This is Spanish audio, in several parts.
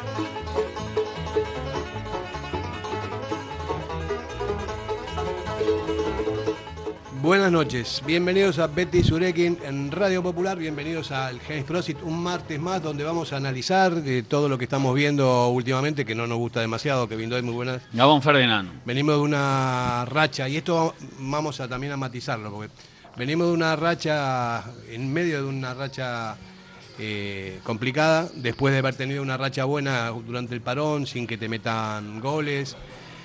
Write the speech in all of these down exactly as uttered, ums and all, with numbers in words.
Buenas noches, bienvenidos a Betty Surekin en Radio Popular, bienvenidos al James Prosit, un martes más donde vamos a analizar de todo lo que estamos viendo últimamente, que no nos gusta demasiado. Kevin Doy, muy buenas. Gabón Ferdinand. Venimos de una racha, y esto vamos a también a matizarlo, porque venimos de una racha, en medio de una racha eh, complicada, después de haber tenido una racha buena durante el parón, sin que te metan goles.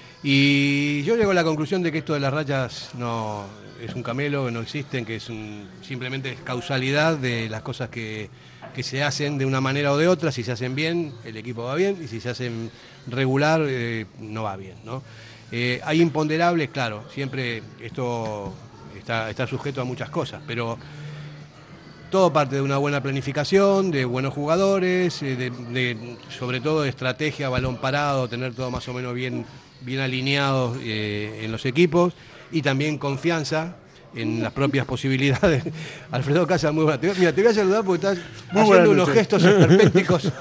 Y yo llego a la conclusión de que esto de las rachas no es un camelo, que no existen, que es un, simplemente es causalidad de las cosas que, que se hacen de una manera o de otra. Si se hacen bien, el equipo va bien, y si se hacen regular, eh, no va bien, ¿no? Eh, hay imponderables, claro, siempre esto está, está sujeto a muchas cosas, pero todo parte de una buena planificación, de buenos jugadores, de, de, sobre todo de estrategia, balón parado, tener todo más o menos bien bien alineados eh, en los equipos, y también confianza en las propias posibilidades. Alfredo Casas, muy buena. Mira, te voy a saludar porque estás muy haciendo unos gestos esperpénticos.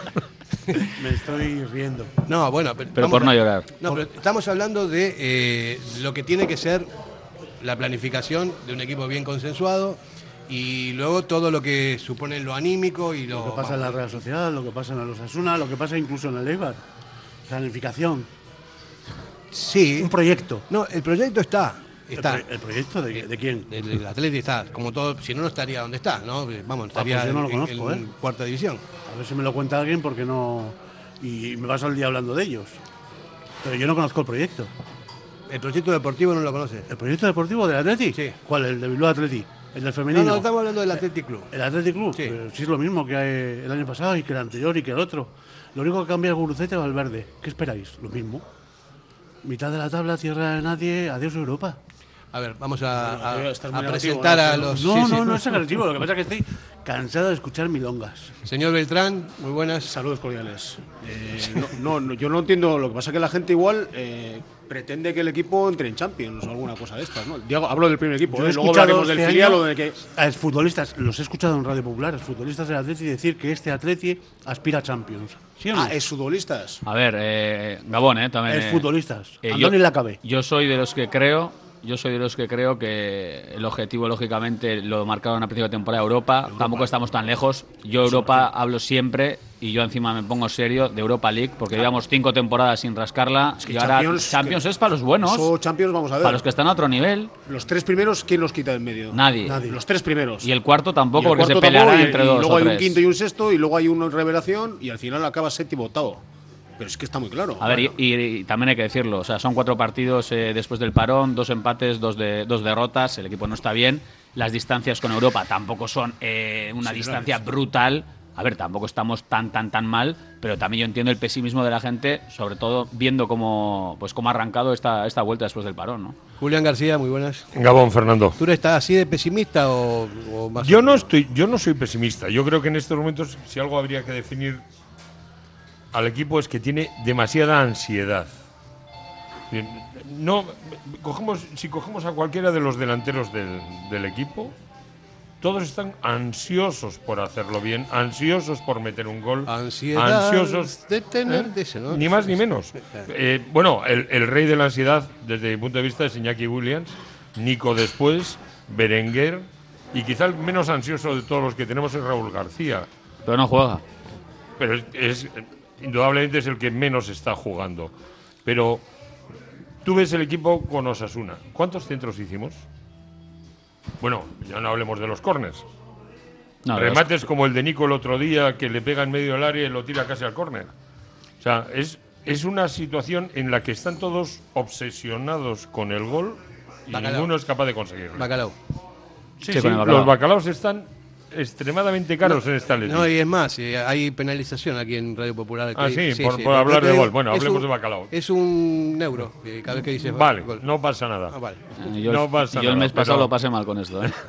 Me estoy riendo. No, bueno, pero, pero por a, no llorar. No, pero estamos hablando de eh, lo que tiene que ser la planificación de un equipo bien consensuado, y luego todo lo que supone lo anímico y lo... Lo que pasa en la Real Sociedad, lo que pasa en el Osasuna, lo que pasa incluso en el Eibar. Planificación. Sí. Un proyecto. No, el proyecto está. está. ¿El, pro- el proyecto de, de quién? El, el Atleti está, como todo, si no, no estaría donde está, ¿no? Vamos, estaría ah, pues yo no lo en, conozco, en, en ¿eh? cuarta división. A ver si me lo cuenta alguien, porque no... Y me paso el día hablando de ellos. Pero yo no conozco el proyecto. ¿El proyecto deportivo no lo conoces? ¿El proyecto deportivo del Atleti? Sí. ¿Cuál? ¿El de Bilbao Atleti? ¿El del femenino? No, no, estamos hablando del Athletic Club. ¿El Athletic Club? Sí. Pero sí es lo mismo que el año pasado y que el anterior y que el otro. Lo único que cambia es Guruceta y Valverde. ¿Qué esperáis? Lo mismo. Mitad de la tabla, tierra de nadie, adiós Europa. A ver, vamos a, Bueno, a- tío, a estás muy presentar negativo, a ¿no? los... No, sí, no, sí. no es agresivo. Lo que pasa es que estoy cansado de escuchar milongas. Señor Beltrán, muy buenas. Saludos cordiales. Eh, no, no, no, yo no entiendo, lo que pasa es que la gente igual eh, pretende que el equipo entre en Champions o alguna cosa de estas, ¿no? Digo, hablo del primer equipo, Yo he ¿eh? Luego escuchado hablaremos del este filial año o de que... a los futbolistas, los he escuchado en Radio Popular, los futbolistas del Atleti decir que este Atleti aspira a Champions. ¿Sí o no? Ah, es futbolistas. A ver, eh, Gabón, eh, también. Es eh, futbolistas. eh, Andoni yo, Lacabe. Yo soy de los que creo, yo soy de los que creo que el objetivo, lógicamente, lo marcaron a principio de temporada Europa. Europa. Tampoco estamos tan lejos. Yo Europa hablo siempre, y yo encima me pongo serio de Europa League, porque claro, llevamos cinco temporadas sin rascarla, es que y ahora Champions, Champions es para los buenos. Eso Champions, vamos a ver. Para los que están a otro nivel. Los tres primeros, ¿quién los quita en medio? Nadie. Nadie. Los tres primeros. Y el cuarto tampoco, Y el porque cuarto se peleará tampoco, y- entre y dos luego o hay tres. un quinto y un sexto, y luego hay una revelación, y al final acaba séptimo octavo. Pero es que está muy claro. A ver, y, Bueno. y- y también hay que decirlo, o sea, son cuatro partidos eh, después del parón, dos empates, dos, de, dos derrotas, el equipo no está bien, las distancias con Europa tampoco son eh, una Sí, distancia claro. brutal, a ver, tampoco estamos tan, tan, tan mal, pero también yo entiendo el pesimismo de la gente, sobre todo viendo cómo, pues, cómo ha arrancado esta, esta vuelta después del parón, ¿no? Julián García, muy buenas. Gabón, Fernando. ¿Tú estás así de pesimista o, o más? Yo o no menos? estoy, yo no soy pesimista. Yo creo que en estos momentos, si algo habría que definir al equipo, es que tiene demasiada ansiedad. Bien, no, cogemos, si cogemos a cualquiera de los delanteros del, del equipo, todos están ansiosos por hacerlo bien, ansiosos por meter un gol, Ansiedad ansiosos de tener ¿eh? de ese, ¿no? Ni más ni menos. Eh, bueno, el, el rey de la ansiedad, desde mi punto de vista, es Iñaki Williams, Nico después, Berenguer, y quizá el menos ansioso de todos los que tenemos es Raúl García. Pero no juega. Pero es, es indudablemente es el que menos está jugando. Pero tú ves el equipo con Osasuna. ¿Cuántos centros hicimos? Bueno, ya no hablemos de los córners. No, Remates como el de Nico el otro día, que le pega en medio del área y lo tira casi al córner. O sea, es, es una situación en la que están todos obsesionados con el gol y Bacalao. ninguno es capaz de conseguirlo. Bacalao. Sí, Sí, sí, con el bacalao. los bacalaos están extremadamente caros en esta liga. No, y es más, eh, hay penalización aquí en Radio Popular. Ah, que- sí, por- por hablar Yo te de digo, gol. Bueno, es hablemos un- de bacalao. Es un euro, eh, cada vez que dices Vale, gol. no pasa nada. Ah, vale. Eh, Yo, no el, pasa yo el nada, mes pasado pero- lo pasé mal con esto, ¿eh?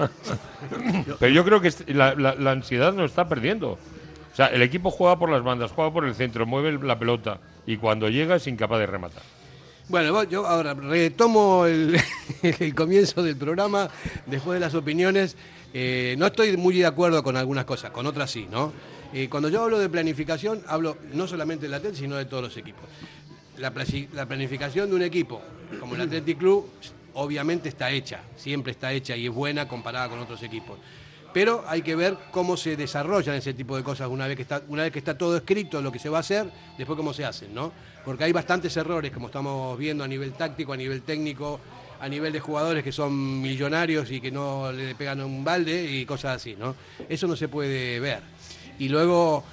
Pero yo creo que est- la, la- la ansiedad nos está perdiendo. O sea, el equipo juega por las bandas, juega por el centro, mueve la pelota y cuando llega es incapaz de rematar. Bueno, yo ahora retomo el, el comienzo del programa después de las opiniones. Eh, no estoy muy de acuerdo con algunas cosas, con otras sí, ¿no? Eh, cuando yo hablo de planificación, hablo no solamente del Athletic, sino de todos los equipos. La, la planificación de un equipo como el Athletic Club obviamente está hecha, siempre está hecha y es buena comparada con otros equipos. Pero hay que ver cómo se desarrollan ese tipo de cosas una vez que está, una vez que está todo escrito, lo que se va a hacer, después cómo se hacen, ¿no? Porque hay bastantes errores, como estamos viendo a nivel táctico, a nivel técnico, a nivel de jugadores que son millonarios y que no le pegan un balde y cosas así, ¿no? Eso no se puede ver. Y luego...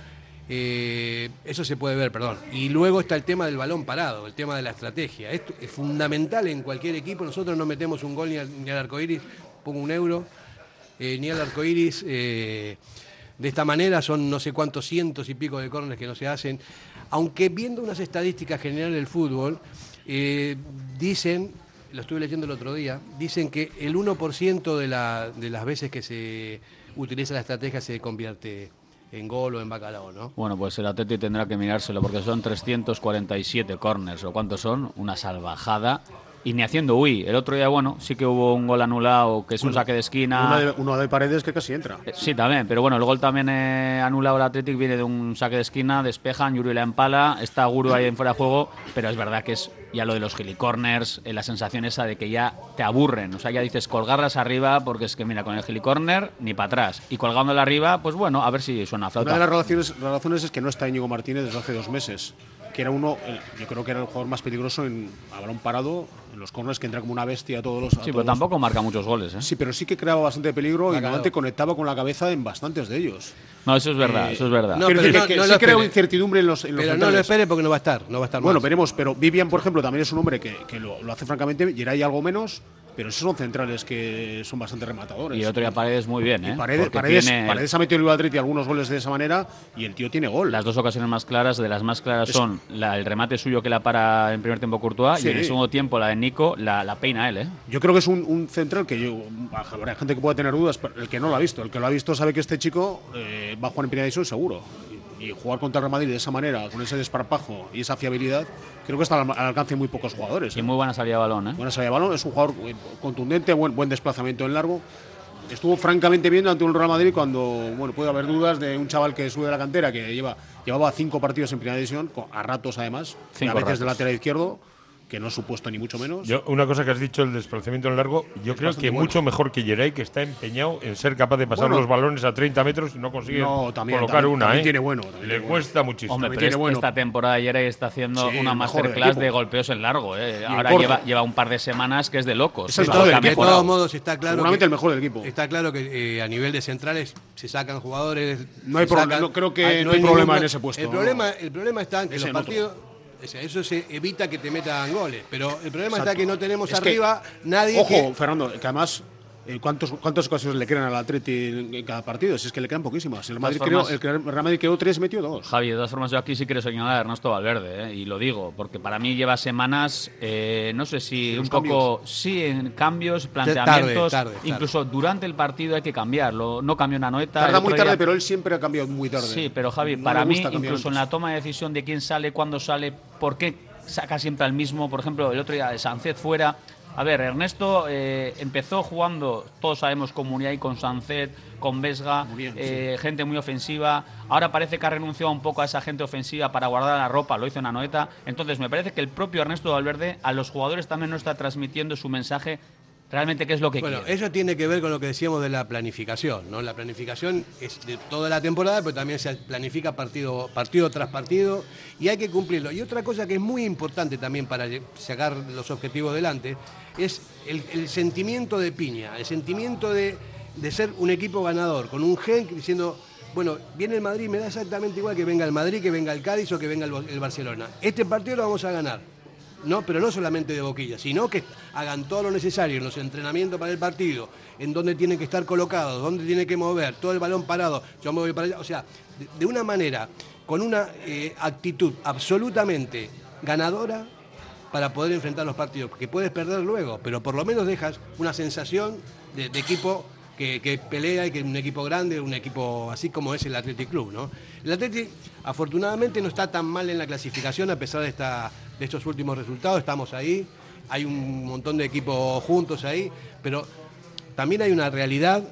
Eh, eso se puede ver, perdón. Y luego está el tema del balón parado, el tema de la estrategia. Esto es fundamental en cualquier equipo. Nosotros no metemos un gol ni al, ni al arcoíris, pongo un euro, eh, ni al arcoíris. Eh, de esta manera son no sé cuántos cientos y pico de córneres que no se hacen. Aunque viendo unas estadísticas generales del fútbol, eh, dicen, lo estuve leyendo el otro día, dicen que el uno por ciento de, la, de las veces que se utiliza la estrategia se convierte en gol o en bacalao, ¿no? Bueno, pues el Atleti tendrá que mirárselo porque son trescientos cuarenta y siete corners, o cuántos son, una salvajada. Y ni haciendo uy. El otro día, bueno, sí que hubo un gol anulado, que es bueno, un saque de esquina. Uno de, uno de Paredes que casi entra. Eh, sí, también, pero bueno, el gol también eh, anulado el Athletic viene de un saque de esquina, despejan, Yuri la empala, está Guru ahí en fuera de juego, pero es verdad que es ya lo de los gilicorners, eh, la sensación esa de que ya te aburren, o sea, ya dices colgarlas arriba, porque es que mira, con el gilicorner ni para atrás, y colgándola arriba, pues bueno, a ver si suena a flauta. Una de las relaciones, relaciones es que no está Íñigo Martínez desde hace dos meses, que era uno, el, yo creo que era el jugador más peligroso en a balón parado, en los corners, que entra como una bestia a todos los... A sí, todos pero tampoco los... marca muchos goles, ¿eh? Sí, pero sí que creaba bastante peligro y normalmente conectaba con la cabeza en bastantes de ellos. No, eso es verdad, eh, eso es verdad. No, pero, pero no, que, no sí creó incertidumbre en los, en los Pero centrales. no lo espere porque no va a estar, no va a estar Bueno, más. veremos, pero Vivian, por ejemplo, también es un hombre que, que lo, lo hace francamente, Geray algo menos, pero esos son centrales que son bastante rematadores. Y el otro día Paredes muy bien, ¿eh? Paredes, Paredes, tiene... Paredes ha metido el Atleti algunos goles de esa manera y el tío tiene gol. Las dos ocasiones más claras, de las más claras es... son la, el remate suyo que la para en primer tiempo Courtois, sí, y en el segundo tiempo la de Nico, la, la peina él, ¿eh? Yo creo que es un, un central que yo, habrá gente que pueda tener dudas, pero el que no lo ha visto, el que lo ha visto sabe que este chico eh, va a jugar en primera división seguro. Y jugar contra el Real Madrid de esa manera, con ese desparpajo y esa fiabilidad, creo que está al, al alcance de muy pocos jugadores. ¿eh? Y muy buena salida de balón, ¿eh? Buena salida de balón, es un jugador contundente, buen, buen desplazamiento en largo. Estuvo francamente bien ante un Real Madrid cuando, bueno, puede haber dudas de un chaval que sube de la cantera, que lleva llevaba cinco partidos en primera división, a ratos además, cinco a veces ratos. De lateral izquierdo, que no es supuesto ni mucho menos. Yo, una cosa que has dicho, el desplazamiento en largo, yo creo que bueno. mucho mejor que Geray, que está empeñado en ser capaz de pasar bueno, los balones a treinta metros y no consigue no, también, colocar también, una. También ¿eh? tiene bueno. También Le tiene cuesta bueno. muchísimo. Hombre, pero es, bueno. esta temporada Geray está haciendo sí, una masterclass de golpeos en largo. ¿eh? Ahora lleva, lleva un par de semanas que es de locos. Es el todo de todos modos está claro. Seguramente que, el mejor del equipo. Está claro que eh, a nivel de centrales se sacan jugadores. No hay problema. No, creo que hay, no hay, no hay problema en ese puesto. El problema, el problema está en que los partidos. Eso se evita que te metan goles, pero el problema Exacto. está que no tenemos es arriba que, nadie. Ojo, que... Fernando, que además, eh, ¿cuántos, ¿cuántas ocasiones le crean al Atleti en, en cada partido? Si es que le quedan poquísimas. El, Madrid formas, creó, el Real Madrid quedó tres, metió dos. Javi, de todas formas, yo aquí sí quiero señalar a Ernesto Valverde, ¿eh? Y lo digo, porque para mí lleva semanas, eh, no sé si un poco. Cambios. Sí, en cambios, planteamientos. Tarde, tarde, incluso tarde. Durante el partido hay que cambiarlo. No cambió una noeta. Tarda muy tarde, día... pero él siempre ha cambiado muy tarde. Sí, pero Javi, no para mí, incluso antes. En la toma de decisión de quién sale, cuándo sale, por qué saca siempre al mismo, por ejemplo, el otro día de Sánchez fuera. A ver, Ernesto eh, empezó jugando, todos sabemos, con Muniain, con Sánchez, con Vesga, bien, eh, sí. gente muy ofensiva. Ahora parece que ha renunciado un poco a esa gente ofensiva para guardar la ropa, lo hizo en Anoeta. Entonces me parece que el propio Ernesto Valverde a los jugadores también no está transmitiendo su mensaje. Realmente, ¿qué es lo que bueno, quiere? Eso tiene que ver con lo que decíamos de la planificación, ¿no? La planificación es de toda la temporada, pero también se planifica partido, partido tras partido y hay que cumplirlo. Y otra cosa que es muy importante también para sacar los objetivos delante es el, el sentimiento de piña, el sentimiento de, de ser un equipo ganador, con un gen diciendo, bueno, viene el Madrid, me da exactamente igual que venga el Madrid, que venga el Cádiz o que venga el, el Barcelona. Este partido lo vamos a ganar. No, pero no solamente de boquilla, sino que hagan todo lo necesario en los entrenamientos para el partido, en dónde tienen que estar colocados, dónde tienen que mover, todo el balón parado, yo me voy para allá. O sea, de, de una manera, con una eh, actitud absolutamente ganadora para poder enfrentar los partidos, que puedes perder luego, pero por lo menos dejas una sensación de, de equipo que, que pelea y que es un equipo grande, un equipo así como es el Athletic Club, ¿no? El Athletic, afortunadamente, no está tan mal en la clasificación a pesar de, esta, de estos últimos resultados. Estamos ahí, hay un montón de equipos juntos ahí, pero también hay una realidad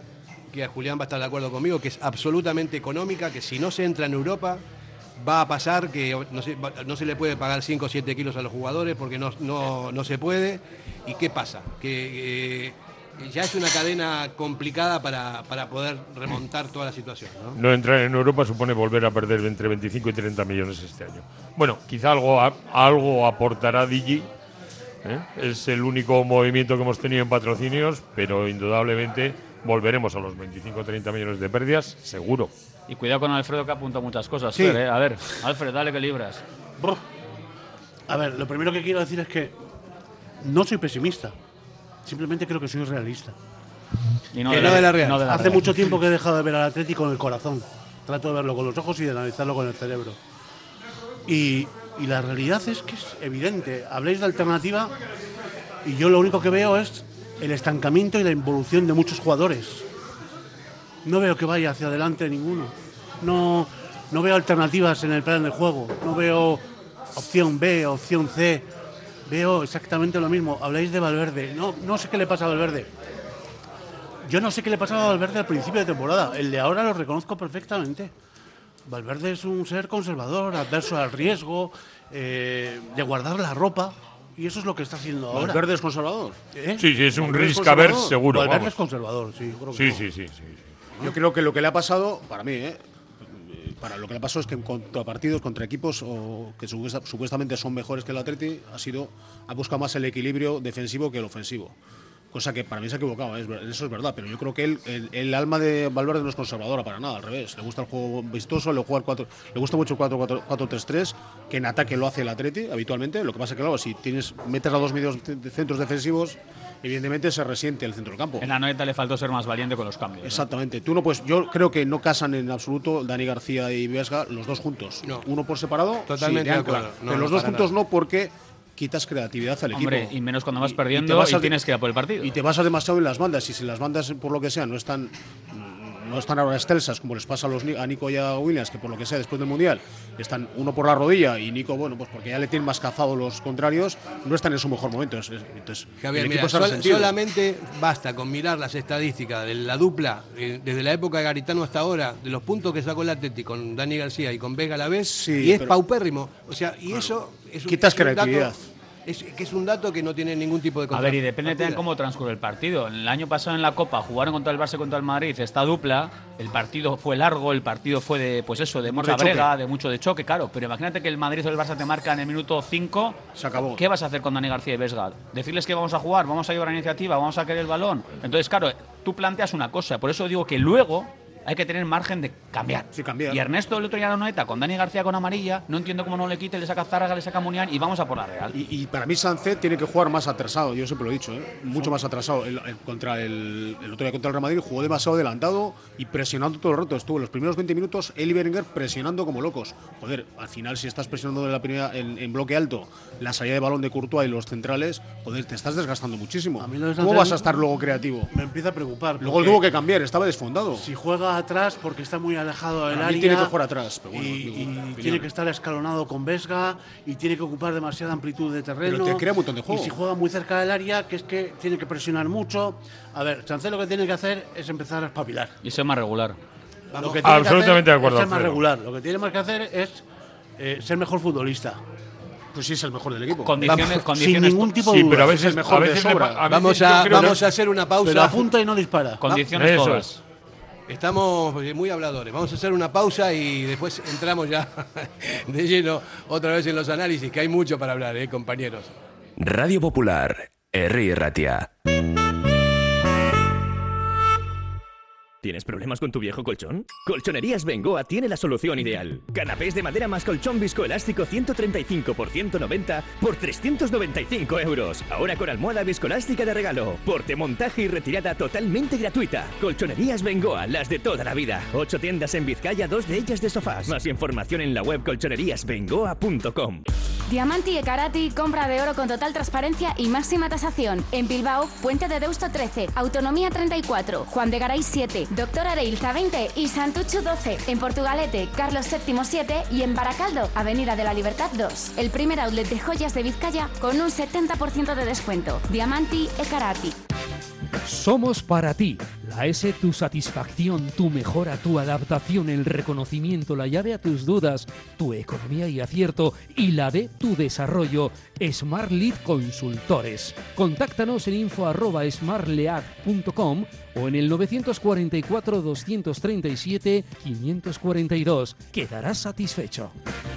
que Julián va a estar de acuerdo conmigo, que es absolutamente económica, que si no se entra en Europa va a pasar que no se, no se le puede pagar cinco o siete kilos a los jugadores porque no, no, no se puede. ¿Y qué pasa? Que eh, ya es una cadena complicada para, para poder remontar toda la situación, ¿no? No entrar en Europa supone volver a perder entre veinticinco y treinta millones este año. Bueno, quizá algo, algo aportará Digi. ¿eh? Es el único movimiento que hemos tenido en patrocinios, pero indudablemente volveremos a los veinticinco o treinta millones de pérdidas, seguro. Y cuidado con Alfredo, que apunta muchas cosas. Sí. Fer, ¿eh? A ver, Alfred, dale que libras. Brr. A ver, lo primero que quiero decir es que no soy pesimista. Simplemente creo que soy realista. Y no Que de no la, de la Real. no de la Hace Real. mucho tiempo que he dejado de ver al Atlético con el corazón. Trato de verlo con los ojos y de analizarlo con el cerebro. Y, y la realidad es que es evidente. Habléis de alternativa y yo lo único que veo es el estancamiento y la involución de muchos jugadores. No veo que vaya hacia adelante ninguno. No, no veo alternativas en el plan de juego. No veo opción B, opción C. Veo exactamente lo mismo. Habláis de Valverde. No, no sé qué le pasa a Valverde. Yo no sé qué le pasaba a Valverde al principio de temporada. El de ahora lo reconozco perfectamente. Valverde es un ser conservador, adverso al riesgo, eh, de guardar la ropa. Y eso es lo que está haciendo ahora. ¿Valverde es conservador? ¿Eh? Sí, sí, es un Valverde es riscaver conservador. seguro. Valverde vamos. es conservador, sí. Sí, sí, sí, sí, sí. Yo creo que lo que le ha pasado, para mí, ¿eh? para lo que le ha pasado es que en contra partidos, contra equipos o que supuesta- supuestamente son mejores que el Atleti, ha sido ha buscado más el equilibrio defensivo que el ofensivo. Cosa que para mí se ha equivocado, ¿eh? Es ver- eso es verdad, pero yo creo que él, el, el alma de Valverde no es conservadora para nada, al revés. Le gusta el juego vistoso, le, juega el cuatro, le gusta mucho el cuatro tres tres, que en ataque lo hace el Atleti habitualmente. Lo que pasa es que, claro, si tienes, metes a dos medios de centros defensivos, evidentemente se resiente el centro del campo. En la noeta le faltó ser más valiente con los cambios. ¿no? Exactamente. Tú no puedes, yo creo que no casan en absoluto Dani García y Vesga los dos juntos. No. Uno por separado, Totalmente sí, de de ancla. acuerdo. No, pero no, los dos para juntos nada. no, porque quitas creatividad al Hombre, equipo. y menos cuando vas Y- perdiendo y te vas y a- tienes que ir a por el partido. Y te basas demasiado en las bandas. Y si las bandas, por lo que sea, no están no están ahora excelsas, como les pasa a, los, Ni- a Nico y a Williams, que por lo que sea, después del Mundial, están uno por la rodilla y Nico, bueno, pues porque ya le tienen más cazado los contrarios, no están en su mejor momento. Es- es- Entonces, Javier, el mira, equipo se ha sol- resentido. solamente basta con mirar las estadísticas de la dupla, eh, desde la época de Garitano hasta ahora, de los puntos que sacó el Atlético con Dani García y con Vega a la vez, Sí, y es pero- paupérrimo. O sea, y eso es un, Quitas es un dato- creatividad. es, que es un dato que no tiene ningún tipo de A ver, y depende contrapartida. también cómo transcurre el partido. El año pasado en la Copa jugaron contra el Barça y contra el Madrid esta dupla. El partido fue largo, el partido fue de, pues eso, de mucha de choque. brega, de mucho de choque, claro. Pero imagínate que el Madrid o el Barça te marca en el minuto cinco. Se acabó. ¿Qué vas a hacer con Dani García y Vesga? Decirles que vamos a jugar, vamos a llevar la iniciativa, vamos a querer el balón. Entonces, claro, tú planteas una cosa. Por eso digo que luego hay que tener margen de cambiar. Sí, cambiar. Y Ernesto el otro día la noeta con Dani García con amarilla, no entiendo cómo no le quite, le saca Zárraga, le saca Munián y vamos a por la Real. Y, y para mí Sánchez tiene que jugar más atrasado, yo siempre lo he dicho, ¿eh? mucho más atrasado. El, el- contra el, el otro día contra el Real Madrid jugó demasiado adelantado y presionando todo el rato. Estuvo los primeros veinte minutos él y Berenguer presionando como locos. Joder, al final si estás presionando en, la primera, en, en bloque alto la salida de balón de Courtois y los centrales, joder, te estás desgastando muchísimo. A mí lo de ¿Cómo Sánchez vas a estar luego creativo? Me empieza a preocupar. Luego porque tuvo que cambiar, estaba desfondado. Si juega atrás porque está muy alejado del Para mí área. tiene que jugar atrás, pero bueno, y digo, y opinión. tiene que estar escalonado con Vesga y tiene que ocupar demasiada amplitud de terreno. Pero te crea un montón de juego. Y si juega muy cerca del área, que es que tiene que presionar mucho. A ver, Sánchez lo que tiene que hacer es empezar a espabilar. Y ser más regular. Lo que tiene que Absolutamente hacer de acuerdo, es ser más Alfredo. regular. Lo que tiene más que hacer es eh, ser mejor futbolista. Pues sí es el mejor del equipo. Condiciones, Vamos, condiciones, sin ningún tipo de Sí, duda. pero a Es veces, el mejor a de veces le sobra. pa- a Vamos veces yo a, creo- vamos a hacer una pausa. Pero apunta y no dispara. condiciones Eso todas. es. Estamos eh, muy habladores. Vamos a hacer una pausa y después entramos ya de lleno otra vez en los análisis, que hay mucho para hablar, ¿eh, compañeros? Radio Popular, Herri Ratia. ¿Tienes problemas con tu viejo colchón? Colchonerías Bengoa tiene la solución ideal. Canapés de madera más colchón viscoelástico ciento treinta y cinco por ciento noventa por trescientos noventa y cinco euros. Ahora con almohada viscoelástica de regalo. Porte, montaje y retirada totalmente gratuita. Colchonerías Bengoa, las de toda la vida. Ocho tiendas en Vizcaya, dos de ellas de sofás. Más información en la web colchonerías bengoa punto com. Diamanti e Karati, compra de oro con total transparencia y máxima tasación. En Bilbao, Puente de Deusto trece, Autonomía treinta y cuatro, Juan de Garay siete, Doctor Areilza veinte y Santucho doce. En Portugalete, Carlos séptimo siete y en Baracaldo, Avenida de la Libertad dos. El primer outlet de joyas de Vizcaya con un setenta por ciento de descuento. Diamanti e Karati. Somos para ti, La S, tu satisfacción, tu mejora, tu adaptación, el reconocimiento, la llave a tus dudas, tu economía y acierto, y la D, tu desarrollo. Smart Lead Consultores. Contáctanos en info arroba smartlead punto com o en el novecientos cuarenta y cuatro, doscientos treinta y siete, quinientos cuarenta y dos. Quedarás satisfecho.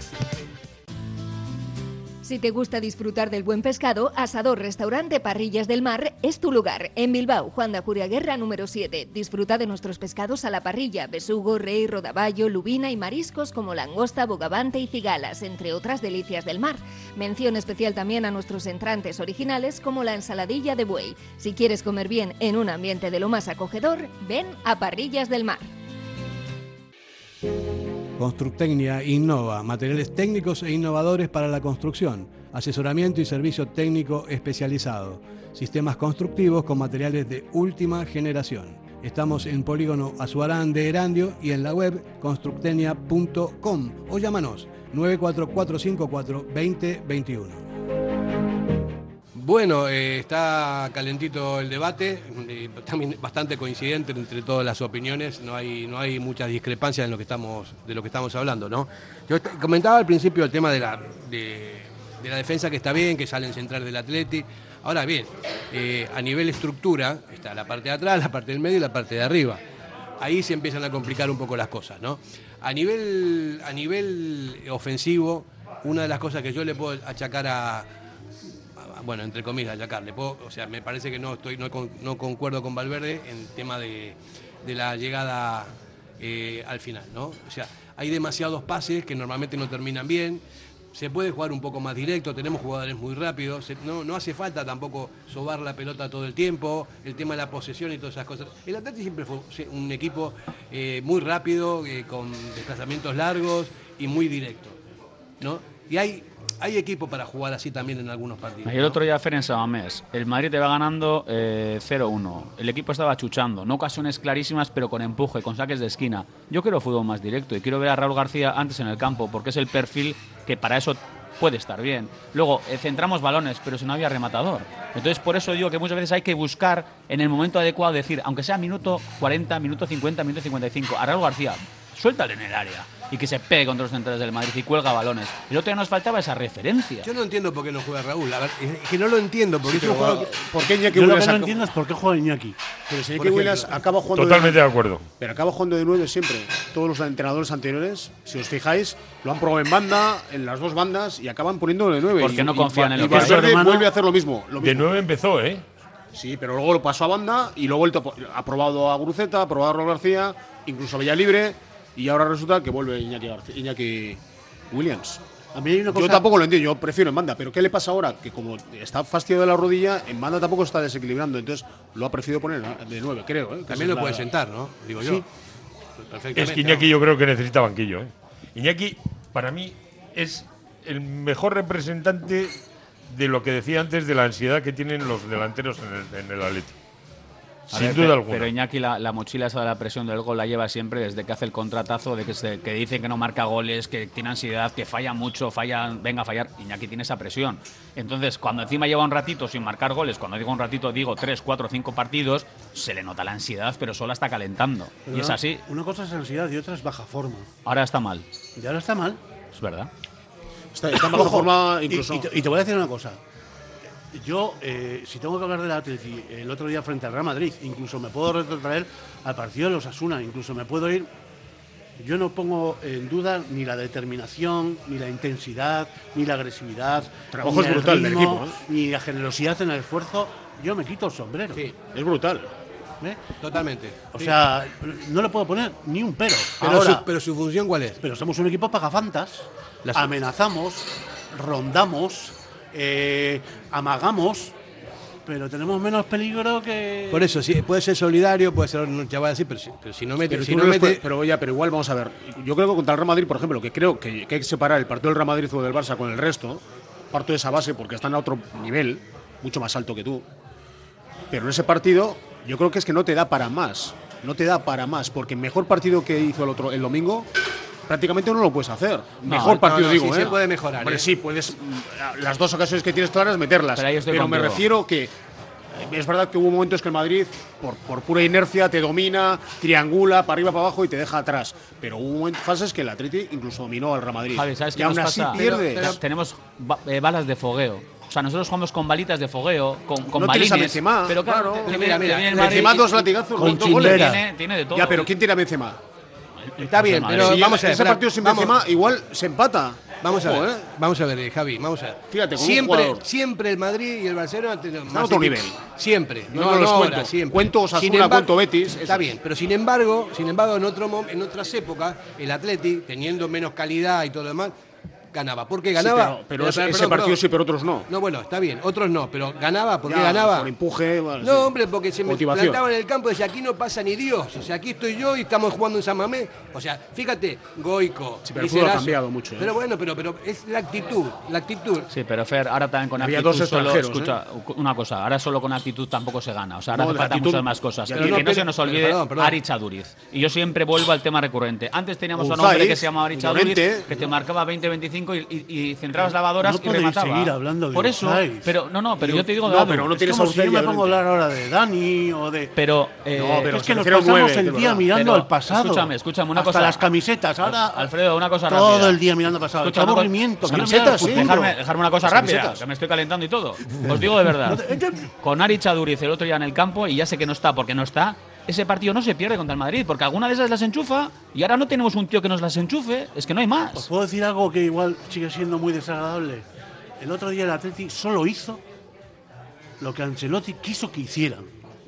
Si te gusta disfrutar del buen pescado, Asador Restaurante Parrillas del Mar es tu lugar. En Bilbao, Juan de Acuria Guerra número siete. Disfruta de nuestros pescados a la parrilla, besugo, rey, rodaballo, lubina y mariscos como langosta, bogavante y cigalas, entre otras delicias del mar. Mención especial también a nuestros entrantes originales como la ensaladilla de buey. Si quieres comer bien en un ambiente de lo más acogedor, ven a Parrillas del Mar. Constructecnia innova, materiales técnicos e innovadores para la construcción, asesoramiento y servicio técnico especializado, sistemas constructivos con materiales de última generación. Estamos en Polígono Azuarán de Erandio y en la web constructecnia punto com o llámanos nueve cuatro cuatro cinco cuatro, veinte veintiuno. Bueno, eh, está calentito el debate, eh, también bastante coincidente entre todas las opiniones, no hay no hay muchas discrepancias en lo que estamos de lo que estamos hablando, ¿no? Yo est- comentaba al principio el tema de la de, de la defensa, que está bien, que salen central del Atleti. Ahora bien, eh, a nivel estructura está la parte de atrás, la parte del medio y la parte de arriba. Ahí se empiezan a complicar un poco las cosas, ¿no? A nivel a nivel ofensivo, una de las cosas que yo le puedo achacar a bueno, entre comillas, achacar, le puedo, o sea, me parece que no estoy no, con, no concuerdo con Valverde en el tema de, de la llegada eh, al final, ¿no? O sea, hay demasiados pases que normalmente no terminan bien, se puede jugar un poco más directo, tenemos jugadores muy rápidos, se, no, no hace falta tampoco sobar la pelota todo el tiempo, el tema de la posesión y todas esas cosas. El Atleti siempre fue un equipo eh, muy rápido, eh, con desplazamientos largos y muy directo, ¿no? Y hay Hay equipo para jugar así también en algunos partidos. Y el otro día, Fer, en Samamés, el Madrid te va ganando eh, cero uno. El equipo estaba chuchando, no ocasiones clarísimas, pero con empuje, con saques de esquina. Yo quiero fútbol más directo y quiero ver a Raúl García antes en el campo, porque es el perfil que para eso puede estar bien. Luego, eh, centramos balones, pero si no había rematador. Entonces, por eso digo que muchas veces hay que buscar en el momento adecuado, decir, aunque sea minuto cuarenta, minuto cincuenta, minuto cincuenta y cinco, a Raúl García, suéltale en el área y que se pegue contra los centrales del Madrid y cuelga balones. El otro día nos faltaba esa referencia. Yo no entiendo por qué no juega Raúl. A ver, es que no lo entiendo. Porque Sí, es un pero, jugador que- ¿por qué Iñaki Yo lo que Williams no acaba- entiendo es por qué juega Iñaki. Pero si Por Iñaki ejemplo, Williams acaba jugando Totalmente de, de acuerdo. pero acaba jugando de nueve siempre. Todos los entrenadores anteriores, si os fijáis, lo han probado en banda, en las dos bandas, y acaban poniéndolo de nueve. Porque Y- no y- confían en y lo que hay. Valverde Hermano- vuelve a hacer lo mismo. lo De mismo. nueve empezó, ¿eh? Sí, pero luego lo pasó a banda y lo ha vuelto a, po- ha probado a Guruceta, ha probado a Raúl García, incluso a Villalibre, y ahora resulta que vuelve Iñaki, García- Iñaki Williams. A mí hay una cosa. Yo tampoco lo entiendo, yo prefiero en banda, pero ¿qué le pasa ahora? Que como está fastidiado de la rodilla, en banda tampoco está desequilibrando, entonces lo ha preferido poner de nueve, creo. ¿eh? Que esa también es lo puede la- sentar, ¿no? Digo Sí. yo. Perfectamente. Es que Iñaki yo creo que necesita banquillo, ¿eh? Iñaki, para mí, es el mejor representante de lo que decía antes de la ansiedad que tienen los delanteros en el, en el Atleti. A Sin ver, duda pero, alguna. Pero Iñaki la, la mochila esa de la presión del gol la lleva siempre desde que hace el contratazo, de que, se, que dice que no marca goles, que tiene ansiedad, que falla mucho, falla, venga a fallar. Iñaki tiene esa presión. Entonces, cuando encima lleva un ratito sin marcar goles, cuando digo un ratito digo tres, cuatro, cinco partidos, se le nota la ansiedad, pero solo está calentando. Pero y es una- así. Una cosa es ansiedad y otra es baja forma. Ahora está mal, Y ahora está mal. es verdad. Está, está en baja Ojo, forma y- incluso. Y, te, y te voy a decir una cosa. Yo, eh, si tengo que hablar del Atleti el otro día frente al Real Madrid, incluso me puedo retrotraer al partido de los Asuna, incluso me puedo ir. Yo no pongo en duda ni la determinación, ni la intensidad, ni la agresividad, Trabajo ni es el brutal del ritmo, equipo, ¿eh? ni la generosidad en el esfuerzo. Yo me quito el sombrero. Sí, Es brutal. ¿eh? totalmente. O Sí. sea, no le puedo poner ni un pero. pero, Ahora, su, pero su función, ¿cuál es? pero somos un equipo pagafantas, Las- amenazamos, rondamos, eh, amagamos, pero tenemos menos peligro que. Por eso, sí, puede ser solidario, puede ser un chaval así, pero si, pero si no mete. Pero, Si tú no no les mete puedes- pero ya, pero igual vamos a ver. Yo creo que contra el Real Madrid, por ejemplo, que creo que, que hay que separar el partido del Real Madrid o del Barça con el resto. Parto de esa base porque están a otro nivel, mucho más alto que tú. Pero en ese partido, yo creo que es que no te da para más. No te da para más, porque el mejor partido que hizo el otro el domingo, prácticamente no lo puedes hacer. Mejor no, partido, no, digo, sí ¿eh? se puede mejorar, Hombre, ¿eh? sí, puedes. mm, Las dos ocasiones que tienes claras, meterlas. Pero ahí estoy me contigo. refiero que. es verdad que hubo momentos que el Madrid, por, por pura inercia, te domina, triangula, para arriba, para abajo y te deja atrás. Pero hubo momentos, fases que el Atleti incluso dominó al Real Madrid. Javi, ¿sabes qué y nos aún así pasa? pierde. Pero, pero tenemos ba eh, balas de fogueo. O sea, nosotros jugamos con balitas de fogueo, con, con no balines. tienes a Benzema, pero claro, claro. te, te Mira, viene- mira, te viene el Madrid Benzema y- dos latigazos, con dos goles. chilera. Tiene, tiene de todo. Ya, pero ¿quién tiene a Benzema? Está bien, Madrid. pero Si vamos a ver. ese espera, partido sin vamos- Benzema igual se empata. Vamos a ver, Ojo, ¿eh? vamos a ver, eh, Javi, vamos a ver. Fíjate, con un siempre, jugador. siempre el Madrid y el Barcelona tienen Están a otro equipo. nivel. Siempre. No, no los ahora, cuento. siempre. Cuento Osasuna, Sin embargo- cuento Betis, Está eso. bien, pero sin embargo, sin embargo, en otro mom- en otras épocas, el Atleti, teniendo menos calidad y todo lo demás, ganaba. ¿Por qué ganaba? Sí, pero pero ese, perdón, ese partido perdón. sí, pero otros no. No, bueno, está bien, otros no, pero ganaba, ¿por qué Ya, ganaba? Por empuje. Bueno, No, sí. hombre, porque se me Motivación. plantaba en el campo y decía, aquí no pasa ni Dios. O sea, aquí estoy yo y estamos jugando en San Mamés. O sea, fíjate, Goico, Sí, pero el fútbol ha Lizarazo. cambiado mucho, ¿eh? Pero bueno, pero, pero es la actitud, la actitud. Sí, pero Fer, ahora también con Había actitud dos solo, extranjeros, escucha, una cosa, ahora solo con actitud tampoco se gana, o sea, ahora No, hace de falta actitud muchas más cosas. ya Y tiene. que no Pero- se nos pero- olvide perdón, perdón. Ari Chaduriz. Y yo siempre vuelvo al tema recurrente. Antes teníamos a un Uzaiz, hombre que se llamaba Ari Chaduriz, Llorente. que te marcaba veinte veinticinco y, y, y centrabas lavadoras No y podéis remataba. seguir hablando de Por eso, Uzaiz. pero no, no, pero yo te digo de No, Adu. pero no Es tienes como a si yo Uzaiz me y pongo a Llorente. hablar ahora de Dani o de. Pero, eh, No, pero es que se nos refiere a un pasamos nueve, el de día verdad. mirando Pero, al pasado. escúchame, escúchame, una Hasta cosa. las camisetas. Ahora, Alfredo, una cosa todo rápida. el día mirando al pasado. Escucha, Qué una cosa- aburrimiento. quiero camisetas, mirar al sí. futuro. Dejarme, dejarme una cosa Las rápida, camisetas. que me estoy calentando y todo. Os digo de verdad. Con Ari Chaduriz el otro día en el campo, y ya sé que no está porque no está, ese partido no se pierde contra el Madrid, porque alguna de esas las enchufa y ahora no tenemos un tío que nos las enchufe, es que no hay Os más. puedo decir algo que igual sigue siendo muy desagradable. El otro día el Atleti solo hizo lo que Ancelotti quiso que hicieran.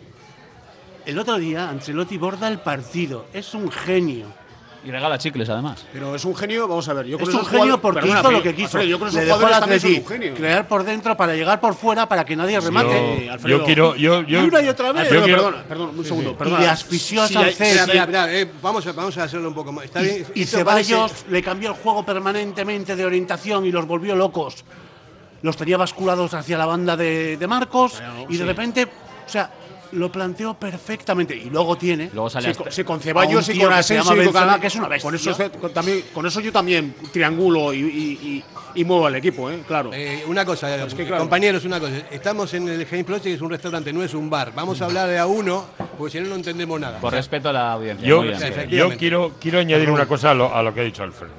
El otro día Ancelotti borda el partido. Es un genio. Y regala chicles además. Pero es un genio, vamos a ver. Yo con Es un esos genio jugadores- porque perdona, hizo lo pero, que quiso. Alfredo, yo con esos Le dejó al jugadores también soy Atleti un genio. crear por dentro para llegar por fuera para que nadie remate. Sí, Alfredo. Yo quiero. Yo, yo, Una y otra vez. yo Alfredo, quiero- perdona, perdona, un segundo. Y Perdona. le asfixió a Sí, hay- Sánchez. Espera, espera, espera, eh, vamos, a, vamos a hacerlo un poco más. Está bien. Y, y esto Ceballos parece- le cambió el juego permanentemente de orientación y los volvió locos. Los tenía basculados hacia la banda de, de Marcos Bueno, y de sí. repente, o sea, lo planteó perfectamente. Y luego tiene. Luego sale Sí, hasta- con, sí, con a Ceballos un y tío con que se Asensio llama y con Benzema, Gavi. que es una bestia. Con eso, se- con, también, con eso yo también triangulo y, y, y, y muevo al equipo, ¿eh? Claro. Eh, una cosa, Es que, claro. compañeros, una cosa. Estamos en el James Project, que es un restaurante, no es un bar. Vamos a hablar de a uno, porque si no, no entendemos nada. Por respeto a la audiencia. Yo, Muy bien. Sí, yo efectivamente. quiero, quiero añadir una cosa a lo, a lo que ha dicho Alfredo.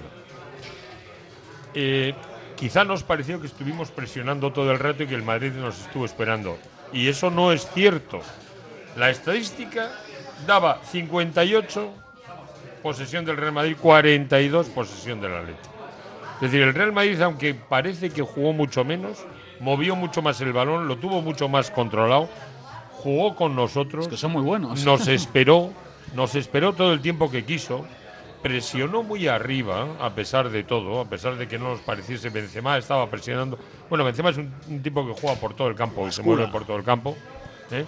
Eh, quizá nos pareció que estuvimos presionando todo el rato y que el Madrid nos estuvo esperando. Y eso no es cierto. La estadística daba cincuenta y ocho posesión del Real Madrid, cuarenta y dos posesión del Atlético. Es decir, el Real Madrid, aunque parece que jugó mucho menos, movió mucho más el balón, lo tuvo mucho más controlado, jugó con nosotros. Es que son muy buenos. Nos esperó, nos esperó todo el tiempo que quiso, presionó muy arriba, a pesar de todo, a pesar de que no nos pareciese. Benzema estaba presionando. Bueno, Benzema es un, un tipo que juega por todo el campo y se mueve por todo el campo. ¿eh?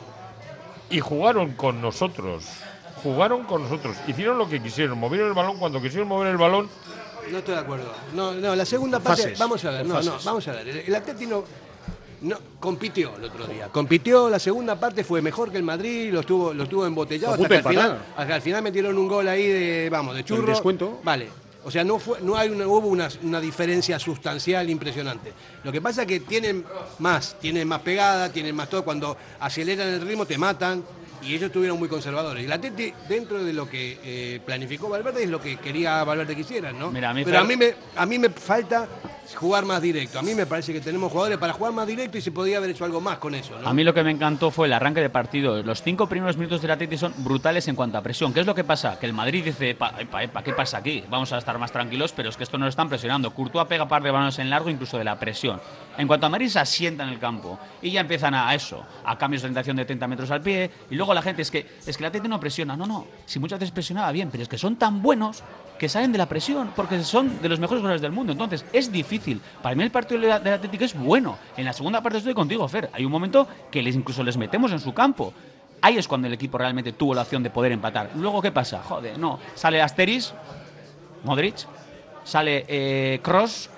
Y jugaron con nosotros, jugaron con nosotros, hicieron lo que quisieron, movieron el balón cuando quisieron mover el balón. No estoy de acuerdo. No, no, la segunda parte. Fases. Vamos a ver, no, Fases. no, vamos a ver. El, el Atleti no, no compitió el otro día. Compitió, la segunda parte fue mejor que el Madrid, lo estuvo, lo estuvo embotellado A hasta punto que, de al final, empatar. hasta que al final metieron un gol ahí de, vamos, de churro. descuento. Vale. O sea, no fue, no hay una, hubo una, una diferencia sustancial impresionante. Lo que pasa es que tienen más, tienen más pegada, tienen más todo. Cuando aceleran el ritmo te matan. Y ellos estuvieron muy conservadores. Y la Atleti, dentro de lo que eh, planificó Valverde, es lo que quería Valverde que hicieran, ¿no? Mira, a mí, Pero a Fer- mí, me, a mí me falta jugar más directo. A mí me parece que tenemos jugadores para jugar más directo y se podía haber hecho algo más con eso, ¿no? A mí lo que me encantó fue el arranque de partido. Los cinco primeros minutos del Atleti son brutales en cuanto a presión. ¿Qué es lo que pasa? Que el Madrid dice, epa, epa, epa, ¿qué pasa aquí? Vamos a estar más tranquilos, pero es que esto no lo están presionando. Courtois pega par de balones en largo, incluso de la presión. En cuanto a Madrid, se asienta en el campo y ya empiezan a, a eso, a cambios de orientación de treinta metros al pie. Y luego la gente es que es que el Atleti no presiona. No, no. Si muchas veces presionaba bien, pero es que son tan buenos que salen de la presión porque son de los mejores jugadores del mundo. Entonces es difícil. Para mí el partido del Atlético es bueno. En la segunda parte estoy contigo, Fer. Hay un momento que les incluso les metemos en su campo. Ahí es cuando el equipo realmente tuvo la opción de poder empatar. Luego, ¿qué pasa? Joder, no. Sale Asteris, Modric, sale eh, Kroos,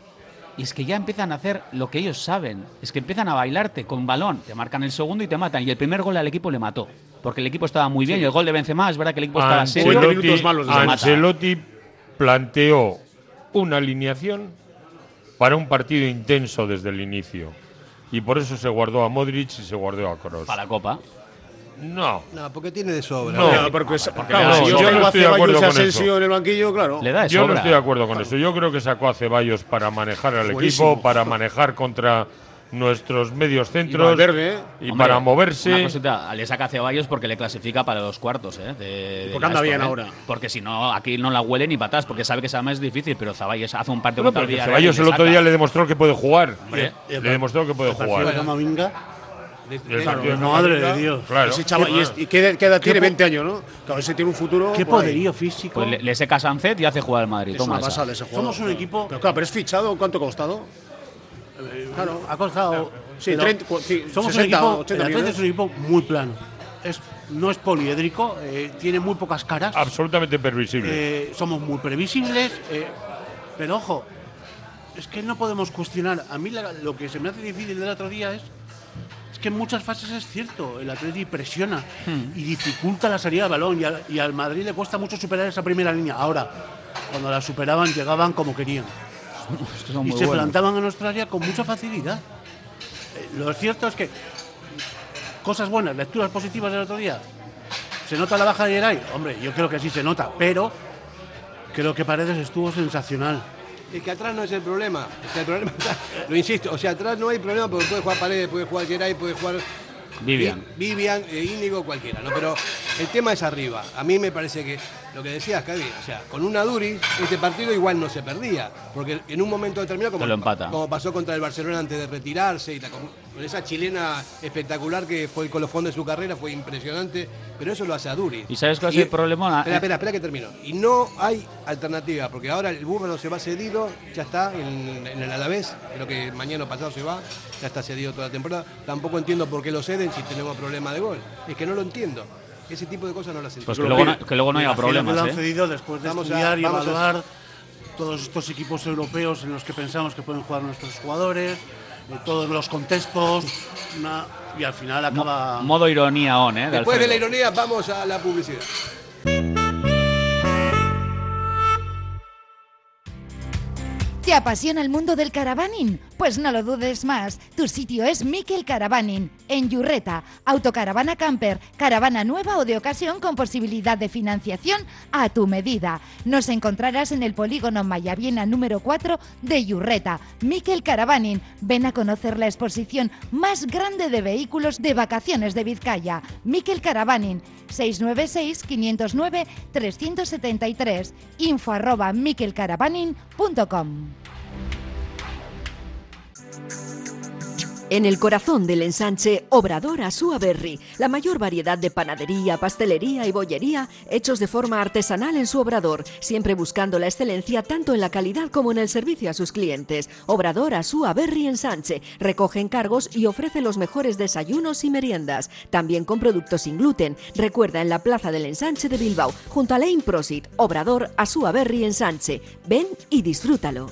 y es que ya empiezan a hacer lo que ellos saben. Es que empiezan a bailarte con balón. Te marcan el segundo y te matan. Y el primer gol al equipo le mató. Porque el equipo estaba muy bien. Y el gol de Benzema, es verdad que el equipo estaba serio. Ancelotti, minutos malos de mata. Ancelotti planteó una alineación para un partido intenso desde el inicio. y por eso se guardó a Modric y se guardó a Kroos. Para la Copa. No. No, porque tiene de sobra. No, no porque, porque claro, no, si yo yo tengo no a estoy de acuerdo Ceballos y con Asensio eso. en el banquillo, claro. Le da de Yo sobra. no estoy de acuerdo con eso. Yo creo que sacó a Ceballos para manejar al Buenísimo. equipo, para manejar contra nuestros medios Y centros Valverde, ¿eh? y Hombre, para moverse. Una cosita, le saca a Ceballos porque le clasifica para los cuartos, ¿eh? De, de Porque anda la bien Expo, ¿eh? ahora. Porque si no, aquí no la huele ni patas, porque sabe que esa es difícil, pero Ceballos hace un partido Bueno, contra el pero que Villarreal. Ceballos y el le otro saca. día le demostró que puede jugar. Hombre, Le demostró que puede El partido jugar. de Camavinga, De- El de- partido de madre de Camavinga, Dios. Claro. Ese chaval, y, es- y qué, qué edad tiene, veinte años, ¿no? Claro, ese tiene un futuro. qué por ahí. poderío físico. Pues le, le seca a Sánchez y hace jugar al Madrid. Es Toma una esa. pasada ese jugador. Somos un claro. equipo- Pero claro, pero es fichado, ¿cuánto ha costado? Claro. Ha costado. Sí, pero treinta, cu- sí, somos sesenta, un equipo. ochenta El Atleti millones. es un equipo muy plano. Es, no es poliédrico, eh, tiene muy pocas caras. Absolutamente previsible. Eh, somos muy previsibles, eh, pero ojo, es que no podemos cuestionar. A mí la- lo que se me hace difícil del otro día es, es que en muchas fases es cierto, el Atleti presiona y dificulta la salida del balón y, al- y al Madrid le cuesta mucho superar esa primera línea. Ahora, cuando la superaban, llegaban como querían Es que son y muy se buenos. plantaban en nuestra área con mucha facilidad. Eh, lo cierto es que cosas buenas, lecturas positivas del otro día. ¿Se nota la baja de Geray? Hombre, yo creo que sí se nota, pero creo que Paredes estuvo sensacional. Es que atrás no es el problema. O sea, el problema está- lo insisto, o sea, atrás no hay problema porque puede jugar Paredes, puede jugar Geray, puede jugar Vivian. Vi- Vivian, eh, Íñigo, cualquiera, ¿no? Pero el tema es arriba. A mí me parece que lo que decías, Cavi, o sea, con una Duri, este partido igual no se perdía. Porque en un momento determinado, como, Te lo empata. como pasó contra el Barcelona antes de retirarse, y tal, con, con esa chilena espectacular que fue el colofón de su carrera, fue impresionante. Pero eso lo hace a Duri. ¿Y sabes cuál es Y- el problema? Espera, espera, espera que termino. Y no hay alternativa, porque ahora el Búfalo se va cedido, ya está en, en el Alavés, creo que mañana o pasado se va, ya está cedido toda la temporada. Tampoco entiendo por qué lo ceden si tenemos problema de gol. Es que no lo entiendo. Ese tipo de cosas no las entiendo. Pues que luego no, que luego no haya Me imagino problemas, que lo han ¿eh? cedido después de Vamos a- estudiar y vamos a- evaluar todos estos equipos europeos en los que pensamos que pueden jugar nuestros jugadores, eh, todos los contextos, una- y al final acaba. Modo ironía on, ¿eh? Después de la Alfredo. ironía, vamos a la publicidad. ¿Te apasiona el mundo del caravaning? Pues no lo dudes más. Tu sitio es Miquel Caravaning, en Yurreta. Autocaravana camper, caravana nueva o de ocasión con posibilidad de financiación a tu medida. Nos encontrarás en el polígono Mayaviena número cuatro de Yurreta. Miquel Caravaning, ven a conocer la exposición más grande de vehículos de vacaciones de Vizcaya. Miquel Caravaning, seis nueve seis, quinientos nueve, trescientos setenta y tres. Info arroba miquelcaravaning punto com. En el corazón del ensanche, Obrador Asúa Berri, la mayor variedad de panadería, pastelería y bollería hechos de forma artesanal en su obrador, siempre buscando la excelencia tanto en la calidad como en el servicio a sus clientes. Obrador Asúa Berri Ensanche recoge encargos y ofrece los mejores desayunos y meriendas, también con productos sin gluten. Recuerda, en la Plaza del Ensanche de Bilbao, junto a Lane Prosit, Obrador Asúa Berri Ensanche. Ven y disfrútalo.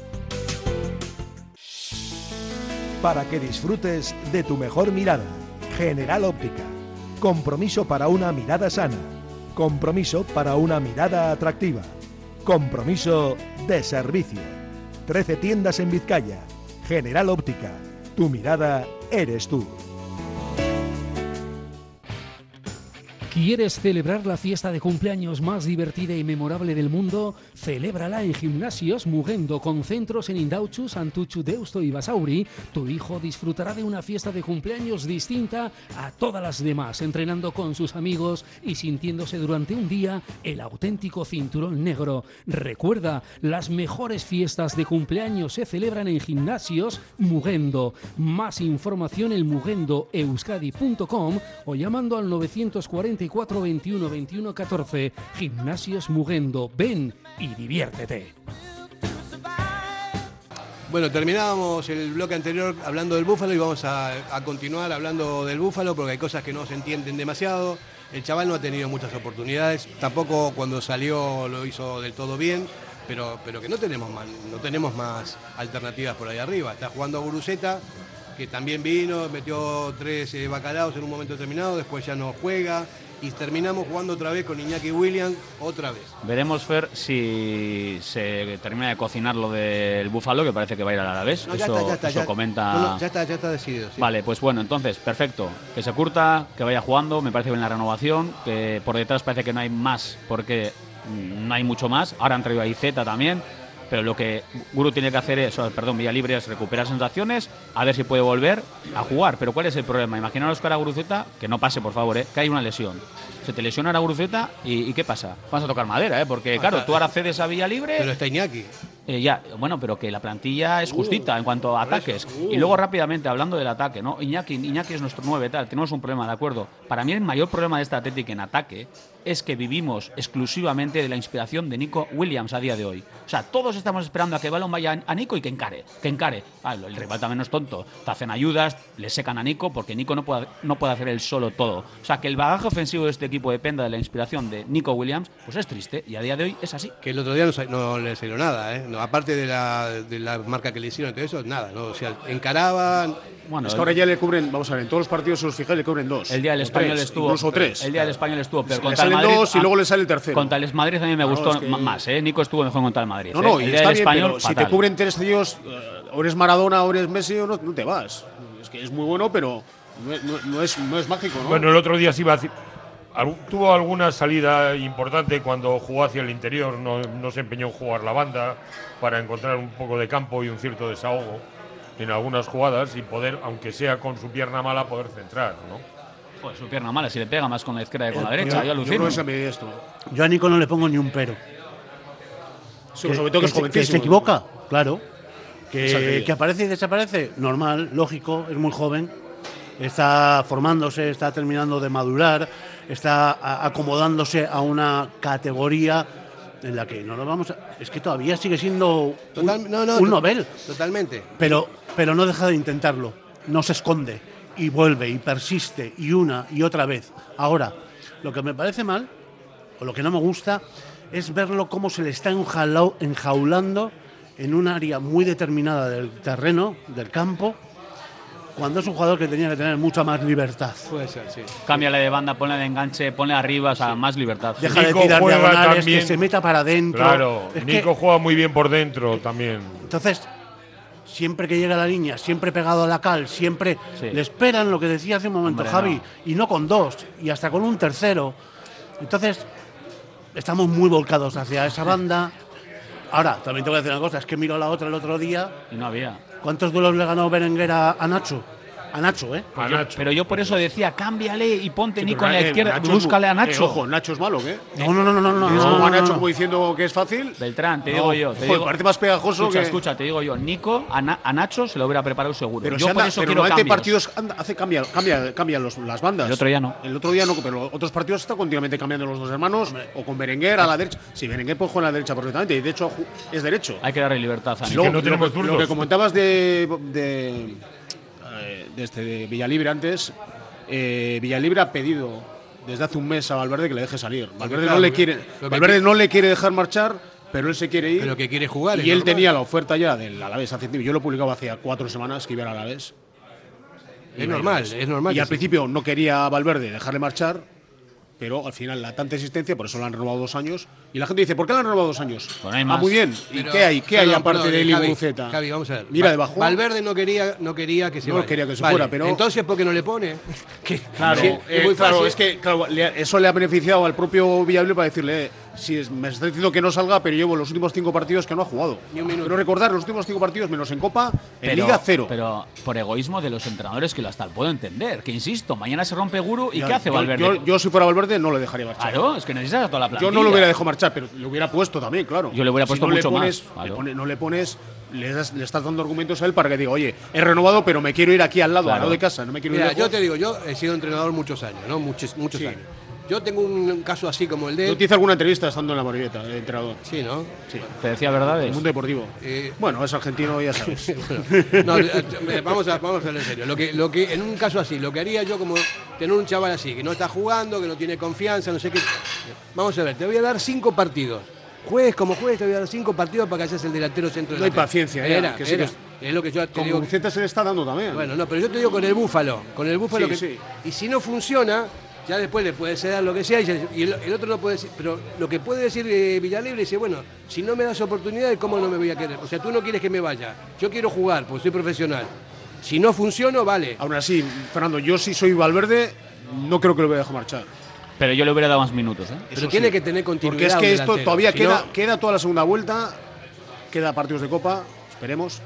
Para que disfrutes de tu mejor mirada. General Óptica. Compromiso para una mirada sana. Compromiso para una mirada atractiva. Compromiso de servicio. trece tiendas en Vizcaya. General Óptica. Tu mirada eres tú. ¿Quieres celebrar la fiesta de cumpleaños más divertida y memorable del mundo? Celébrala en Gimnasios Mugendo, con centros en Indautxu, Santuchu, Deusto y Basauri. Tu hijo disfrutará de una fiesta de cumpleaños distinta a todas las demás, entrenando con sus amigos y sintiéndose durante un día el auténtico cinturón negro. Recuerda, las mejores fiestas de cumpleaños se celebran en Gimnasios Mugendo. Más información en mugendo euskadi punto com o llamando al novecientos cuarenta y cuatro, veintiuno, veintiuno, catorce. Gimnasios Mugendo. Ven y diviértete. Bueno, terminábamos el bloque anterior hablando del Búfalo y vamos a, a continuar hablando del Búfalo porque hay cosas que no se entienden demasiado. El chaval no ha tenido muchas oportunidades, tampoco cuando salió lo hizo del todo bien, pero, pero que no tenemos más, no tenemos más alternativas por ahí arriba. Está jugando a Guruceta, que también vino, metió tres eh, bacalaos en un momento determinado, después ya no juega. y terminamos jugando otra vez con Iñaki Williams, otra vez. Veremos, Fer, si se termina de cocinar lo del Búfalo, que parece que va a ir al Alavés. No, ya eso está, ya está, eso ya, comenta. no, no, ya está, ya está decidido. Sí. Vale, pues bueno, entonces, perfecto. Que se curta, que vaya jugando, me parece bien la renovación, que por detrás parece que no hay más, porque no hay mucho más. Ahora han traído a Iceta también. Pero lo que Guru tiene que hacer es, perdón, Villalibre, es recuperar sensaciones, a ver si puede volver a jugar. Pero ¿cuál es el problema? Imaginaros que ahora Guruceta, que no pase por favor, ¿eh? que hay una lesión. Se te lesiona ahora Guruceta y, y ¿qué pasa? Vas a tocar madera, ¿eh? porque claro, tú ahora cedes a Villalibre. Pero está Iñaki. Eh, ya, bueno, pero que la plantilla es justita uh, en cuanto a ataques. Uh. Y luego rápidamente, hablando del ataque, ¿no? Iñaki, Iñaki es nuestro nueve, tal, tenemos un problema, ¿de acuerdo? Para mí el mayor problema de esta Atlético en ataque es que vivimos exclusivamente de la inspiración de Nico Williams a día de hoy. O sea, todos estamos esperando a que el balón vaya a Nico y que encare, que encare. Ah, el rival también no es tonto. Te hacen ayudas, le secan a Nico porque Nico no puede, no puede hacer él solo todo. O sea, que el bagaje ofensivo de este equipo dependa de la inspiración de Nico Williams, pues es triste y a día de hoy es así. Que el otro día no, no le salió nada, ¿eh? No, aparte de la, de la marca que le hicieron y todo eso, nada, ¿no? O sea, encaraban. Bueno, es que ahora ya le cubren, vamos a ver, en todos los partidos, si os fijáis, le cubren dos. El día del Español tres, estuvo. Incluso tres. El día del Español estuvo, pero le contra el salen Madrid. dos y luego le sale el tercero. Contra el Madrid a mí me no, gustó es que... más, ¿eh? Nico estuvo mejor contra el Madrid. No, no, ¿eh? y el día está del bien, Español, pero fatal. si te cubren tres tíos, o eres Maradona o eres Messi, o no, no te vas. Es que es muy bueno, pero no, no, no, es, no es mágico, ¿no? Bueno, el otro día sí iba a decir. Tuvo alguna salida importante cuando jugó hacia el interior, no, no se empeñó en jugar la banda para encontrar un poco de campo y un cierto desahogo en algunas jugadas y poder, aunque sea con su pierna mala, poder centrar, ¿no? Pues su pierna mala, si le pega más con la izquierda que con la yo, derecha, yo, yo alucino. Yo, me esto. yo a Nico no le pongo ni un pero. Sí, que, sobre todo que, que, es que se equivoca, claro. Que, que aparece y desaparece, normal, lógico, es muy joven. Está formándose, está terminando de madurar, está acomodándose a una categoría en la que no nos vamos a, es que todavía sigue siendo Total, un, no, no, un novel. Totalmente. Pero, pero no deja de intentarlo, no se esconde y vuelve y persiste y una y otra vez. Ahora, lo que me parece mal, o lo que no me gusta, es verlo cómo se le está enjaulando, enjaulando en un área muy determinada del terreno, del campo, cuando es un jugador que tenía que tener mucha más libertad. Puede ser, sí. Cámbiale de banda, ponle de enganche, ponle arriba, o sea, sí. más libertad. Deja Nico de tirar juega diagonales, también, que se meta para adentro. Claro, es Nico que, juega muy bien por dentro también. Entonces, siempre que llega a la línea, siempre pegado a la cal, siempre sí. le esperan lo que decía hace un momento Hombre, Javi, no. y no con dos, y hasta con un tercero. Entonces, estamos muy volcados hacia esa banda. Ahora, también te voy a decir una cosa, es que miro la otra el otro día. Y no había. ¿Cuántos duelos le ganó Berenguer a, a Nacho? A Nacho, ¿eh? Pues a yo, Nacho. Pero yo por eso decía, cámbiale y ponte Sí, Nico pero, en la eh, izquierda, Nacho búscale a muy- Nacho. Eh, ojo, ¿Nacho es malo, qué? No, no, no, no, no. no, ¿Es no, como a no, Nacho no. como diciendo que es fácil? Beltrán, te No. digo yo. Te Joder, digo, parece más pegajoso escucha, que... escucha, te digo yo. Nico, a, Na- a Nacho se lo hubiera preparado seguro. Pero, yo se por anda, eso pero quiero normalmente cambios. partidos anda, hace cambia, cambia, cambia los, las bandas. El otro día no. El otro día no, pero otros partidos está continuamente cambiando los dos hermanos. Hombre. O con Berenguer a la derecha. Si Berenguer puede jugar a la derecha perfectamente, y de hecho es derecho. Hay que darle libertad a Sí, Nico. que no lo, tenemos que, lo zurdos. que comentabas de, de, eh, de, este, de Villalibre antes, eh, Villalibre ha pedido desde hace un mes a Valverde que le deje salir. Valverde, claro, no, le lo quiere, que Valverde quiere- no le quiere dejar marchar, pero él se quiere ir. Pero que quiere jugar. Y es él normal. tenía la oferta ya del Alavés hace tiempo. Yo lo publicaba hace cuatro semanas que iba al Alavés. Es normal, es normal. Y que al sí. principio no quería Valverde dejarle marchar, pero al final la tanta existencia, por eso lo han renovado dos años. Y la gente dice, ¿por qué lo han renovado dos años? Pues no hay ah, más. muy bien. ¿Y Pero- qué hay? ¿Qué perdón, hay aparte perdón, de él y Javi, Guruceta? Javi, vamos a ver. Mira Va- debajo. Valverde no quería, no quería que se No vaya. quería que se Vale, fuera, pero- Entonces, ¿por qué no le pone? Que- Claro, sí, eh, es muy claro, fácil. es que claro, le- eso le ha beneficiado al propio Villalibre para decirle, eh, si es- me está diciendo que no salga, pero llevo los últimos cinco partidos que no ha jugado. Ni un minuto. Pero recordar, los últimos cinco partidos menos en Copa, en Pero- Liga cero. Pero por egoísmo de los entrenadores, que lo hasta lo puedo entender. Que insisto, mañana se rompe Guru y Ya, ¿qué hace yo, Valverde? Yo, yo si fuera Valverde no le dejaría marchar. Claro, es que necesitas a toda la plantilla. Yo no lo hubiera dejado marchar, pero le hubiera puesto también, claro. Yo le hubiera Si puesto no le mucho pones- más, le claro. pone- no le pones, le, das- le estás dando argumentos a él para que diga, oye, he renovado, pero me quiero ir aquí al lado, Claro. al lado de casa, no me quiero Mira, ir yo lejos. te digo, yo he sido entrenador muchos años, ¿no? Muchos, muchos Sí. años. Yo tengo un caso así como el de Yo él. te hice alguna entrevista estando en la Moribeta, de entrenador. Sí, ¿no? Sí. Te decía verdades. El mundo deportivo. Eh, Bueno, es argentino, ya sabes. No, eh, vamos a vamos a hablar en serio. Lo que, lo que, en un caso así, lo que haría yo como tener un chaval así, que no está jugando, que no tiene confianza, no sé qué. Vamos a ver, te voy a dar cinco partidos. Juegues como juegues, te voy a dar cinco partidos para que seas el delantero centro. No hay delantero. paciencia, ya, Era, que sí era. que es- Es lo que yo te Con digo. Guruceta se le está dando también. Bueno, no, pero yo te digo con el Búfalo. Con el Búfalo Sí, que, sí. y si no funciona, Ya después le puede ceder lo que sea y, y el, el otro no puede decir. Pero lo que puede decir eh, Villalibre dice, bueno, si no me das oportunidades, ¿cómo no me voy a querer? O sea, tú no quieres que me vaya. Yo quiero jugar, porque soy profesional. Si no funciono, vale. Aún así, Fernando, yo si soy Valverde, no creo que lo voy a dejar marchar. Pero yo le hubiera dado más minutos, ¿eh? Pero Eso tiene sí. que tener continuidad. Porque es que esto delantero. todavía Si queda, no, queda toda la segunda vuelta, queda partidos de Copa, esperemos.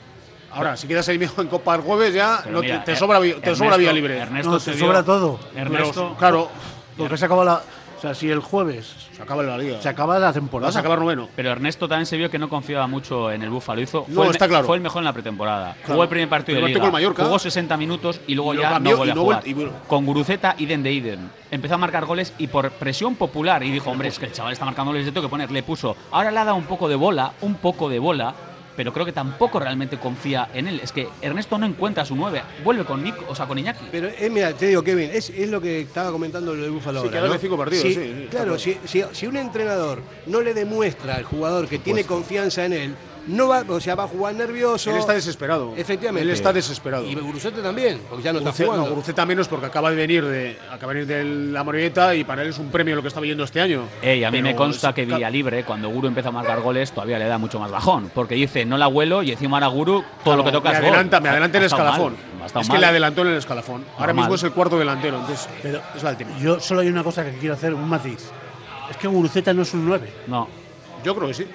Ahora, si quedas eliminado en Copa el jueves ya Pero no mira, te, te Er- sobra, vi- te Ernesto- sobra vía libre. Ernesto No, se te vio- sobra todo. Ernesto, Pero, claro, Porque se acaba la. O sea, si el jueves se acaba la liga. se acaba la temporada. Vas a acabar noveno. Pero Ernesto también se vio que no confiaba mucho en el Búfalo. Hizo, No, fue, el, está claro. fue el mejor en la pretemporada. Claro. Jugó el primer partido El de partido Liga. con Mallorca. Jugó sesenta minutos y luego Y lo ya cambió no volvió y no a jugar. vuel- y bueno. Con Guruceta, idem de idem. Empezó a marcar goles y por presión popular. Y dijo, hombre, es que el chaval está marcando goles, le tengo que poner. Le puso. Ahora le ha dado un poco de bola, un poco de bola. Pero creo que tampoco realmente confía en él. Es que Ernesto no encuentra su nueve. Vuelve con Nico, o sea, con Iñaki. pero eh, mira, te digo, Kevin, es, es lo que estaba comentando lo del Búfalo Sí, ahora, que ahora ¿no? de cinco partidos, Si- sí, sí, está claro, claro. si, si, si un entrenador no le demuestra al jugador que tiene confianza en él, no va, o sea, va a jugar nervioso. Él está desesperado. Efectivamente. Él está desesperado. Y Guruceta también, porque ya no está Guruceta, jugando. no, Guruceta menos porque acaba de venir de acaba de venir de la Moribeta y para él es un premio lo que está viendo este año. Ey, a mí Pero me consta es- que Villalibre, cuando Guru empieza a marcar goles, todavía le da mucho más bajón. Porque dice, no la vuelo y encima ahora Guru, todo Claro, lo que toca me es gol. adelanta, me adelanta en Ha el estado escalafón. mal, ha estado Es que mal. le adelantó en el escalafón. Ahora Normal. mismo es el cuarto delantero, entonces Pero es la última. yo solo hay una cosa que quiero hacer, un matiz. Es que Guruceta no es un nueve. No. Yo creo que sí.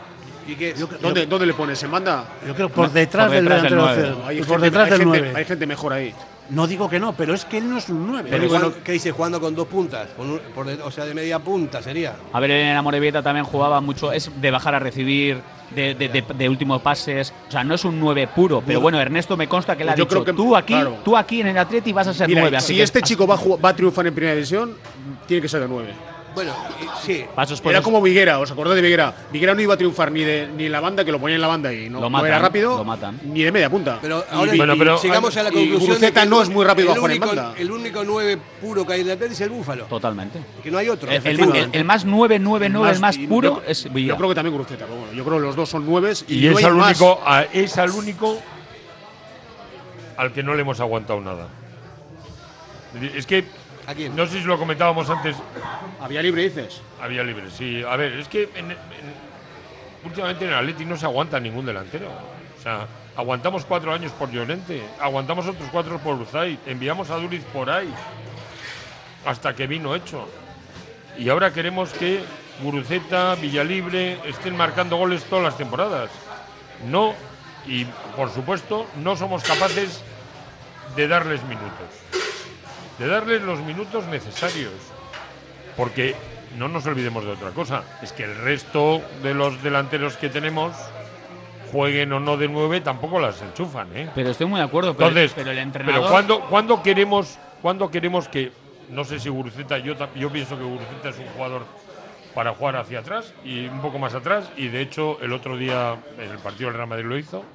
¿Y qué? Yo, ¿Dónde, yo- ¿Dónde le pones? ¿Se manda? yo creo por No, detrás, por del detrás del delantero nueve. centro. Hay Y gente, por detrás hay del gente- nueve. hay gente mejor ahí. No digo que no, pero es que él no es un nueve. Pero bueno, igual, ¿qué dice? Jugando con dos puntas, con un- por de- o sea, de media punta sería. A ver, en la Morevieta también jugaba mucho, es de bajar a recibir, de, de, de, de últimos pases. O sea, no es un nueve puro. Pero bueno, Ernesto me consta que le ha Yo dicho, creo que- tú aquí, claro. tú aquí en el Atleti vas a ser Mira, nueve. así si que- este chico va a, jugar- va a triunfar en primera división, tiene que ser de nueve. Bueno, eh, sí. Pasos por Era los- como Viguera, ¿os acordáis de Viguera? Viguera no iba a triunfar ni de ni en la banda, que lo ponía en la banda y no, Lo no matan, era rápido, lo matan. ni de media punta. Pero Y- ahora y- Bueno, pero- llegamos a la y conclusión de Guruceta que no es muy rápido el a jugar en único, banda. el único nueve puro que hay en la Atleti es el Búfalo. Totalmente. Que no hay otro. El, el- efectivamente. el- el más nueve nueve nueve, el más y puro, yo, es yo Villa. creo que también Guruceta, pero bueno, yo creo que los dos son nueves y, Y no es hay al más. único, a- es al único al que no le hemos aguantado nada. Es que ¿A quién? no sé si lo comentábamos antes. Había libre, dices. Había libre, sí. A ver, es que en- en- últimamente en el Atleti no se aguanta ningún delantero. O sea, aguantamos cuatro años por Llorente, aguantamos otros cuatro por Uzay, enviamos a Duriz por ahí, hasta que vino hecho. Y ahora queremos que Guruceta, Villalibre estén marcando goles todas las temporadas. No, y por supuesto, no somos capaces de darles minutos. De darles los minutos necesarios. Porque no nos olvidemos de otra cosa, es que el resto de los delanteros que tenemos, jueguen o no de nueve, tampoco las enchufan, ¿eh? Pero estoy muy de acuerdo. Pero, Entonces, pero el entrenador. pero ¿cuándo, cuándo queremos, cuándo queremos que, no sé si Guruceta, yo, ta- yo pienso que Guruceta es un jugador para jugar hacia atrás y un poco más atrás, y de hecho el otro día en el partido del Real Madrid lo hizo,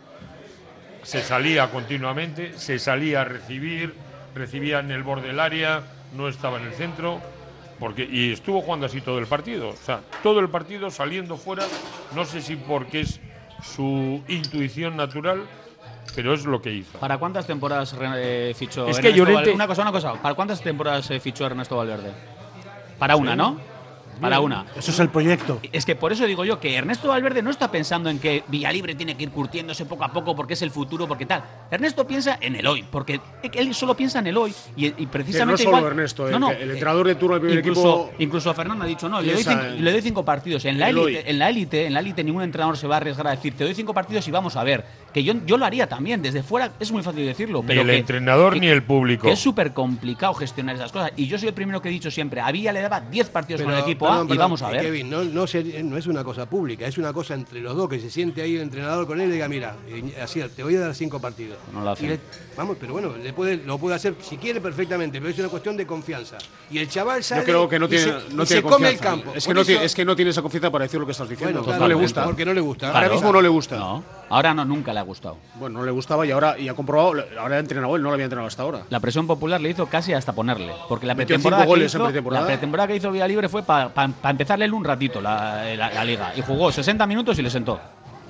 se salía continuamente, se salía a recibir, recibía en el borde del área, no estaba en el centro, porque y estuvo jugando así todo el partido, o sea, todo el partido saliendo fuera, no sé si porque es su intuición natural, pero es lo que hizo. ¿Para cuántas temporadas eh, fichó Es que Ernesto Llorente- Valverde? Una cosa, una cosa. ¿Para cuántas temporadas eh, fichó Ernesto Valverde? Para una, ¿no? Para una. Eso es el proyecto. Es que por eso digo yo que Ernesto Valverde no está pensando en que Villalibre tiene que ir curtiéndose poco a poco porque es el futuro, porque tal. Ernesto piensa en el hoy, porque él solo piensa en el hoy y, y precisamente Pero no solo igual- Ernesto, el no, no, que- el entrenador de turno del primer incluso, equipo incluso Fernando ha dicho no, le doy, piensa cinco, en- le doy cinco partidos. En la el élite, hoy. en la élite, en la élite ningún entrenador se va a arriesgar a decir te doy cinco partidos y vamos a ver. Que yo, yo lo haría también, desde fuera es muy fácil decirlo. Ni pero el que- entrenador que- ni el público. Que es súper complicado gestionar esas cosas. Y yo soy el primero que he dicho siempre, a Villa le daba diez partidos con el equipo perdón, A y perdón, vamos a eh, ver. Kevin, no, no, se- no es una cosa pública, es una cosa entre los dos, que se siente ahí el entrenador con él y diga, mira, eh, así, te voy a dar cinco partidos. No lo hace. Y le- vamos, pero bueno, le puede, lo puede hacer si quiere perfectamente, pero es una cuestión de confianza. Y el chaval sale yo creo que no y tiene, se, no y tiene se come el confianza. campo. Es que, Por no eso- tiene, es que no tiene esa confianza para decir lo que estás diciendo. Bueno, claro, no le gusta. Porque no le gusta. Ahora Claro. mismo no le gusta. No, ahora no, nunca le ha gustado. Bueno, no le gustaba y ahora y ha comprobado, ahora ha entrenado él, no lo había entrenado hasta ahora. La presión popular le hizo casi hasta ponerle. Porque la Metió pretemporada, cinco que goles en hizo, pretemporada. la pretemporada que hizo Villalibre fue para empezarle él un ratito la, la- la liga. Y jugó sesenta minutos y le sentó.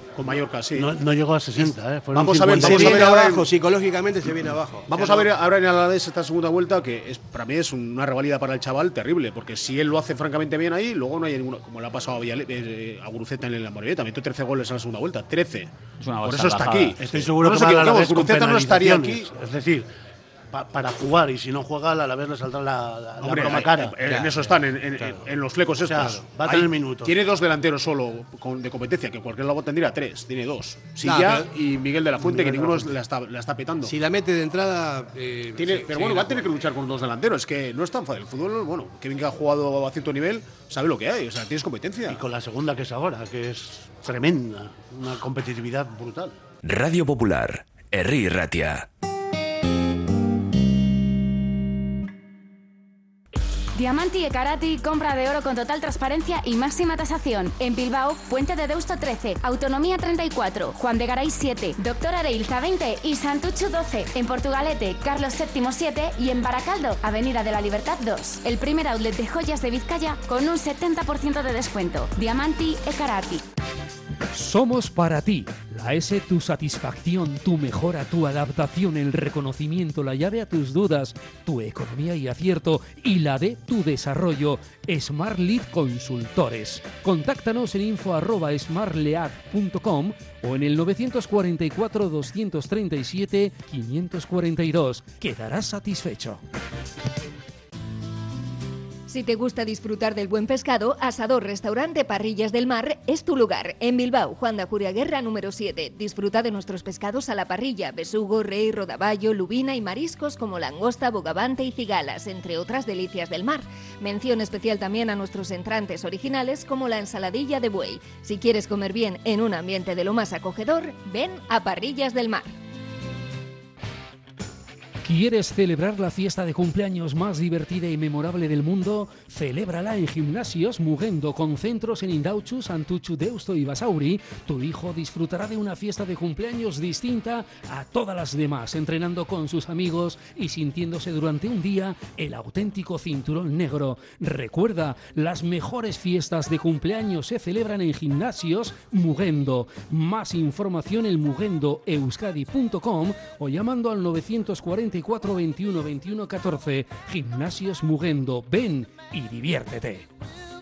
Con Mallorca, sí. No, no llegó a sesenta, ¿eh? Fueron Vamos a ver, cincuenta. vamos se a viene ver ahora abajo, en- psicológicamente se viene abajo. Vamos Ya a no- ver ahora en Alavés esta segunda vuelta, que es para mí es una rivalidad para el chaval terrible, porque si él lo hace francamente bien ahí, luego no hay ninguna, como le ha pasado a, Villale- eh, a Guruceta en la Morelleta, metió trece goles en la segunda vuelta, trece. Es una Por bolsa eso está bajada. aquí. Estoy seguro no que nos va a la equivoquemos, vez con Guruceta no estaría aquí. penalizaciones. Es decir, pa- para jugar, y si no juega, a la vez le saldrá la, la, la Hombre, broma eh, cara. eh, en eso están, en, en- en los flecos estos. Claro, va a tener Hay- minutos. Tiene dos delanteros solo con- de competencia, que cualquier lado tendría tres, tiene dos. Nah, Silla pero- y Miguel de la Fuente, Miguel que de la ninguno Fuente. la está, la está petando. Si la mete de entrada. eh, Tiene- sí, pero sí, bueno, la va a tener que luchar con dos delanteros. Es que no es tan fácil. El fútbol, bueno, Kevin, que ha jugado a cierto nivel, sabe lo que hay. O sea, tienes competencia. Y con la segunda que es ahora, que es tremenda, una competitividad brutal. Radio Popular, Herri Ratia. Diamanti e Karati, compra de oro con total transparencia y máxima tasación. En Bilbao, Puente de Deusto trece, Autonomía treinta y cuatro, Juan de Garay siete, Doctor Areilza veinte y Santuchu doce. En Portugalete, Carlos séptimo siete y en Baracaldo, Avenida de la Libertad dos. El primer outlet de joyas de Vizcaya con un setenta por ciento de descuento. Diamanti e Karati. Somos para ti. La S, tu satisfacción, tu mejora, tu adaptación, el reconocimiento, la llave a tus dudas, tu economía y acierto, y la D, tu desarrollo. Smart Lead Consultores. Contáctanos en info arroba smartlead punto com o en el nueve cuatro cuatro, dos tres siete, cinco cuatro dos. Quedarás satisfecho. Si te gusta disfrutar del buen pescado, Asador Restaurante Parrillas del Mar es tu lugar. En Bilbao, Juan de Ajuriaguerra número siete. Disfruta de nuestros pescados a la parrilla, besugo, rey, rodaballo, lubina y mariscos como langosta, bogavante y cigalas, entre otras delicias del mar. Mención especial también a nuestros entrantes originales como la ensaladilla de buey. Si quieres comer bien en un ambiente de lo más acogedor, ven a Parrillas del Mar. ¿Quieres celebrar la fiesta de cumpleaños más divertida y memorable del mundo? Celébrala en Gimnasios Mugendo, con centros en Indautxu, Santuchu, Deusto y Basauri. Tu hijo disfrutará de una fiesta de cumpleaños distinta a todas las demás, entrenando con sus amigos y sintiéndose durante un día el auténtico cinturón negro. Recuerda, las mejores fiestas de cumpleaños se celebran en Gimnasios Mugendo. Más información en mugendo euskadi punto com o llamando al nueve cuatro cuatro, veintiuno, veintiuno, catorce. Gimnasios Mugendo. Ven y diviértete.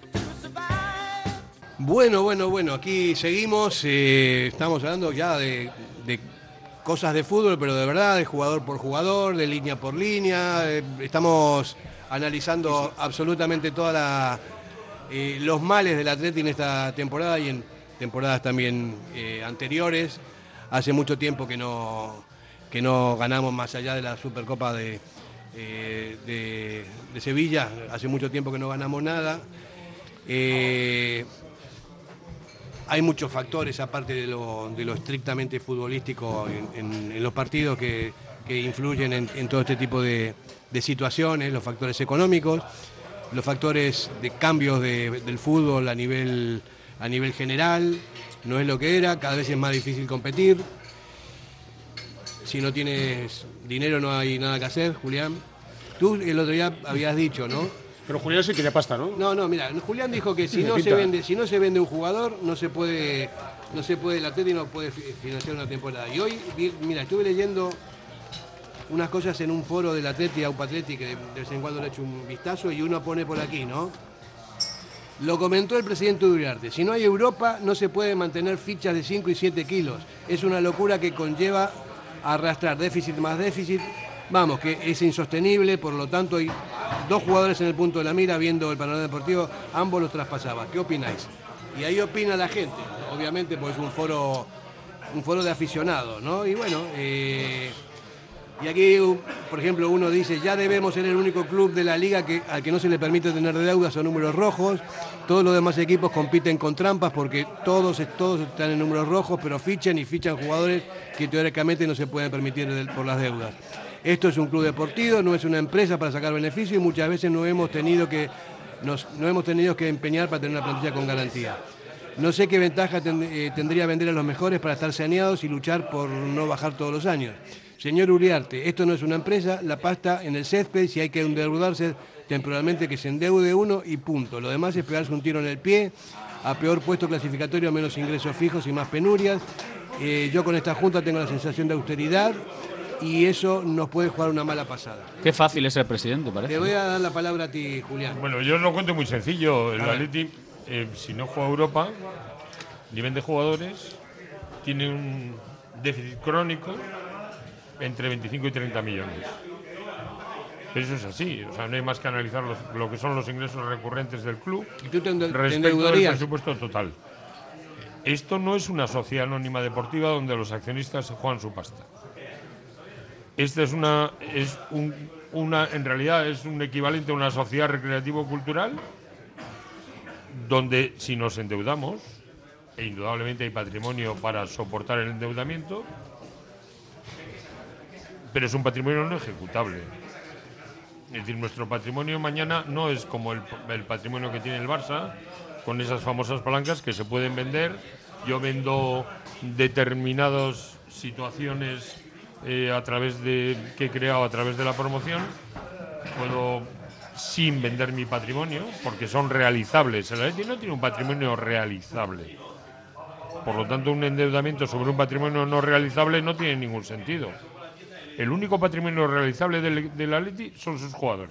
Bueno, bueno, bueno, aquí seguimos. eh, estamos hablando ya de, de cosas de fútbol, pero de verdad, de jugador por jugador, de línea por línea. eh, estamos analizando absolutamente todos eh, los males del Atleti en esta temporada y en temporadas también eh, anteriores. Hace mucho tiempo que no, que no ganamos más allá de la Supercopa de, eh, de, de Sevilla. Hace mucho tiempo que no ganamos nada. Eh, hay muchos factores, aparte de lo, de lo estrictamente futbolístico, en, en- en los partidos que, que influyen en, en todo este tipo de, de situaciones, los factores económicos, los factores de cambios de- del fútbol a nivel, a nivel general. No es lo que era, cada vez es más difícil competir. Si no tienes dinero no hay nada que hacer, Julián. Tú el otro día habías dicho, ¿no? Pero Julián sí tiene pasta, ¿no? No, no, mira, Julián dijo que si Sí, me no se pinta. vende, si no se vende un jugador, no se puede, no se puede, el Atleti no puede fi- financiar una temporada. Y hoy, vi- mira, estuve leyendo unas cosas en un foro del Atleti, Aupa Atleti, que de de vez en cuando le echo un vistazo y uno pone por aquí, ¿no? Lo comentó el presidente Uriarte. Si no hay Europa, no se puede mantener fichas de cinco y siete kilos. Es una locura que conlleva arrastrar déficit más déficit. Vamos, que es insostenible, por lo tanto hay dos jugadores en el punto de la mira viendo el panorama deportivo, ambos los traspasaba. ¿Qué opináis? Y ahí opina la gente, obviamente, porque es un foro, un foro de aficionados, ¿no? Y bueno, eh, y aquí, por ejemplo, uno dice, ya debemos ser el único club de la liga que, al que no se le permite tener deudas o números rojos. Todos los demás equipos compiten con trampas porque todos, todos están en números rojos, pero fichan y fichan jugadores que teóricamente no se pueden permitir del- por las deudas. Esto es un club deportivo, no es una empresa para sacar beneficio y muchas veces no hemos tenido que, nos, no hemos tenido que empeñar para tener una plantilla con garantía. No sé qué ventaja ten- eh, tendría vender a los mejores para estar saneados y luchar por no bajar todos los años. Señor Uriarte, esto no es una empresa, la pasta en el césped, si hay que endeudarse temporalmente que se endeude uno y punto. Lo demás es pegarse un tiro en el pie a peor puesto clasificatorio, a menos ingresos fijos y más penurias. Eh, yo con esta Junta tengo la sensación de austeridad y eso nos puede jugar una mala pasada. Qué fácil es ser presidente, parece. Te voy a dar la palabra a ti, Julián. Bueno, yo os lo cuento muy sencillo. El Atleti, eh, si no juega Europa, nivel de jugadores, tiene un déficit crónico entre veinticinco y treinta millones. Eso es así, o sea, no hay más que analizar los, lo que son los ingresos recurrentes del club ¿Y tú te ende- te respecto al endeudarías? presupuesto total. Esto no es una sociedad anónima deportiva donde los accionistas se juegan su pasta. Esta es una, es un, una, en realidad es un equivalente a una sociedad recreativo-cultural donde si nos endeudamos, e indudablemente hay patrimonio para soportar el endeudamiento, pero es un patrimonio no ejecutable. Es decir, nuestro patrimonio mañana no es como el, el patrimonio que tiene el Barça, con esas famosas palancas que se pueden vender. Yo vendo determinadas situaciones eh, a través de que he creado a través de la promoción. Puedo, sin vender mi patrimonio, porque son realizables. El Atleti no tiene un patrimonio realizable. Por lo tanto, un endeudamiento sobre un patrimonio no realizable no tiene ningún sentido. El único patrimonio realizable del, del Atleti son sus jugadores.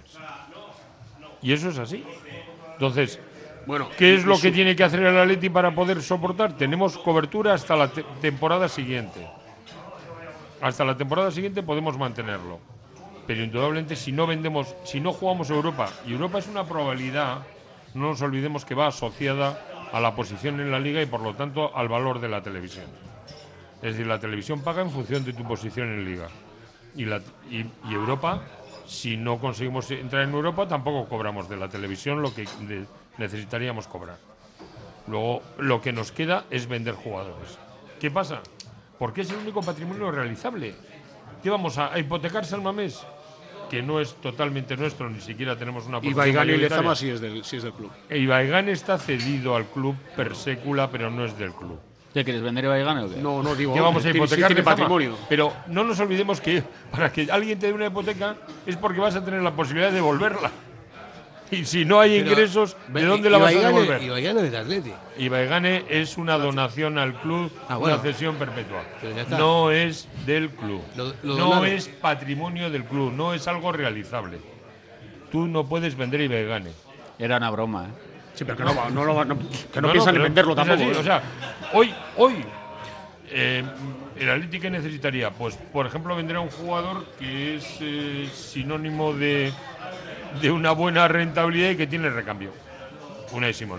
Y eso es así. Entonces, bueno, ¿qué es lo que tiene que hacer el Atleti para poder soportar? Tenemos cobertura hasta la te- temporada siguiente. Hasta la temporada siguiente podemos mantenerlo. Pero indudablemente si no vendemos, si no jugamos Europa, y Europa es una probabilidad, no nos olvidemos que va asociada a la posición en la liga y por lo tanto al valor de la televisión. Es decir, la televisión paga en función de tu posición en liga. Y, la, y, y Europa, si no conseguimos entrar en Europa, tampoco cobramos de la televisión lo que de, necesitaríamos cobrar. Luego, lo que nos queda es vender jugadores. ¿Qué pasa? Porque es el único patrimonio realizable. ¿Qué vamos a, a hipotecar San Mamés? Que no es totalmente nuestro, ni siquiera tenemos una Y posición Baigán y mayoritaria. Lezama sí es del, sí es del club. E Ibaigán está cedido al club per sécula, pero no es del club. ¿Qué quieres vender Ibaigán o qué? No, no, digo, ¿Qué vamos a tiene- hipotecar? sí tiene Lezama? patrimonio. Pero no nos olvidemos que para que alguien te dé una hipoteca es porque vas a tener la posibilidad de devolverla. Y si no hay Pero, ingresos, ¿de ve- dónde la vas a Ibaigane- devolver? Ibaigane es de Atleti. Ibaigane es una donación al club, Ah, bueno. una cesión perpetua. Pero ya está. No es del club. Lo- lo no donaron. es patrimonio del club, no es algo realizable. Tú no puedes vender Ibaigane. Era una broma, ¿eh? Sí, pero que no, va- no, lo va- no- que no, No, piensan no, en pero venderlo es tampoco. así, ¿eh? o sea, hoy, hoy eh, el Atleti ¿qué necesitaría? Pues, por ejemplo, vender a un jugador que es eh, sinónimo de, de una buena rentabilidad y que tiene recambio. Unai Simón.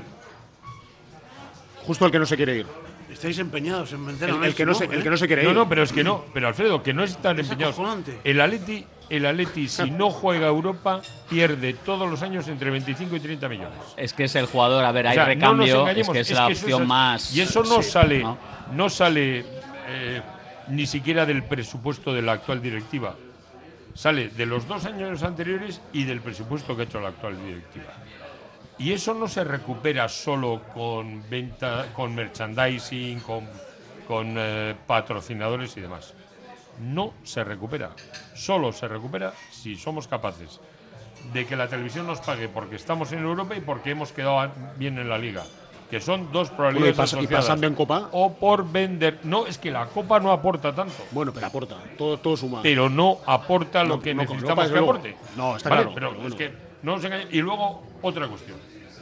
Justo el que no se quiere ir. Estáis empeñados en vender a El, Unai el que no se, Simón, el ¿eh? que no se quiere No, ir. no, pero es que no. Pero Alfredo, que no están Es empeñados. acojonante. El Atleti, el Atleti, si no juega a Europa, pierde todos los años entre veinticinco y treinta millones. Es que es el jugador, a ver, O hay sea, no nos recambio, es engañemos, que es, es la que eso opción es- más. Y eso no sí, sale, ¿no? no sale eh, ni siquiera del presupuesto de la actual directiva. Sale de los dos años anteriores y del presupuesto que ha hecho la actual directiva. Y eso no se recupera solo con venta, con merchandising, con, con eh, patrocinadores y demás. No se recupera. Solo se recupera si somos capaces de que la televisión nos pague porque estamos en Europa y porque hemos quedado a- bien en la liga. Que son dos probabilidades Bueno, y pas- y asociadas. pasando en Copa. O por vender. No, es que la Copa no aporta tanto. Bueno, pero aporta. Todo, todo suma. Pero no aporta lo No, que no, con necesitamos Europa, que desde aporte. luego. No, está ¿Vale? claro, Pero pero es bueno. que no nos engañemos. Y luego, otra cuestión.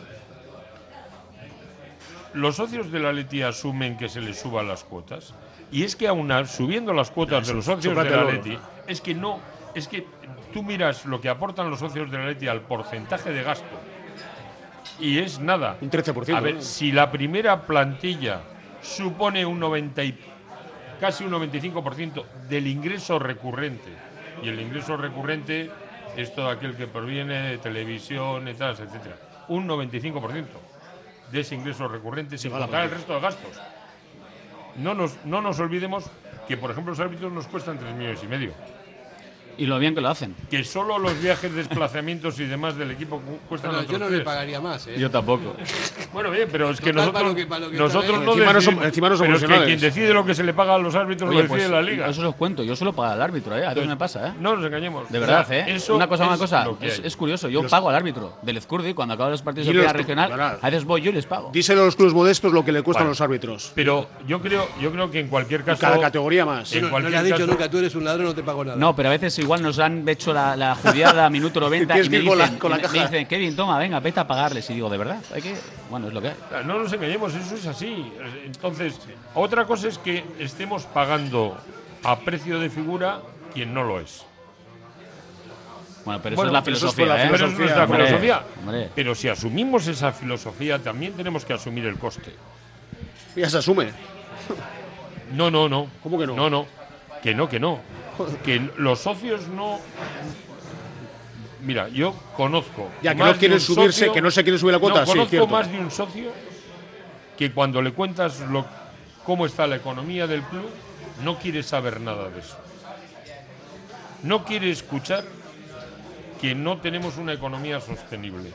Los socios de la Atleti asumen que se les suban las cuotas. Y es que aún a- subiendo las cuotas de los socios de Chócate la el oro. Atleti, es que no, es que tú miras lo que aportan los socios de la Atleti al porcentaje de gasto y es nada. Un trece por ciento. A ver, ¿no? si la primera plantilla supone un noventa y, casi un noventa y cinco por ciento del ingreso recurrente, y el ingreso recurrente es todo aquel que proviene de televisión, etcétera, etcétera, un noventa y cinco por ciento de ese ingreso recurrente sin va la contar el plantilla. resto de gastos. No nos, no nos olvidemos que, por ejemplo, los árbitros nos cuestan tres millones y medio. Y lo bien que lo hacen. Que solo los viajes, desplazamientos y demás del equipo cu- cuestan No, otros yo no tres. le pagaría más, ¿eh? Yo tampoco. Bueno, bien, pero es que Total, nosotros, para lo que- para lo que nosotros trae- no Encima no decidimos, somos- encima no somos pero es que profesionales. quien decide lo que se le paga a los árbitros Oye, lo pues, decide la liga. eso os cuento, yo solo pago al árbitro, ¿eh? A veces me pasa, ¿eh? No nos engañemos. De verdad, O sea, ¿eh? eso Una cosa, una es cosa. lo que Es, hay. es curioso, yo Los- pago al árbitro del Ezcurdi cuando acaban los partidos de Y los primera clu- regional. claro. A veces voy yo y les pago. Díselo a los clubes modestos lo que le cuestan Vale. los árbitros. Pero yo creo, yo creo que en cualquier caso. Cada categoría más. En No, no cualquier le has dicho caso- nunca, tú eres un ladrón, no te pago nada. No, pero a veces igual nos han hecho la, la judiada a minuto noventa Tienes y que me ir con la- dicen, con la y me- me caja. dicen, Kevin, toma, venga, vete a pagarles. Y digo, ¿de verdad? Hay que... Bueno, es lo que hay. No nos engañemos, eso es así. Entonces, otra cosa es que estemos pagando a precio de figura quien no lo es. Bueno, pero Bueno, eso es la pero eso filosofía, fue la ¿eh? Pero es nuestra Hombre, filosofía. hombre. Pero si asumimos esa filosofía, también tenemos que asumir el coste. Ya se asume. No, no, no. ¿Cómo que no? No, no. Que no, que no. Que los socios no. Mira, yo conozco. Ya, que más no de quieren un subirse, socio- que no se quieren subir la cuota, No, sí, conozco cierto. más de un socio que cuando le cuentas lo, cómo está la economía del club, no quiere saber nada de eso. No quiere escuchar que no tenemos una economía sostenible.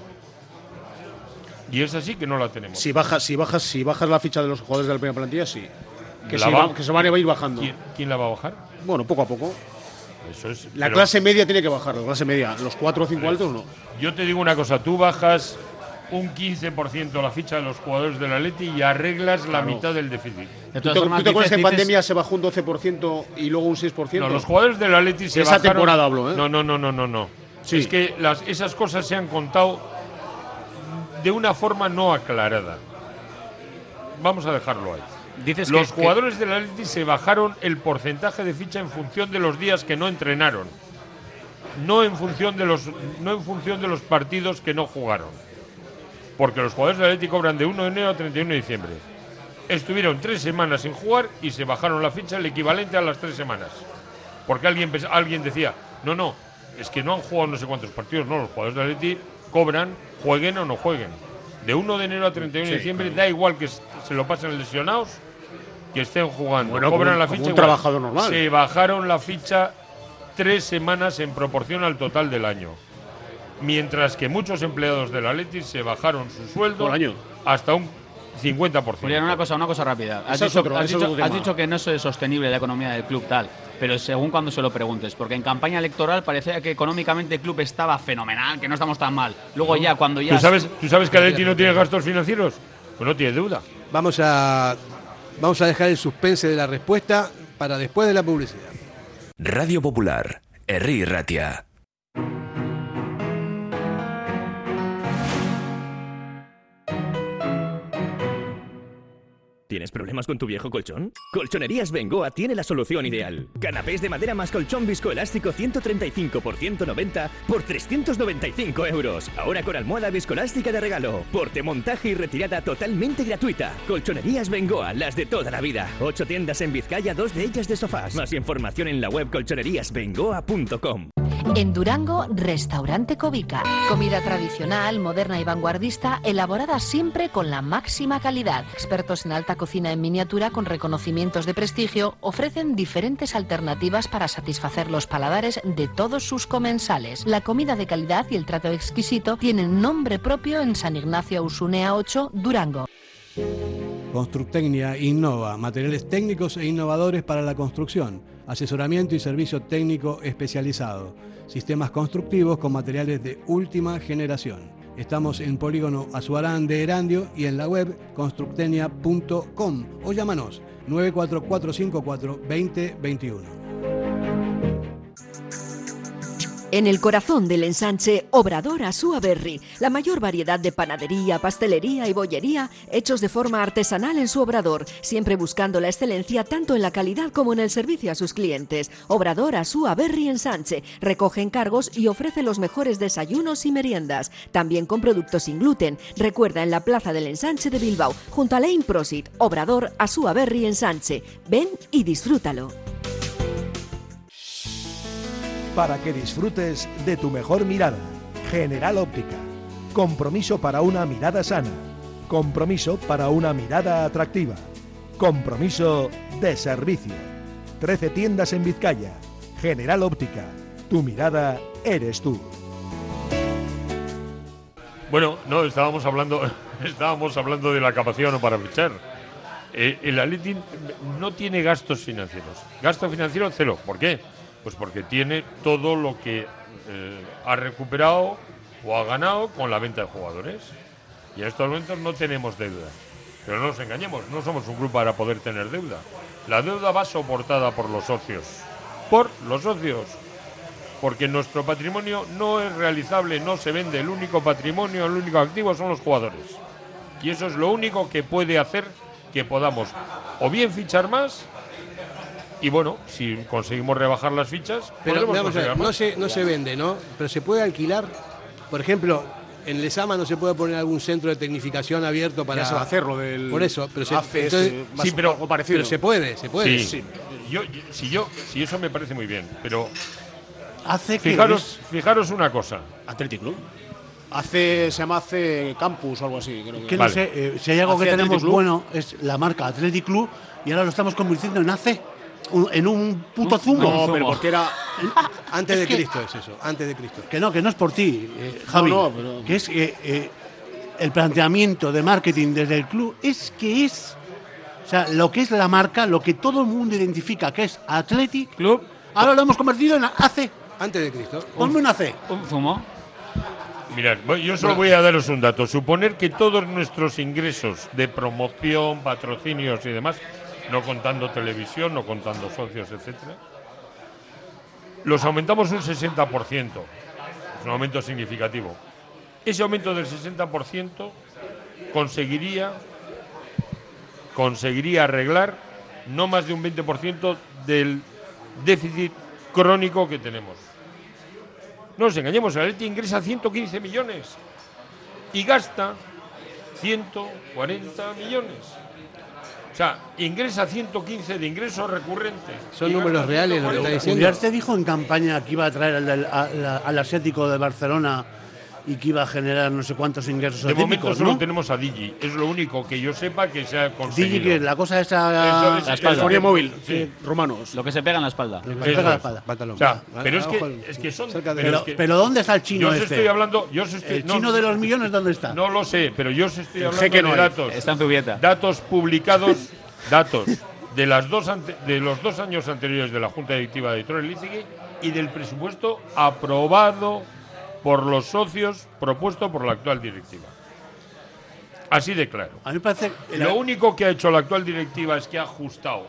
Y es así que no la tenemos. Si bajas, si bajas, si bajas la ficha de los jugadores de la primera plantilla, sí. Que, La se, va- va- que se van a ir bajando. ¿Quién, quién la va a bajar? Bueno, poco a poco. Eso es. La pero clase media tiene que bajar, la clase media. Los cuatro o cinco altos no. Yo te digo una cosa, tú bajas un quince por ciento la ficha de los jugadores del Atleti y arreglas la Claro. mitad del déficit. De ¿Tú todas te, formas, tú te acuerdas que en dices- pandemia se bajó un doce por ciento y luego un seis por ciento? No, los jugadores del Atleti se Esa bajaron. temporada hablo, ¿eh? No, no, no, no, no, no. Sí. Es que las, esas cosas se han contado de una forma no aclarada. Vamos a dejarlo ahí. Dices Los que- que- jugadores del Atleti se bajaron el porcentaje de ficha en función de los días que no entrenaron, no en función de los, no en función de los partidos que no jugaron. Porque los jugadores del Atleti cobran de uno de enero a treinta y uno de diciembre. Estuvieron tres semanas sin jugar y se bajaron la ficha el equivalente a las tres semanas. Porque alguien, pens- alguien decía, no, no, es que no han jugado no sé cuántos partidos. No, los jugadores del Atleti cobran, jueguen o no jueguen. De uno de enero a treinta y uno de Sí, diciembre, claro. da igual que s- se lo pasen lesionados, que estén jugando. Bueno, cobran como- la como ficha un igual. trabajador normal. Se bajaron la ficha tres semanas en proporción al total del año. Mientras que muchos empleados del Atleti se bajaron su sueldo Todo el año. hasta un cincuenta por ciento. Julián, una cosa, una cosa rápida. Has, Eso es dicho, otro- has eso es dicho- otro has tema. dicho que no es sostenible la economía del club tal, pero según cuando se lo preguntes, porque en campaña electoral parecía que económicamente el club estaba fenomenal, que no estamos tan mal. Luego ya, cuando ya... ¿Tú sabes, ¿Tú sabes que Atleti no tiene gastos financieros? Pues no tiene deuda. Vamos a, vamos a dejar el suspense de la respuesta para después de la publicidad. Radio Popular, Herri Ratia. ¿Tienes problemas con tu viejo colchón? Colchonerías Bengoa tiene la solución ideal. Canapés de madera más colchón viscoelástico ciento treinta y cinco por ciento noventa por trescientos noventa y cinco euros. Ahora con almohada viscoelástica de regalo. Porte, montaje y retirada totalmente gratuita. Colchonerías Bengoa, las de toda la vida. Ocho tiendas en Vizcaya, dos de ellas de sofás. Más información en la web colchonerías bengoa punto com. En Durango, Restaurante Cobica. Comida tradicional, moderna y vanguardista, elaborada siempre con la máxima calidad. Expertos en alta cocina en miniatura con reconocimientos de prestigio ofrecen diferentes alternativas para satisfacer los paladares de todos sus comensales. La comida de calidad y el trato exquisito tienen nombre propio en San Ignacio Usunea ocho, Durango. Constructecnia innova, materiales técnicos e innovadores para la construcción, asesoramiento y servicio técnico especializado, sistemas constructivos con materiales de última generación. Estamos en Polígono Azuarán de Erandio y en la web constructecnia punto com o llámanos nueve cuatro cuatro cinco cuatro dos cero dos uno. En el corazón del ensanche, Obrador Asúa Berri, la mayor variedad de panadería, pastelería y bollería hechos de forma artesanal en su obrador, siempre buscando la excelencia tanto en la calidad como en el servicio a sus clientes. Obrador Asúa Berri Ensanche recoge encargos y ofrece los mejores desayunos y meriendas, también con productos sin gluten. Recuerda, en la Plaza del Ensanche de Bilbao, junto a Lane Prosit, Obrador Asúa Berri Ensanche. Ven y disfrútalo. Para que disfrutes de tu mejor mirada. General Óptica. Compromiso para una mirada sana. Compromiso para una mirada atractiva. Compromiso de servicio. trece tiendas en Vizcaya. General Óptica. Tu mirada eres tú. Bueno, no, estábamos hablando, estábamos hablando de la capacidad no para fichar. Eh, el Athletic no tiene gastos financieros. Gasto financiero cero. ¿Por qué? Pues porque tiene todo lo que eh, ha recuperado o ha ganado con la venta de jugadores. Y en estos momentos no tenemos deuda. Pero no nos engañemos, no somos un club para poder tener deuda. La deuda va soportada por los socios. Por los socios. Porque nuestro patrimonio no es realizable, no se vende. El único patrimonio, el único activo son los jugadores. Y eso es lo único que puede hacer que podamos o bien fichar más, y bueno, si conseguimos rebajar las fichas, pero podremos vamos a ver, conseguir no más. se, no se vende, ¿no? Pero se puede alquilar, por ejemplo, en Lezama no se puede poner algún centro de tecnificación abierto para... Ya se va a hacer lo del Por eso, pero se, A C S, entonces- más- Sí, pero- algo parecido. pero se puede, se puede. Sí, sí. Yo, yo- si yo, si eso me parece muy bien, pero Hace que fijaros, fijaros una cosa. Athletic Club. Hace, se llama Hace Campus o algo así. Creo que Que no sé, eh, si hay algo Hace que tenemos Athletic Club. bueno es la marca Athletic Club y ahora lo estamos convirtiendo en A C, un- en un puto zumo. No, pero porque era. Antes Es de que- Cristo es eso, antes de Cristo. Que no, que no es por ti, eh, Javi. No, no, pero- Que es eh, eh, el planteamiento de marketing desde el club es que es, o sea, lo que es la marca, lo que todo el mundo identifica que es Athletic Club, ahora lo hemos convertido en A C. Antes de Cristo. Ponme un A C. un zumo. Mirad, voy- yo solo voy a daros un dato. Suponer que todos nuestros ingresos de promoción, patrocinios y demás, no contando televisión, no contando socios, etcétera, los aumentamos un sesenta por ciento. Es un aumento significativo. Ese aumento del sesenta por ciento conseguiría, conseguiría arreglar no más de un veinte por ciento del déficit crónico que tenemos. No nos engañemos, el Athletic ingresa ciento quince millones y gasta ciento cuarenta millones. O sea, ingresa ciento quince de ingresos recurrentes. Son y números gasta reales lo que está ciento cuarenta. diciendo. Uriarte dijo en campaña que iba a traer al, del- a- la- al asiático de Barcelona y que iba a generar no sé cuántos ingresos De momento atípicos, solo ¿no? tenemos a Digi. Es lo único que yo sepa que se ha Digi, conseguido. que la cosa esa Eso es- La espalda. Telefonía móvil, Sí. sí, rumanos. Lo que se pega en la espalda. que Eso pega la es. espalda. Pantalón. O sea, Ah, pero es ojo, que, es que son. cerca de- Pero, es que- pero ¿dónde está el chino yo os este? estoy hablando. Yo os estoy, ¿El no, chino de los millones dónde está? No lo sé, pero yo os estoy El hablando jeque de no hay. datos. Está en Zubieta. Datos publicados, datos de las dos ante- de los dos años anteriores de la Junta Directiva de Torre Lizigui y del presupuesto aprobado por los socios, propuesto por la actual directiva. Así de claro. A mí me parece que la- Lo único que ha hecho la actual directiva es que ha ajustado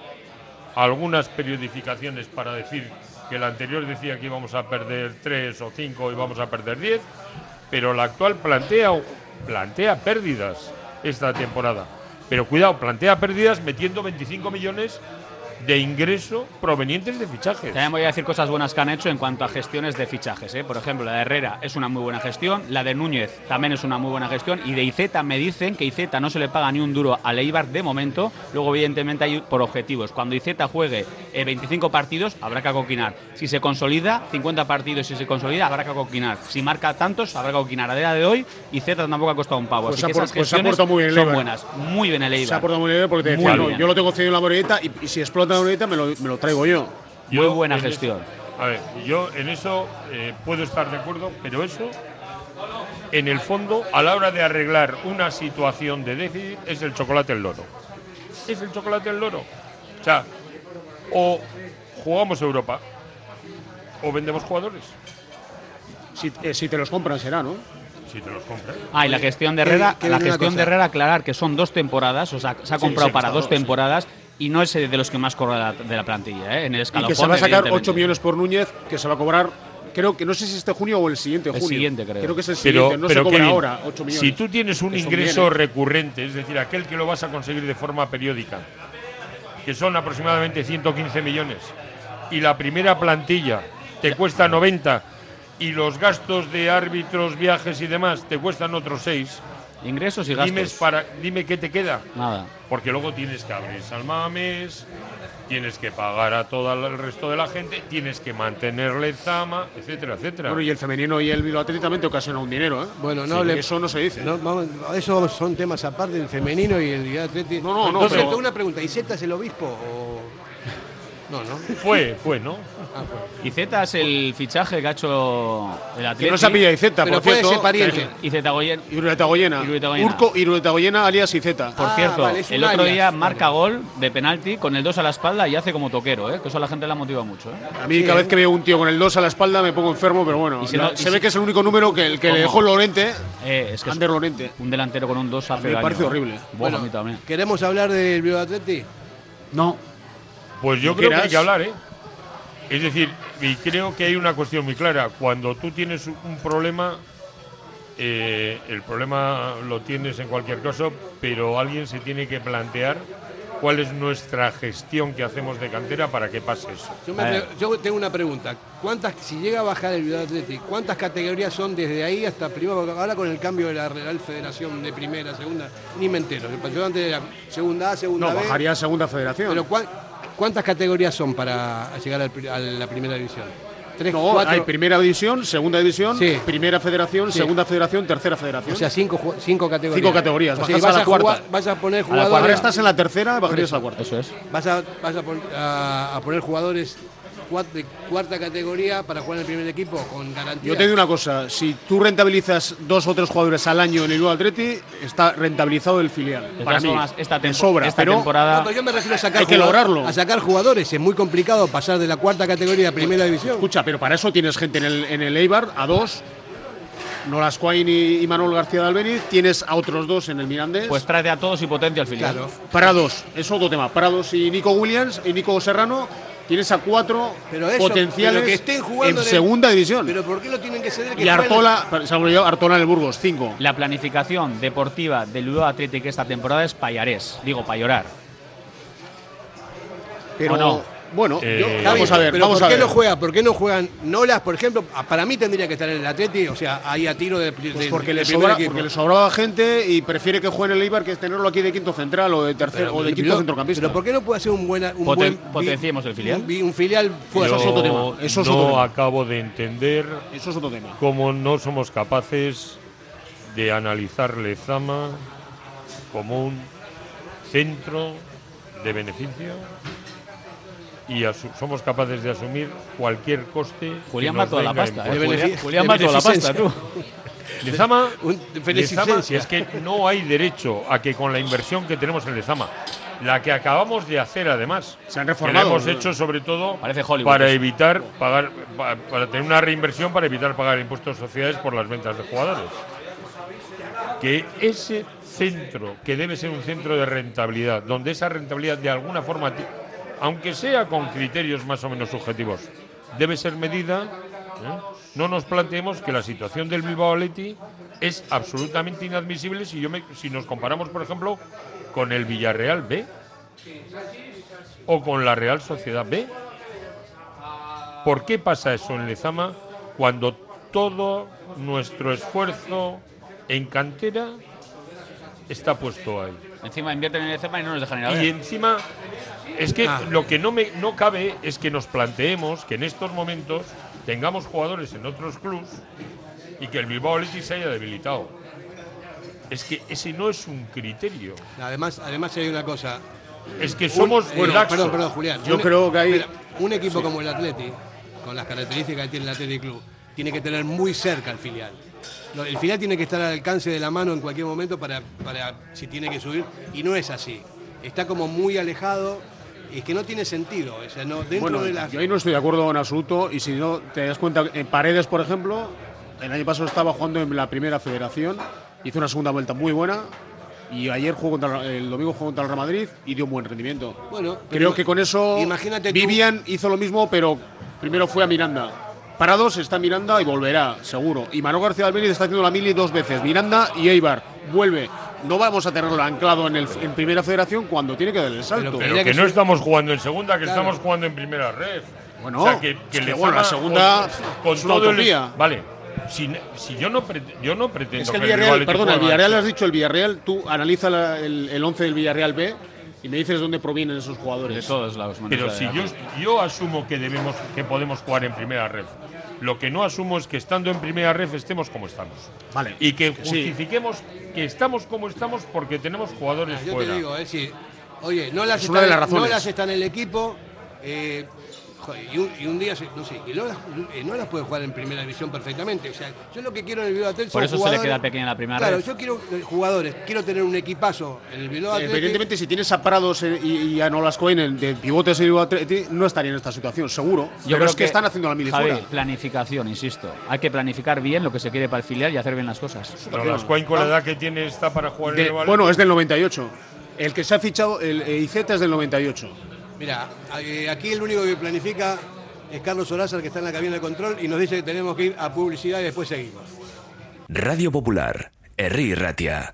algunas periodificaciones para decir que la anterior decía que íbamos a perder tres o cinco y vamos a perder diez, pero la actual plantea, plantea pérdidas esta temporada. Pero cuidado, plantea pérdidas metiendo veinticinco millones de ingreso provenientes de fichajes. También voy a decir cosas buenas que han hecho en cuanto a gestiones de fichajes, ¿eh? Por ejemplo, la de Herrera es una muy buena gestión, la de Núñez también es una muy buena gestión, y de Iceta me dicen que Iceta no se le paga ni un duro a Eibar de momento. Luego, evidentemente, hay por objetivos. Cuando Iceta juegue eh, veinticinco partidos, habrá que acoquinar. Si se consolida, cincuenta partidos, si se consolida, habrá que acoquinar. Si marca tantos, habrá que acoquinar. A día de hoy, Iceta tampoco ha costado un pavo. Pues Así se que ha por- esas pues se ha gestiones portado muy bien el son Eibar. buenas. Muy bien el Eibar. Se ha portado muy bien porque te decía, Muy no, bien. yo lo tengo cedido en la Moreta y, y si explota la Moreta me lo, me lo traigo yo. Muy Yo buena en gestión. eso- a ver, yo en eso eh, puedo estar de acuerdo, pero eso, en el fondo, a la hora de arreglar una situación de déficit, es el chocolate el loro. Es el chocolate el loro. O sea, o jugamos Europa o vendemos jugadores. Si, eh, si te los compran será, ¿no? Si te los compran. Ah, y la gestión de Herrera, que- que la viene una gestión de cosa. Herrera, aclarar que son dos temporadas, o sea, se ha Sí, comprado sí, para está dos dos, sí. temporadas y no es de los que más cobra de la, de la plantilla, ¿eh? En el Y escalafón. que se va a sacar evidentemente. ocho millones por Núñez, que se va a cobrar, creo que no sé si este junio o el siguiente El junio. siguiente, creo. que es el Pero, siguiente, no pero se cobra Kevin, ahora ocho millones. si tú tienes un Que son ingreso bienes. recurrente, es decir, aquel que lo vas a conseguir de forma periódica, que son aproximadamente ciento quince millones, y la primera plantilla te cuesta noventa, y los gastos de árbitros, viajes y demás te cuestan otros seis, Ingresos y gastos. dime, para, dime qué te queda. Nada. Porque luego tienes que abrir Salmames, tienes que pagar a todo el resto de la gente, tienes que mantenerle Zama, etcétera, etcétera. Bueno, y el femenino y el Bilbao Athletic también te ocasiona un dinero, ¿eh? Bueno, Sí, no le- eso no se dice. No, vamos, eso son temas aparte, el femenino y el Atlético. No, no, no, Entonces, pero- tengo una pregunta. ¿Iceta es el obispo o...? No, no. Fue, fue, ¿no? Ah, fue. Iceta es el fichaje que ha hecho el Atleti. Que no se ha pillado Iceta, Pero por fue cierto. ese pariente. Iceta Goyen. Irureta Goyena. Irureta Goyena. Urco Irureta Goyena alias Iceta. Por Ah, cierto, vale, es un el otro alias. día marca gol de penalti con el dos a la espalda y hace como toquero, ¿eh? Que eso a la gente la motiva mucho, ¿eh? A mí cada vez que veo un tío con el dos a la espalda me pongo enfermo, pero bueno. Y si la- no- y se si- ve que es el único número que, el que le ¿Cómo? dejó Lorente. Eh, es que es Ander Lorente. un delantero con un dos hace me daño, parece ¿eh? horrible. Bueno, a mí también. ¿Queremos hablar del Bilbao Athletic? No. Pues yo ¿Lo creo que quieras? hay que hablar, ¿eh? Es decir, y creo que hay una cuestión muy clara. Cuando tú tienes un problema, eh, el problema lo tienes en cualquier caso, pero alguien se tiene que plantear cuál es nuestra gestión que hacemos de cantera para que pase eso. Yo, me pre- yo tengo una pregunta. ¿Cuántas, si llega a bajar el Bilbao Athletic, cuántas categorías son desde ahí hasta primera? Porque ahora con el cambio de la Real Federación de primera, segunda, ni me entero. Yo antes era segunda A, segunda No, B. bajaría a segunda federación. Pero ¿cuán- ¿cuántas categorías son para llegar al pri- a la primera división? Tres, No, cuatro. hay primera división, segunda división, Sí. primera federación, Sí. segunda federación, tercera federación. O sea, cinco, ju- cinco categorías. Cinco categorías, O sea, bajas vas a la cuarta. jugar- vas a poner A la jugadores. cuadra estás en la tercera, bajarías a la cuarta. Eso es. Vas a, vas a, pon- a- a poner jugadores cuat- de cuarta categoría para jugar en el primer equipo con garantía. Yo te digo una cosa, si tú rentabilizas dos o tres jugadores al año en el Bilbao Athletic, está rentabilizado el filial. De Para todas mí, formas, esta, me tempo- sobra, esta pero No, temporada. pero yo me refiero a sacar, Hay que jugadores- lograrlo. a sacar jugadores. Es muy complicado pasar de la cuarta categoría a primera división. escucha, pero para eso tienes gente en el, en el Eibar, a dos, Nolascoain y, y Manuel García de Albeniz, tienes a otros dos en el Mirandés. Pues tráete a todos y potencia al filial. Claro. para dos, es otro tema. Para dos y Nico Williams y Nico Serrano, tienes a cuatro Pero eso, potenciales pero que estén jugando en en el- segunda división. Pero ¿por qué lo tienen que ceder? Que y jueguen- Artola, se ha olvidado, Artola en el Burgos, cinco. La planificación deportiva del Bilbao Athletic esta temporada es payarés. Digo, para llorar. Pero ¿O no? bueno, Eh, yo- Está vamos bien, a ver, pero vamos ¿por a qué ver. no juega? ¿Por qué no juegan Nolas, por ejemplo? Ah, Para mí tendría que estar en el Atleti, o sea, ahí a tiro de, de- Pues porque, de le primer sobra, equipo. porque le sobraba gente y prefiere que juegue en el Eibar que tenerlo aquí de quinto central o de tercero o de quinto pero, centrocampista. pero ¿por qué no puede hacer un, buena, un Poten- buen potenciemos el filial. Un, vi- un filial fuerte. Eso es otro tema. Eso es no otro tema. acabo de entender Eso es otro tema. cómo no somos capaces de analizar Lezama como un centro de beneficio y asu- somos capaces de asumir cualquier coste. Julián que va nos toda la venga pasta. en ¿eh? De Julián, benefic- Julián de va toda la pasta, tú. beneficencia. Lezama, Un- de Lezama beneficencia. es que no hay derecho a que con la inversión que tenemos en Lezama, la que acabamos de hacer además, Se han que reformado. la hemos hecho sobre todo Parece Hollywood para eso. evitar pagar, pa- para tener una reinversión para evitar pagar impuestos de sociedades por las ventas de jugadores. Que ese centro, que debe ser un centro de rentabilidad, donde esa rentabilidad de alguna forma, ti- aunque sea con criterios más o menos subjetivos, debe ser medida, ¿eh? No nos planteemos que la situación del Bilbao Athletic es absolutamente inadmisible si, yo me- si nos comparamos, por ejemplo, con el Villarreal B o con la Real Sociedad B. ¿Por qué pasa eso en Lezama cuando todo nuestro esfuerzo en cantera está puesto ahí? Encima invierten en el Lezama y no nos dejan ir a ver. Y encima, es que Ah. lo que no, me, no cabe es que nos planteemos que en estos momentos tengamos jugadores en otros clubes y que el Bilbao Athletic se haya debilitado. Es que ese no es un criterio. Además, además hay una cosa. Es que somos Un- bueno, laxos. perdón, perdón, Julián. Yo Un- creo que hay- mira, un equipo como el Atleti, con las características que tiene el Athletic Club, tiene que tener muy cerca al filial. Lo- El filial tiene que estar al alcance de la mano en cualquier momento para, para si tiene que subir, y no es así. Está como muy alejado, y es que no tiene sentido. O sea, no, dentro Bueno, de las. yo ahí no estoy de acuerdo en absoluto. Y si no te das cuenta, en Paredes, por ejemplo, el año pasado estaba jugando en la primera federación, hizo una segunda vuelta muy buena. Y ayer jugó contra el domingo jugó contra el Real Madrid y dio un buen rendimiento. Bueno, Creo pero que con eso imagínate tú- Vivian hizo lo mismo, pero primero fue a Miranda. Parados está Miranda y volverá, seguro. Y Manuel García Albeniz está haciendo la mili dos veces. Miranda y Eibar. Vuelve. No vamos a tenerlo anclado en, el, en primera federación cuando tiene que dar el salto. Pero que, no estamos jugando en segunda, que Claro. estamos jugando en primera red. Bueno, o sea, que, que es que, le bueno, la saca segunda con, con es una todo el- utopía. Vale. Si, si yo no prete- yo no pretendo Es que el el Villarreal, Bilbao perdona, el Athletic Villarreal juegue has dicho el Villarreal, tú analiza la- el, el once del Villarreal B y me dices de dónde provienen esos jugadores. De todos lados. Pero maneras si de yo, hacer. yo asumo que debemos que podemos jugar en primera red. Lo que no asumo es que estando en primera red estemos como estamos. Vale. Y que Que sí. justifiquemos que estamos como estamos porque tenemos jugadores Yo fuera. te digo, es decir, oye, no las Es una de las razones. no las está en el equipo, Eh, joder, y, un, y un día, no sé, y no las, no las puede jugar en primera división perfectamente. O sea, yo lo que quiero en el Bilbao Athletic Por eso son se le queda pequeña la primera Claro, red. yo quiero jugadores, quiero tener un equipazo en el Bilbao Athletic. Evidentemente, si tienes a Prados y, y a Nolascoen de pivotes en el Bilbao Athletic, no estaría en esta situación, seguro. Yo pero creo es que, que están haciendo la mili Javi, fuera. planificación, insisto. Hay que planificar bien lo que se quiere para el filial y hacer bien las cosas. Nolascoen con la edad que tiene está para jugar De, en el Valencia. bueno, es del noventa y ocho. El que se ha fichado, el eh, Iceta es del noventa y ocho. Mira, eh, aquí el único que planifica es Carlos Orázar, que está en la cabina de control y nos dice que tenemos que ir a publicidad y después seguimos. Radio Popular, Herri Ratia.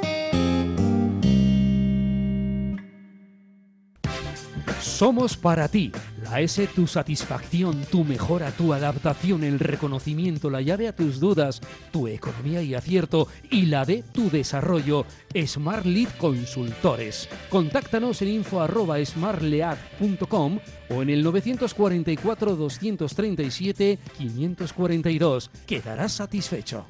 Somos para ti. La S, tu satisfacción, tu mejora, tu adaptación, el reconocimiento, la llave a tus dudas, tu economía y acierto, y la D, tu desarrollo. Smart Lead Consultores. Contáctanos en info arroba smartlead punto com o en el nueve cuatro cuatro, dos tres siete, cinco cuatro dos. Quedarás satisfecho.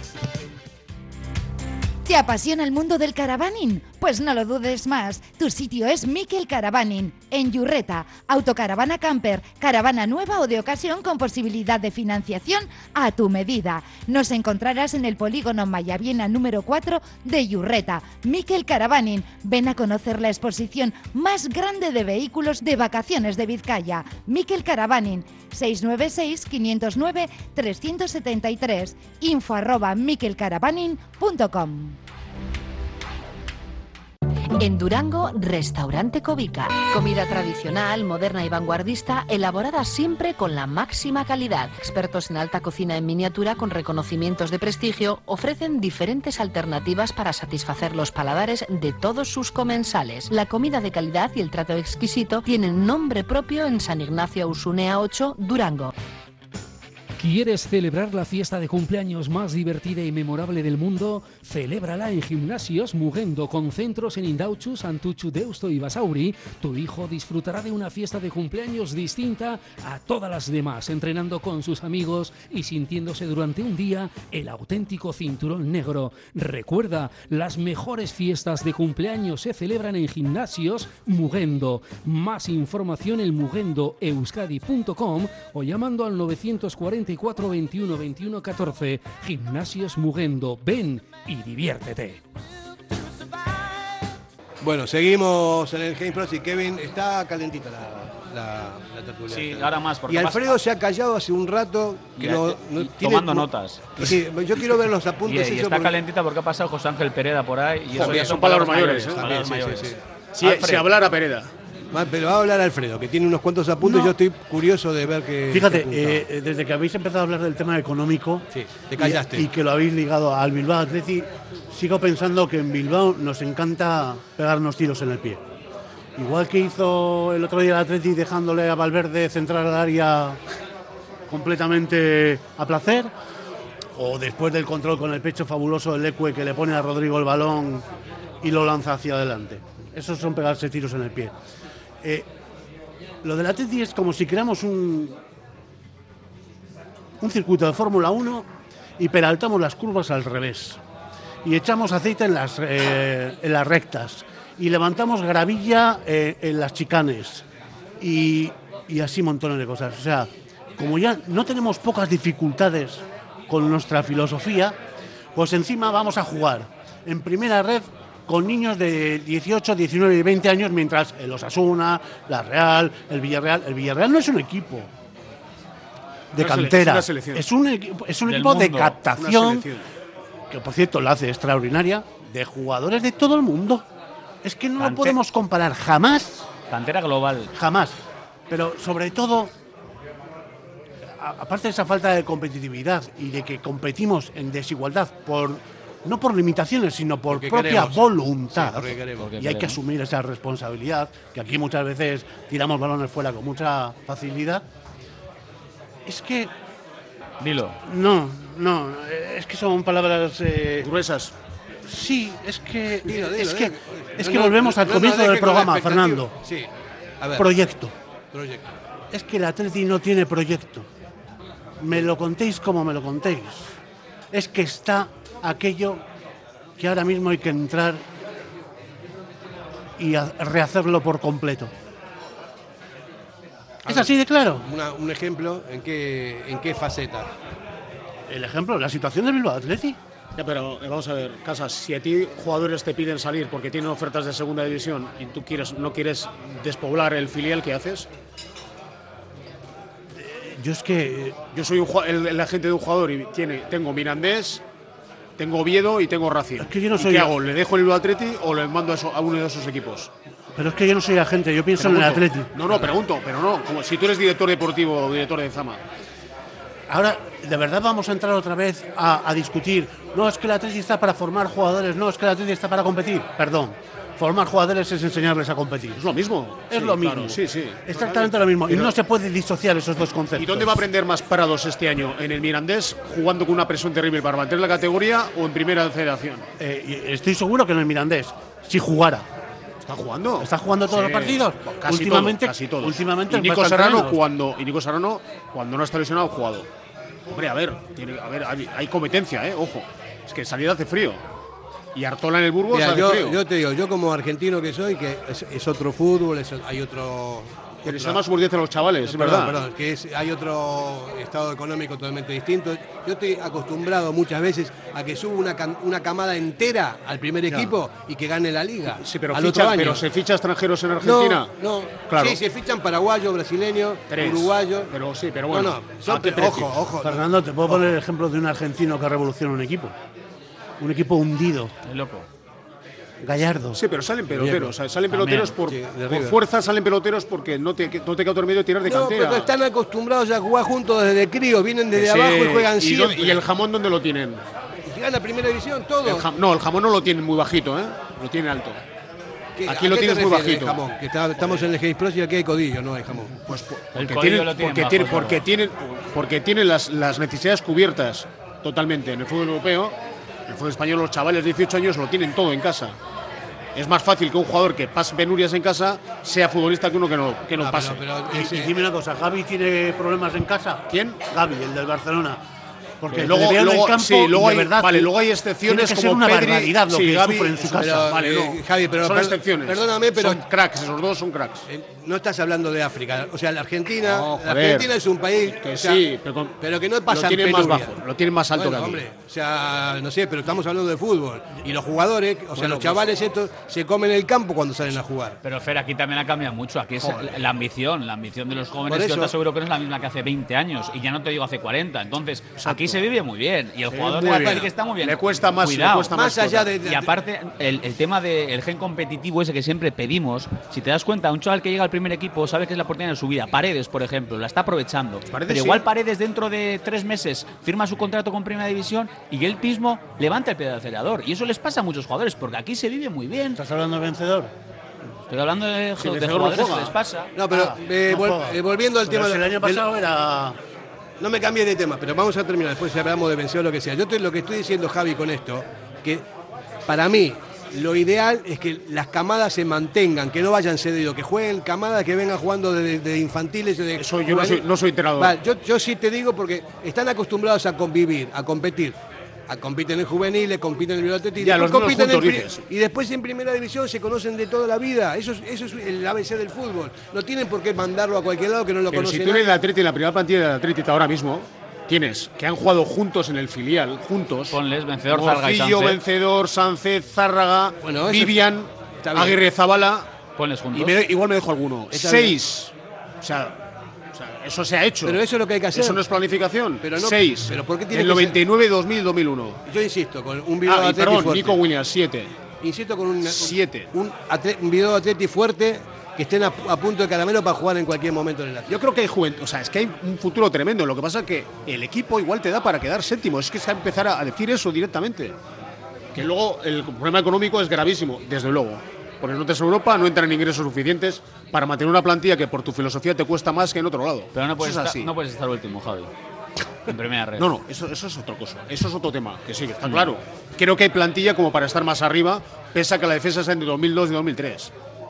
¿Te apasiona el mundo del caravaning? Pues no lo dudes más. Tu sitio es Miquel Caravaning, en Yurreta. Autocaravana camper, caravana nueva o de ocasión con posibilidad de financiación a tu medida. Nos encontrarás en el polígono Mayaviena número cuatro de Yurreta. Miquel Caravaning. Ven a conocer la exposición más grande de vehículos de vacaciones de Vizcaya. Miquel Caravaning. seis nueve seis, cinco cero nueve, tres siete tres. Info arroba miquelcaravaning punto com. En Durango, Restaurante Covica. Comida tradicional, moderna y vanguardista, elaborada siempre con la máxima calidad. Expertos en alta cocina en miniatura con reconocimientos de prestigio ofrecen diferentes alternativas para satisfacer los paladares de todos sus comensales. La comida de calidad y el trato exquisito tienen nombre propio en San Ignacio Ausunea ocho, Durango. ¿Quieres celebrar la fiesta de cumpleaños más divertida y memorable del mundo? Celébrala en Gimnasios Mugendo, con centros en Indautxu, Santutxu, Deusto y Basauri. Tu hijo disfrutará de una fiesta de cumpleaños distinta a todas las demás, entrenando con sus amigos y sintiéndose durante un día el auténtico cinturón negro. Recuerda, las mejores fiestas de cumpleaños se celebran en Gimnasios Mugendo. Más información en mugendo euskadi punto com o llamando al nueve cuatro cuatro, veintiuno, veintiuno, catorce. Gimnasios Mugendo. Ven y diviértete. Bueno, seguimos en el Game Pro y Kevin, está calentita la, la, la tertulia. Sí, ahora más. Porque y Alfredo pasa... se ha callado hace un rato. Que y, no, y, no, y tiene, tomando no, notas. Sí, yo quiero ver los apuntes. Y, y eso está porque... calentita porque ha pasado José Ángel Pereda por ahí. Y eso También, son, son palabras mayores. mayores, ¿eh? palabras También, mayores. Sí, sí, sí. Si, si hablara Pereda. Pero va a hablar Alfredo, que tiene unos cuantos apuntes. No. Yo estoy curioso de ver que. Fíjate, eh, desde que habéis empezado a hablar del tema económico, sí, te callaste. Y, y que lo habéis ligado al Bilbao Athletic, sigo pensando que en Bilbao nos encanta pegarnos tiros en el pie. Igual que hizo el otro día el Athletic dejándole a Valverde centrar al área completamente a placer, o después del control con el pecho fabuloso del Lecue que le pone a Rodrigo el balón y lo lanza hacia adelante. Esos son pegarse tiros en el pie. Eh, lo del Atleti es como si creamos un, un circuito de Fórmula uno y peraltamos las curvas al revés. Y echamos aceite en las, eh, en las rectas. Y levantamos gravilla eh, en las chicanes. Y, y así montones de cosas. O sea, como ya no tenemos pocas dificultades con nuestra filosofía, pues encima vamos a jugar en primera red con niños de dieciocho, diecinueve y veinte años, mientras el Osasuna, la Real, el Villarreal... El Villarreal no es un equipo de una cantera, sele- es, una es un, equipo, es un Del equipo de mundo, captación, que por cierto la hace extraordinaria, de jugadores de todo el mundo. Es que no Cante- lo podemos comparar jamás, Cantera global. jamás. Pero sobre todo, a- aparte de esa falta de competitividad y de que competimos en desigualdad por... No por limitaciones, sino por Porque propia queremos. voluntad. Sí, porque queremos. Y hay que asumir esa responsabilidad, que aquí muchas veces tiramos balones fuera con mucha facilidad. Es que... Dilo. No, no, es que son palabras... Eh, gruesas. Sí, es que... Dilo, dilo, es que, dilo. es No, que no, volvemos no, al no comienzo deje del con la programa, expectativa. Fernando. Sí, a ver. Proyecto. Proyecto. Es que el Atleti no tiene proyecto. Me lo contéis como me lo contéis. Es que está aquello que ahora mismo hay que entrar y a- rehacerlo por completo. Es así de claro. Una- un ejemplo, ¿en qué, en qué faceta? El ejemplo, la situación del Bilbao Athletic. Ya, pero eh, vamos a ver, Casas, si a ti jugadores te piden salir porque tienen ofertas de segunda división y tú quieres, no quieres despoblar el filial, ¿qué haces? Yo es que. Yo soy un, jua- el, el agente de un jugador y tiene, tengo Mirandés, tengo Oviedo y tengo Racing. Es que yo no ¿Y soy- ¿Qué hago? ¿Le dejo el Bilbao Athletic o le mando a, eso- a uno de esos equipos? Pero es que yo no soy agente, yo pienso en el Pregunto. Athletic. No, no, pregunto, pero no. Como si tú eres director deportivo o director de Zama. Ahora, ¿de verdad vamos a entrar otra vez a, a discutir? No, es que el Athletic está para formar jugadores, no, es que el Athletic está para competir. Perdón, formar jugadores es enseñarles a competir. Es lo mismo. Es Sí, lo mismo. claro, sí, sí. Exactamente lo mismo. Y Pero- no se puede disociar esos dos conceptos. ¿Y dónde va a aprender más Prados este año? ¿En el Mirandés, jugando con una presión terrible para mantener la categoría o en primera federación? Eh, estoy seguro que en el Mirandés, si jugara. ¿Está jugando? ¿Está jugando todos Sí, los partidos? Casi últimamente, todo, casi todo. Últimamente y es Nico bastante Serrano menos. cuando y Nico Serrano cuando no está lesionado ha jugado. Hombre, a ver, tiene, a ver, hay, hay competencia, eh, ojo. Es que salida hace frío. Y Artola en el Burgos Mira, hace yo, frío. yo te digo, yo como argentino que soy, que es, es otro fútbol, es- hay otro. Pero se otra- llama subordinación a los chavales, es Perdón, verdad. perdón, que es, hay otro estado económico totalmente distinto. Yo estoy acostumbrado muchas veces a que suba una, cam- una camada entera al primer Ya. equipo y que gane la liga. Sí, pero, al ficha- otro año. pero se ficha extranjeros en Argentina. No, no. Claro. Sí, se fichan paraguayos, brasileños, Tres. uruguayos. Pero sí, pero bueno. No, no, son- ¿a qué precio? ojo, ojo. Fernando, te puedo poner el ejemplo de un argentino que revoluciona un equipo. Un equipo hundido. Es loco. Gallardo. Sí, pero salen peloteros. o sea, salen También. peloteros por, Sí, de por River. fuerza, salen peloteros porque no te, no te queda otro medio de tirar de No, cantera. pero están acostumbrados a jugar juntos desde críos, vienen desde Sí, abajo y juegan ¿y, siempre. dónde- ¿Y el jamón dónde lo tienen? Llegan a la primera división, todo. El jam- no, el jamón no lo tienen muy bajito, ¿eh? Lo tienen alto. ¿Qué- Aquí a lo qué te tienes muy refieres, bajito. jamón? Que está- estamos en el Games Pro y aquí hay codillo, no hay jamón. Pues El porque código tienen, lo tienen porque bajo, tienen, es porque verdad. tienen, porque tienen las, las necesidades cubiertas totalmente en el fútbol europeo. En el fútbol español los chavales de dieciocho años lo tienen todo en casa. Es más fácil que un jugador que pase penurias en casa sea futbolista que uno que no, que no Ah, pase. pero- pero Y, ese- y dime una cosa, ¿Gavi tiene problemas en casa? ¿Quién? Gavi, el del Barcelona. Porque Que luego, luego, en el luego, campo, sí, luego de hay, verdad, vale, que luego hay excepciones tiene que como ser una Pedri, barbaridad lo sí, que Gavi, sufre en su pero, casa. vale, eh, no. Javi, pero son per- excepciones. perdóname, pero- son cracks, esos dos son cracks. Eh, no estás hablando de África. O sea, la Argentina, No, la joder. Argentina es un país Que o sea, sí, pero, con- pero que no lo pasa tienen más penuria. bajo, lo tienen más alto Bueno, que aquí. hombre, o sea, no sé, pero estamos hablando de fútbol. Y los jugadores, o sea, Bueno, los pues- chavales estos se comen el campo cuando salen a jugar. Pero Fer, aquí también ha cambiado mucho. Aquí es Joder. la ambición, la ambición de los jóvenes. Por Yo eso- te aseguro que no es la misma que hace veinte años. Y ya no te digo hace cuarenta. Entonces, aquí se vive muy bien. Y el Se jugador vive de muy Atlético bien. está muy bien. Le cuesta más, le Cuidado. cuesta más Más allá cosas. de, Y aparte, el, el tema del gen competitivo ese que siempre pedimos, si te das cuenta, un chaval que llega al primer equipo sabe que es la oportunidad de su vida. Paredes, por ejemplo, la está aprovechando. Paredes Pero sí. igual Paredes dentro de tres meses firma su contrato con Primera División y él mismo levanta el pie del acelerador. Y eso les pasa a muchos jugadores, porque aquí se vive muy bien. ¿Estás hablando del vencedor? Estoy hablando de, Sí, de vencedor no jugadores que juega. les pasa. No, pero Ah, eh, no vol- juega. eh, volviendo al Pero tema si el de- año del- pasado era. No me cambies de tema, pero vamos a terminar. Después si hablamos de vencedor o lo que sea. Yo te- lo que estoy diciendo, Javi, con esto, que para mí lo ideal es que las camadas se mantengan, que no vayan cedidos, que jueguen camadas que vengan jugando de, de infantiles. De Eso yo no soy, no soy entrenador. Vale, yo, yo sí te digo porque están acostumbrados a convivir, a competir. A compiten en juveniles, compiten en el atletismo, Ya, los mismos compiten en juntos, pri- dices. y después en primera división se conocen de toda la vida. Eso es, eso es el A B C del fútbol. No tienen por qué mandarlo a cualquier lado que no lo Pero conoce si tú eres nadie. el Atleti, en la primera plantilla del Atlético ahora mismo, tienes que han jugado juntos en el filial, juntos. Ponles vencedor, Zárraga y Morcillo, Sánchez. vencedor, Sánchez, Zárraga, Bueno, eso Vivian, está bien. Aguirre Zabala. Ponles juntos. Y me- igual me dejo alguno. Está Seis. O sea, o sea, eso se ha hecho. Pero eso es lo que hay que hacer. Eso no es planificación. Pero no- Seis. pero ¿por qué tiene En que noventa y nueve, dos mil, dos mil uno. Yo insisto, con un video Ah, de y Atleti perdón, fuerte. Nico Williams, siete. Insisto con un, Siete. un, atle- un video de Atleti fuerte que estén a, a punto de caramelo para jugar en cualquier momento en el Atleti. Yo creo que hay juventud, o sea, es que hay un futuro tremendo. Lo que pasa es que el equipo igual te da para quedar séptimo. Es que se va a empezar a decir eso directamente. Que luego el problema económico es gravísimo, desde luego. Porque no estás en Europa, no entran ingresos suficientes para mantener una plantilla que por tu filosofía te cuesta más que en otro lado. Pero no puedes, Eso es estar, así. no puedes estar último, Javi. En primera red. No, no, eso, eso es otra cosa. Eso es otro tema, que sí, que está claro. Creo que hay plantilla como para estar más arriba, pese a que la defensa es entre dos mil dos y dos mil tres.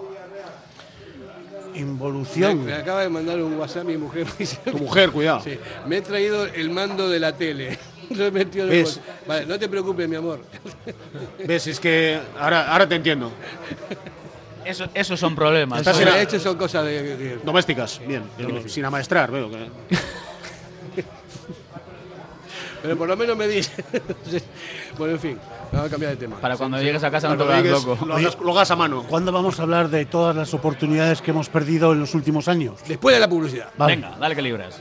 Involución. Me, me acaba de mandar un WhatsApp mi mujer. me dice- Tu mujer, cuidado. Sí, me he traído el mando de la tele. Lo he metido en el ¿Ves? bolso. Vale, no te preocupes, mi amor. ¿Ves? Es que ahora, ahora te entiendo. Eso, esos son problemas. Estás Eso, en- Estos son cosas de, de- Domésticas, bien. Yo, sin amaestrar, veo que. Pero por lo menos me dice. Bueno, en fin, vamos a cambiar de tema. Para cuando Sí, llegues a casa no te Cuando vuelvas llegues, loco. Lo hagas, lo hagas a mano. ¿Cuándo vamos a hablar de todas las oportunidades que hemos perdido en los últimos años? Después de la publicidad. Vale. Venga, dale que libras.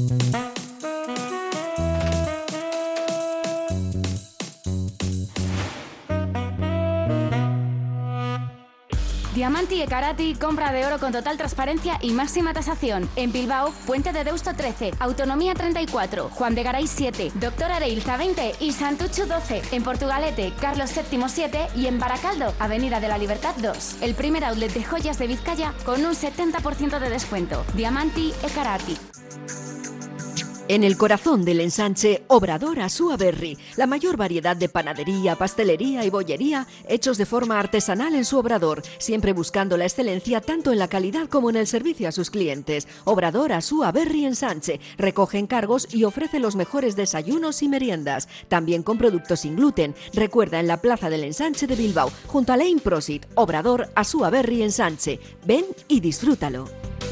Diamanti e Karati, compra de oro con total transparencia y máxima tasación. En Bilbao, Puente de Deusto trece, Autonomía treinta y cuatro, Juan de Garay siete, Doctor Areilza veinte y Santucho doce. En Portugalete, Carlos séptimo siete y en Baracaldo, Avenida de la Libertad dos. El primer outlet de joyas de Vizcaya con un setenta por ciento de descuento. Diamanti e Karati. En el corazón del ensanche, Obrador Asúa Berri, la mayor variedad de panadería, pastelería y bollería hechos de forma artesanal en su obrador, siempre buscando la excelencia tanto en la calidad como en el servicio a sus clientes. Obrador Asúa Berri Ensanche recoge encargos y ofrece los mejores desayunos y meriendas, también con productos sin gluten. Recuerda, en la Plaza del Ensanche de Bilbao, junto a Lane Prosit, Obrador Asúa Berri Ensanche. Ven y disfrútalo.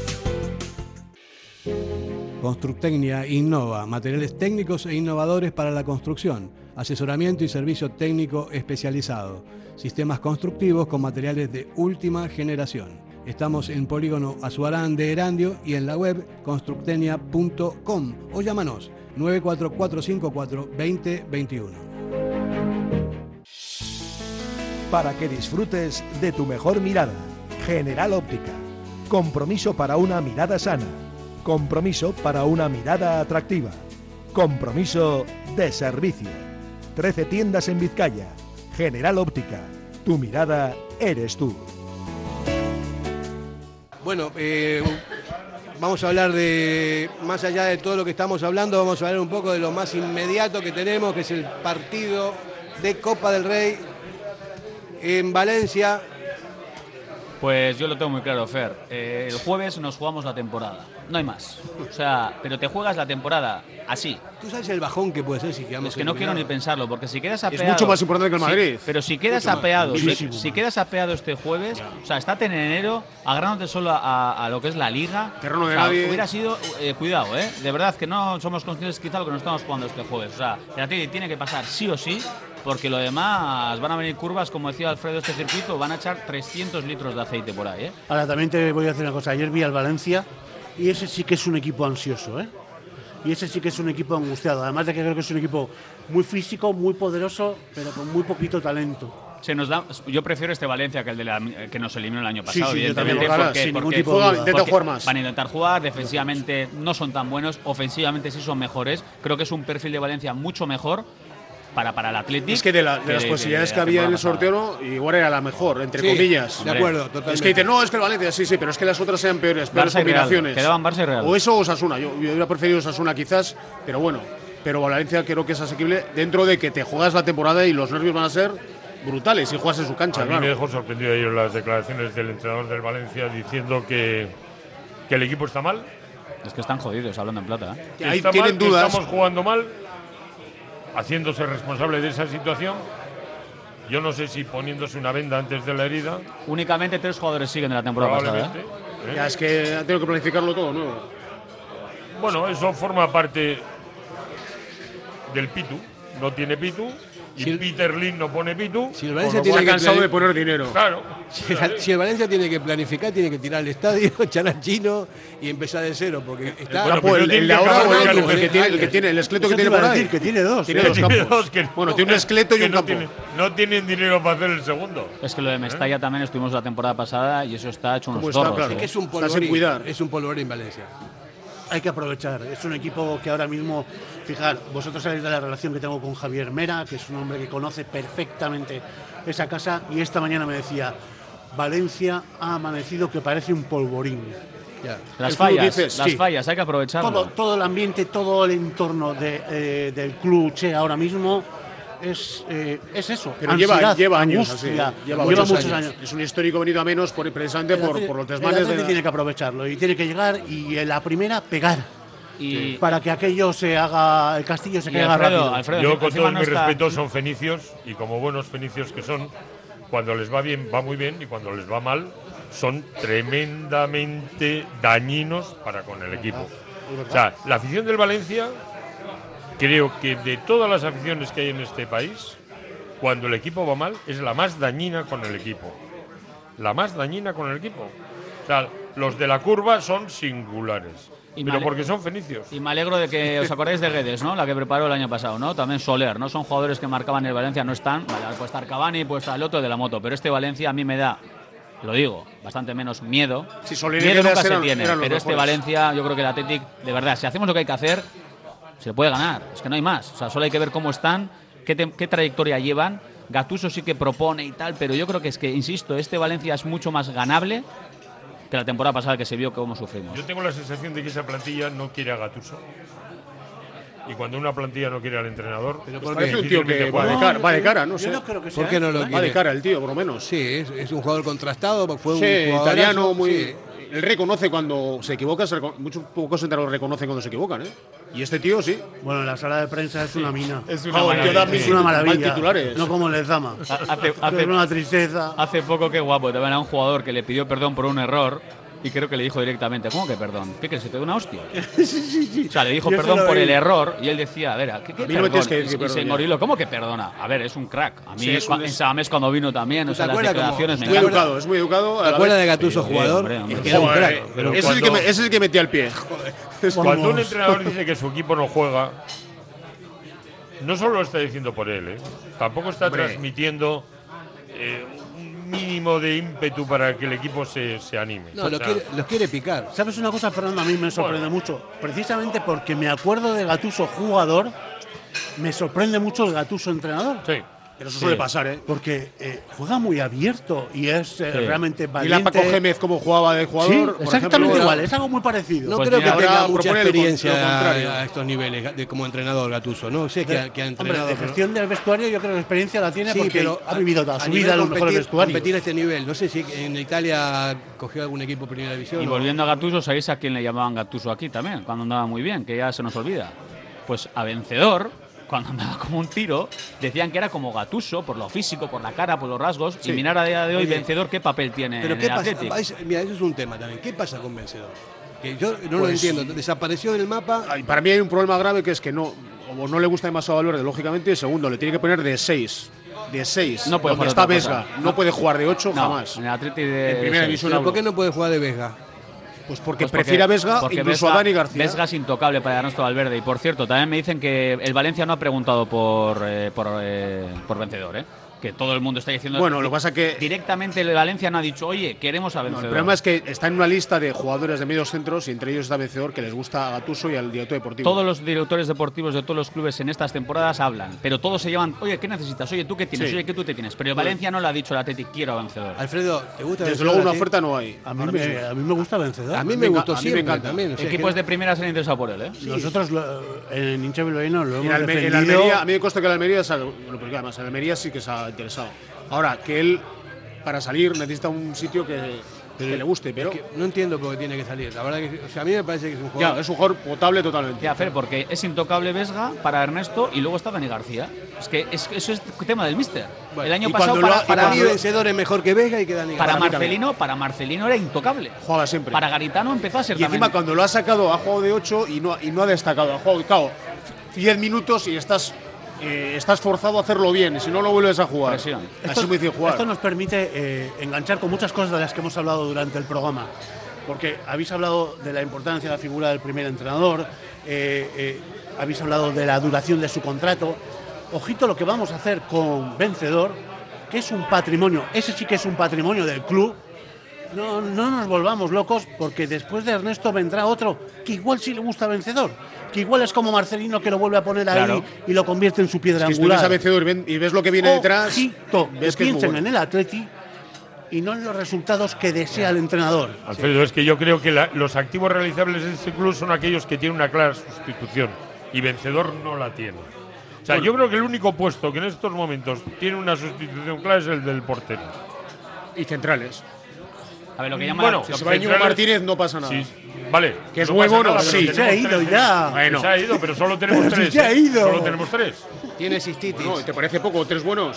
Constructecnia innova, materiales técnicos e innovadores para la construcción, asesoramiento y servicio técnico especializado, sistemas constructivos con materiales de última generación. Estamos en Polígono Azuarán de Erandio y en la web constructecnia punto com o llámanos nueve cuatro cuatro cinco cuatro dos cero dos uno. Para que disfrutes de tu mejor mirada. General Óptica. Compromiso para una mirada sana. Compromiso para una mirada atractiva. Compromiso de servicio. trece tiendas en Vizcaya. General Óptica. Tu mirada eres tú. Bueno, eh, vamos a hablar de, más allá de todo lo que estamos hablando, vamos a hablar un poco de lo más inmediato que tenemos, que es el partido de Copa del Rey en Valencia. Pues yo lo tengo muy claro, Fer. Eh, el jueves nos jugamos la temporada. No hay más. O sea, pero te juegas la temporada así. ¿Tú sabes el bajón que puede ser si quedamos Es que no quiero ni eliminados? pensarlo, porque si quedas Es apeado... mucho más importante que el Sí, Madrid. pero si quedas Mucho más, apeado, si, muchísimo si más. quedas apeado este jueves, o sea, estate en enero, agarrándote solo a, a lo que es la Liga. Terreno de o sea, nadie. Hubiera sido, eh, cuidado, ¿eh? De verdad que no somos conscientes quizá lo que nos estamos jugando este jueves. O sea, el Atlético tiene que pasar sí o sí, porque lo demás van a venir curvas, como decía Alfredo, este circuito, van a echar trescientos litros de aceite por ahí, ¿eh? Ahora también te voy a decir una cosa. Ayer vi al Valencia y ese sí que es un equipo ansioso, ¿eh? Y ese sí que es un equipo angustiado. Además de que creo que es un equipo muy físico, muy poderoso, pero con muy poquito talento. Se nos da, yo prefiero este Valencia que el de la, que nos eliminó el año pasado, Sí, sí, yo evidentemente, también, porque, sin ningún porque- tipo de duda. Intenta porque jugar más. van a intentar jugar, defensivamente no son tan buenos, ofensivamente sí son mejores. Creo que es un perfil de Valencia mucho mejor para, para el Atlético. Es que de, la- de las posibilidades que había en el sorteo, igual era la mejor, entre Sí, comillas. de acuerdo, totalmente. Es que dicen, no, es que el Valencia, sí, sí, pero es que las otras eran peores, peores Barça y Real. combinaciones. Quedaban Barça y Real. O eso o Osasuna. Yo, yo hubiera preferido Osasuna quizás, pero bueno. Pero Valencia creo que es asequible dentro de que te juegas la temporada y los nervios van a ser brutales si juegas en su cancha, A mí claro. me dejó sorprendido ayer las declaraciones del entrenador del Valencia diciendo que, que el equipo está mal. Es que están jodidos, hablando en plata. ¿eh? Que Ahí está tienen mal, que dudas. estamos jugando mal, haciéndose responsable de esa situación. Yo no sé si poniéndose una venda antes de la herida. Únicamente tres jugadores siguen de la temporada pasada. Probablemente. ¿eh? ¿eh? Ya es que ha tenido que planificarlo todo nuevo. Bueno, eso forma parte del Pitu. No tiene Pitu. Y Si el- Peter Lim no pone Pitu. Si el Por Valencia lo tiene cual que cansado plani- de poner dinero. Claro. Si el, si el Valencia tiene que planificar, tiene que tirar al estadio, echar al chino y empezar de cero, porque está. Bueno, Pues pero el, tiene el de que ahora acabar o el, con otro, el el que tiene, el que Ángeles. tiene el escleto Eso que te tiene iba por a ahí. decir, que tiene dos. Tiene Que dos tiene campos. dos, que Bueno, tiene un esqueleto y que un no campo. tiene- no tienen dinero para hacer el segundo. Es que lo de Mestalla también estuvimos la temporada pasada y eso está hecho unos ¿Cómo está? zorros. Claro. ¿eh? Es que es un Está sin polvorín. cuidar. Es un polvorín Valencia. Hay que aprovechar. Es un equipo que ahora mismo, fijar, vosotros sabéis de la relación que tengo con Javier Mera, que es un hombre que conoce perfectamente esa casa, y esta mañana me decía, Valencia ha amanecido que parece un polvorín. Ya. Las El club fallas, dices, las sí. fallas, hay que aprovecharlo. Todo, todo el ambiente, todo el entorno de, eh, del club Che ahora mismo es, eh, es eso. Pero lleva, ansiedad, lleva años así. angustia, Lleva, lleva muchos, muchos años. años. Es un histórico venido a menos por, precisamente El por, Atleti- por los el desmanes Atleti de la- tiene que aprovecharlo y tiene que llegar y en la primera pegar Y, para que aquello se haga, el castillo se y caiga Alfredo, rápido. Alfredo, Yo, con encima todos no mis está- respetos, son fenicios y como buenos fenicios que son, cuando les va bien, va muy bien, y cuando les va mal, son tremendamente dañinos para con el equipo. O sea, la afición del Valencia, creo que de todas las aficiones que hay en este país, cuando el equipo va mal, es la más dañina con el equipo. La más dañina con el equipo. O sea, los de la curva son singulares. Y pero ale- porque son fenicios. Y me alegro de que os acordáis de Guedes, ¿no? La que preparó el año pasado, ¿no? También Soler, ¿no? Son jugadores que marcaban el Valencia, no están. Vale, puede estar Cavani, puede estar el otro de la moto, pero este Valencia a mí me da, lo digo, bastante menos miedo. Si Soler y miedo Guedes nunca se eran- tiene, eran los pero este mejores. Valencia, yo creo que el Athletic, de verdad, si hacemos lo que hay que hacer, se puede ganar. Es que no hay más. O sea, solo hay que ver cómo están, qué, te- qué trayectoria llevan. Gattuso sí que propone y tal, pero yo creo que es que, insisto, este Valencia es mucho más ganable que la temporada pasada, que se vio cómo sufrimos. Yo tengo la sensación de que esa plantilla no quiere a Gattuso. Y cuando una plantilla no quiere al entrenador, Pero pues parece un tío que difícilmente va de juega. cara, va de cara, no Yo sé. no creo que ¿Por sea qué no eso, lo ¿eh? Va quiere? de cara el tío, por lo menos. Sí, es, es un jugador contrastado, fue un Sí, jugadorazo, italiano muy. sí. Él reconoce cuando se equivoca, se reco- muchos pocos entrenadores reconocen cuando se equivocan, ¿eh? Y este tío sí. Bueno, la sala de prensa es una mina. Es una Oh, el tío maravilla. da Es mil- una mal maravilla. titulares. No como les dama. Hace, hace- Es una tristeza. Hace poco, qué guapo, también a un jugador que le pidió perdón por un error y creo que le dijo directamente, ¿cómo que perdón? ¿Qué crees? ¿Se te da una hostia? O sea, le dijo Yo se perdón lo por vi. el error y él decía, a ver, ¿qué, qué A mí no me perdón? tienes que Y- decir y, perdón, se ya. engoriló, ¿cómo que perdona? A ver, es un crack. A mí Sí, es cua- un- en Samamés cuando vino también, o ¿Tú sea, te las acuerdas declaraciones cómo- me Muy ¿Te encantan. educado, es muy educado. a ¿Te la acuerdas vez- de Gattuso Sí, jugador? hombre, hombre. Es que era un Joder, crack. pero Ese es, el que cuando- me- ese es el que metía el pie. Cuando un Vamos. entrenador dice que su equipo no juega, no solo lo está diciendo por él, ¿eh? Tampoco está Hombre. transmitiendo eh, un mínimo de ímpetu para que el equipo se, se anime. No, O lo sea, quiere- los quiere picar. ¿Sabes una cosa, Fernando? A mí me sorprende mucho. Precisamente porque me acuerdo de Gattuso jugador, me sorprende mucho el Gattuso entrenador. Sí. Pero eso Sí. suele pasar, ¿eh? Porque eh, juega muy abierto y es eh, Sí. realmente Y la valiente. Paco Gémez como jugaba de Sí, jugador. por exactamente ejemplo, igual. Es algo muy parecido. No Pues creo mira, que tenga ahora mucha propone lo con- experiencia lo contrario. a estos niveles de, como entrenador Gattuso, ¿no? Sé que, de, ha- que ha hombre, entrenado. de pero- gestión del vestuario yo creo que experiencia la tiene Sí, porque pero ha vivido toda a su nivel vida en los mejores competir- vestuarios. competir a este nivel. No sé si en Italia cogió algún equipo de primera división. Y o- volviendo a Gattuso, ¿sabéis a quién le llamaban Gattuso aquí también? Cuando andaba muy bien, que ya se nos olvida. Pues a Vencedor, cuando andaba como un tiro, decían que era como Gattuso, por lo físico, por la cara, por los rasgos. Sí. Y mirar a día de hoy, Oye, Vencedor, ¿qué papel tiene Pero en ¿qué el pasa? Athletic? Es- Mira, eso es un tema también. ¿Qué pasa con Vencedor? Que yo no lo Pues- entiendo. Desapareció del mapa. Ay, para mí hay un problema grave que es que no, o no le gusta demasiado a Valverde, lógicamente, y segundo, le tiene que poner de seis. De seis. No puede donde jugar está otra Vesga. cosa. No, No. puede jugar de ocho No, jamás. en el Athletic de En primera seis. división. ¿Pero por qué no puede jugar de Vega? Pues porque Pues prefiere a Vesga, porque incluso Vesga- a Dani García. Vesga es intocable para Ernesto Valverde. Y por cierto, también me dicen que el Valencia no ha preguntado por, eh, por, eh, por Vencedor, ¿eh? Que todo el mundo está diciendo. Bueno, lo que pasa que Directamente el Valencia no ha dicho, oye, queremos a no, Vencedor. el problema es que está en una lista de jugadores de medios centros y entre ellos está Vencedor, que les gusta a Gattuso y al director deportivo. Todos los directores deportivos de todos los clubes en estas temporadas hablan, pero todos se llevan, oye, ¿qué necesitas? Oye, ¿tú qué tienes? Sí. Oye, ¿qué tú te tienes? Pero el Valencia no le ha dicho al Athletic, quiero a Vencedor. Alfredo, ¿te gusta Desde Vencedor luego una a ti? oferta no hay. A mí, ahora me, mismo. a mí me gusta Vencedor. A mí A me mí gustó me enca- a mí me siempre encanta. también. o sea, Equipos que- de primera se han interesado por él, ¿eh? Nosotros lo- en hincha bilbaíno lo En, hemos Alme- en defendido. Almería, a mí me consta que el Almería, se ha- bueno, porque además el Almería sí que se ha interesado. Ahora, que él para salir necesita un sitio que, que le guste, pero es que no entiendo por qué tiene que salir. La verdad que o sea, a mí me parece que es un jugador. ya, es un jugador potable totalmente. Ya, Fer, porque es intocable Vesga para Ernesto y luego está Dani García. Es que es, eso es tema del míster. Bueno, el año y pasado cuando lo para, ha- y para, Para mí cuando- Vencedor es mejor que Vega y que Dani para García. mí Marcelino, para Marcelino era intocable. Juega siempre. Para Garitano empezó a ser y encima también. cuando lo ha sacado ha jugado de ocho y no, y no ha destacado. Ha jugado, claro, diez minutos y estás, eh, estás forzado a hacerlo bien. Y si no, lo vuelves a jugar. Presión. Así muy difícil jugar. Esto nos permite eh, enganchar con muchas cosas de las que hemos hablado durante el programa. Porque habéis hablado de la importancia de la figura del primer entrenador, eh, eh, habéis hablado de la duración de su contrato. Ojito lo que vamos a hacer con Vencedor, que es un patrimonio, ese sí que es un patrimonio del club. No, no nos volvamos locos, porque después de Ernesto vendrá otro que igual sí le gusta a Vencedor, que igual es como Marcelino, que lo vuelve a poner ahí Claro. y lo convierte en su piedra Si angular. estuvieras a Vencedor y ven- y ves lo que viene detrás, Ojito, que ves que es muy piensen bueno. en el Atleti y no en los resultados que desea el entrenador. Alfredo, es que yo creo que la- los activos realizables en este club son aquellos que tienen una clara sustitución y Vencedor no la tiene. O sea, yo creo que el único puesto que en estos momentos tiene una sustitución clara es el del portero. y centrales. A ver, lo que llama Bueno, Si los se va Íñigo centrales- Martínez no pasa nada. Sí, vale. Que es no muy pasa bueno, nada, pero sí. tenemos Se ha ido tres. ya. Bueno. Se ha ido, pero solo tenemos Pero si tres. se ha ¿eh? ido. Solo tenemos tres. Tiene cistitis. No, ¿te parece poco? ¿Tres buenos?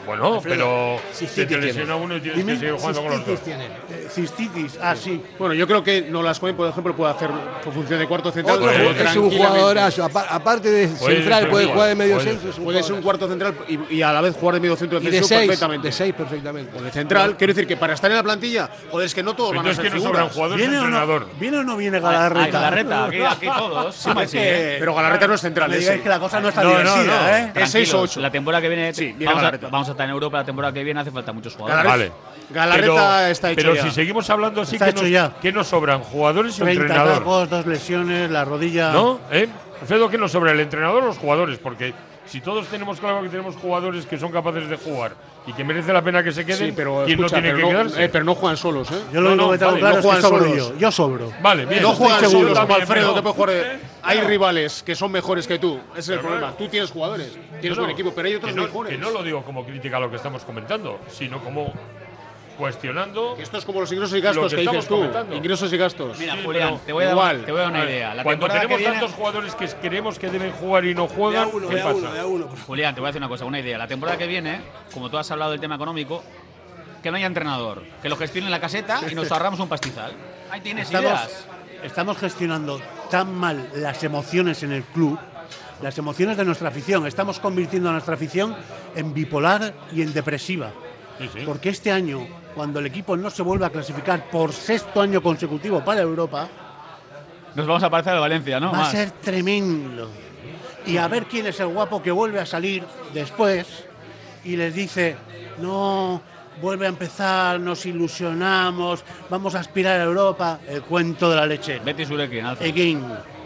Bueno, Alfredo, pero cistitis se te tiene. lesiona uno y tienes Dime, que seguir jugando con los dos. Eh, cistitis, ah, sí. Bueno, yo creo que Nolascoin, por ejemplo, puede hacer con función de cuarto central. Otro, pero es un tranquilamente. jugadorazo. Apa- Aparte de Puede central, ser, puede puede jugar de medio puede centro. es un Puede ser un jugadorazo. cuarto central y, y a la vez jugar de medio centro Y de defensivo seis, perfectamente. de seis perfectamente. O de central, quiero decir que para estar en la plantilla, joder, es que no todos Pero van a es ser que no figuras. sobran jugadores ¿Viene o, no, entrenador. ¿Viene o no viene Galarreta? Ay, Galarreta, aquí, aquí todos. Sí, Sí, es sí, que- ¿eh? Pero Galarreta no es central, Me es digáis seis. que la cosa no está No, no, divertida, no. ¿eh? Es seis o Tranquilos, ocho. La temporada que viene, Sí, viene vamos, a, Galarreta. vamos a estar en Europa la temporada que viene, hace falta muchos jugadores. Vale. Galarreta pero, está hecho Pero ya. si seguimos hablando así, Está que hecho nos, ya. ¿qué nos sobran? ¿Jugadores y treinta entrenador? tacos, dos lesiones, la rodilla. ¿No? ¿Eh? Alfredo, ¿qué nos sobra? ¿El entrenador o los jugadores? Porque si todos tenemos claro que tenemos jugadores que son capaces de jugar y que merece la pena que se queden, Sí, pero ¿quién escucha, no tiene pero que no, quedarse? eh, pero no juegan solos, ¿eh? Yo lo No, único no, que tengo vale, claro no es que juegan sobro solos. yo. Yo sobro. Vale, bien. No Estoy juegan seguro. solos, También, Alfredo, pero- que puede jugar. de- Hay rivales que son mejores que tú. Ese es el Pero problema. claro. Tú tienes jugadores, tienes No, buen equipo, pero hay otros que no, mejores. Que no lo digo como crítica a lo que estamos comentando, sino como cuestionando. Que esto es como los ingresos y gastos lo que que dices estamos tú. comentando. Ingresos y gastos. Mira, Sí, Julián, pero te voy, a dar, igual. te voy a dar una A ver, idea. La Cuando temporada tenemos que viene, tantos jugadores que creemos que deben jugar y no De a juegan, uno, ¿qué de a pasa? uno, de a uno. por favor. Julián, te voy a decir una cosa, una idea. La temporada que viene, como tú has hablado del tema económico, que no haya entrenador, que lo gestione la caseta y nos ahorramos un pastizal. Ahí tienes Estamos, ideas. estamos gestionando tan mal las emociones en el club, las emociones de nuestra afición. Estamos convirtiendo a nuestra afición en bipolar y en depresiva. Sí, sí. Porque este año, cuando el equipo no se vuelva a clasificar por sexto año consecutivo para Europa, Nos vamos a parecer de Valencia, ¿no? va a Más. ser tremendo. Y a ver quién es el guapo que vuelve a salir después y les dice, no, vuelve a empezar, nos ilusionamos, vamos a aspirar a Europa. El cuento de la leche. Betty Surekin, Alfa. Again,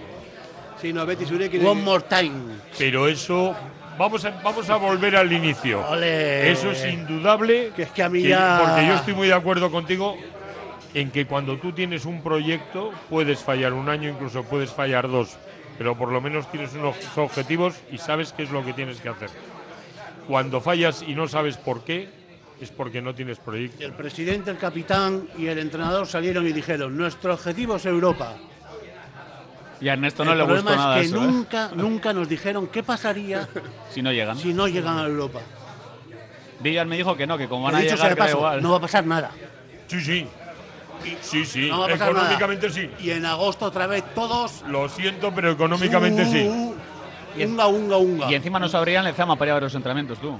Sí, no, Betty Surekin. one more time. Pero eso. Vamos a, vamos a volver al inicio. Ole. Eso es indudable. Que es que a mí que- ya- Porque yo estoy muy de acuerdo contigo en que cuando tú tienes un proyecto puedes fallar un año, incluso puedes fallar dos, pero por lo menos tienes unos objetivos y sabes qué es lo que tienes que hacer. Cuando fallas y no sabes por qué, es porque no tienes proyecto. El presidente, el capitán y el entrenador salieron y dijeron, nuestro objetivo es Europa. Y a Ernesto no el le problema gustó nada es que eso, ¿eh? nunca, nunca nos dijeron qué pasaría Si no llegan. si no llegan a Europa. Villar me dijo que no, que como van Que a dicho sea llegar, de que da paso, igual. no va a pasar nada. Sí, sí. Sí, sí. No va a pasar Económicamente nada. sí. Y en agosto otra vez todos. Lo siento, pero económicamente sí. Uh, unga, unga, unga. Y encima nos abrían el Zama para ir a ver los entrenamientos, tú.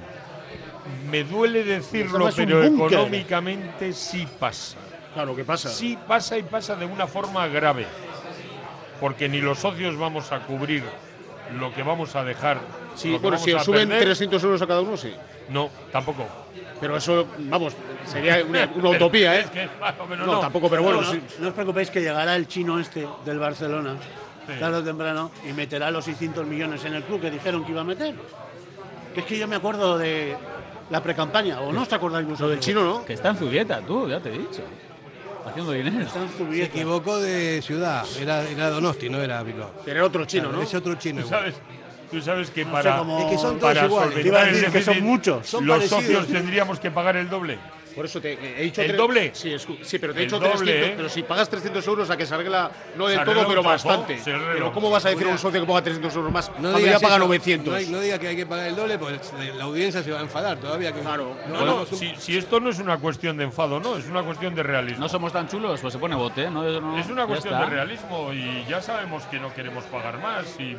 Me duele decirlo, Eso es un pero búnker. económicamente sí pasa. Claro, ¿qué pasa? Sí pasa y pasa de una forma grave. Porque ni los socios vamos a cubrir lo que vamos a dejar. Sí, lo que bueno, vamos si a os suben perder. trescientos euros a cada uno, sí. No, tampoco. Pero eso, vamos, sería una, una utopía, ¿eh? Es que, más o menos No, no. tampoco, pero bueno, no, sí. no os preocupéis que llegará el chino este del Barcelona, Sí. tarde o temprano, y meterá los seiscientos millones en el club que dijeron que iba a meter. Que es que yo me acuerdo de la precampaña, ¿o no os acordáis vosotros? Lo del chino, ¿no? Que está en Zubieta, tú, ya te he dicho. Haciendo dinero. Está en Se Zubieta. equivocó de ciudad. Era, era Donosti, no era Bilbao. Pero era otro chino, ¿no? Es otro chino. Tú igual. sabes, tú sabes que sé para, cómo- Es que son todos para iguales. Te iba a solventar el decir que son déficit, muchos. Son los parecidos. socios tendríamos que pagar el doble. Por eso te he dicho. ¿El tre- doble? Sí, escu- sí, pero te he El dicho doble, trescientos. ¿eh? Pero si pagas trescientos euros a que se arregla, no Se del arregla todo, un pero trozo, bastante. se arregla. Pero ¿cómo vas a decir a un socio que paga trescientos euros más No cuando ya digas paga eso, novecientos? No, no diga que hay que pagar el doble, porque la audiencia se va a enfadar todavía. Que Claro. no, No, no, no, si, si esto no es una cuestión de enfado, no, es una cuestión de realismo. No somos tan chulos, pues se pone bote, ¿no? No, Es una ya cuestión está. de realismo y ya sabemos que no queremos pagar más. Y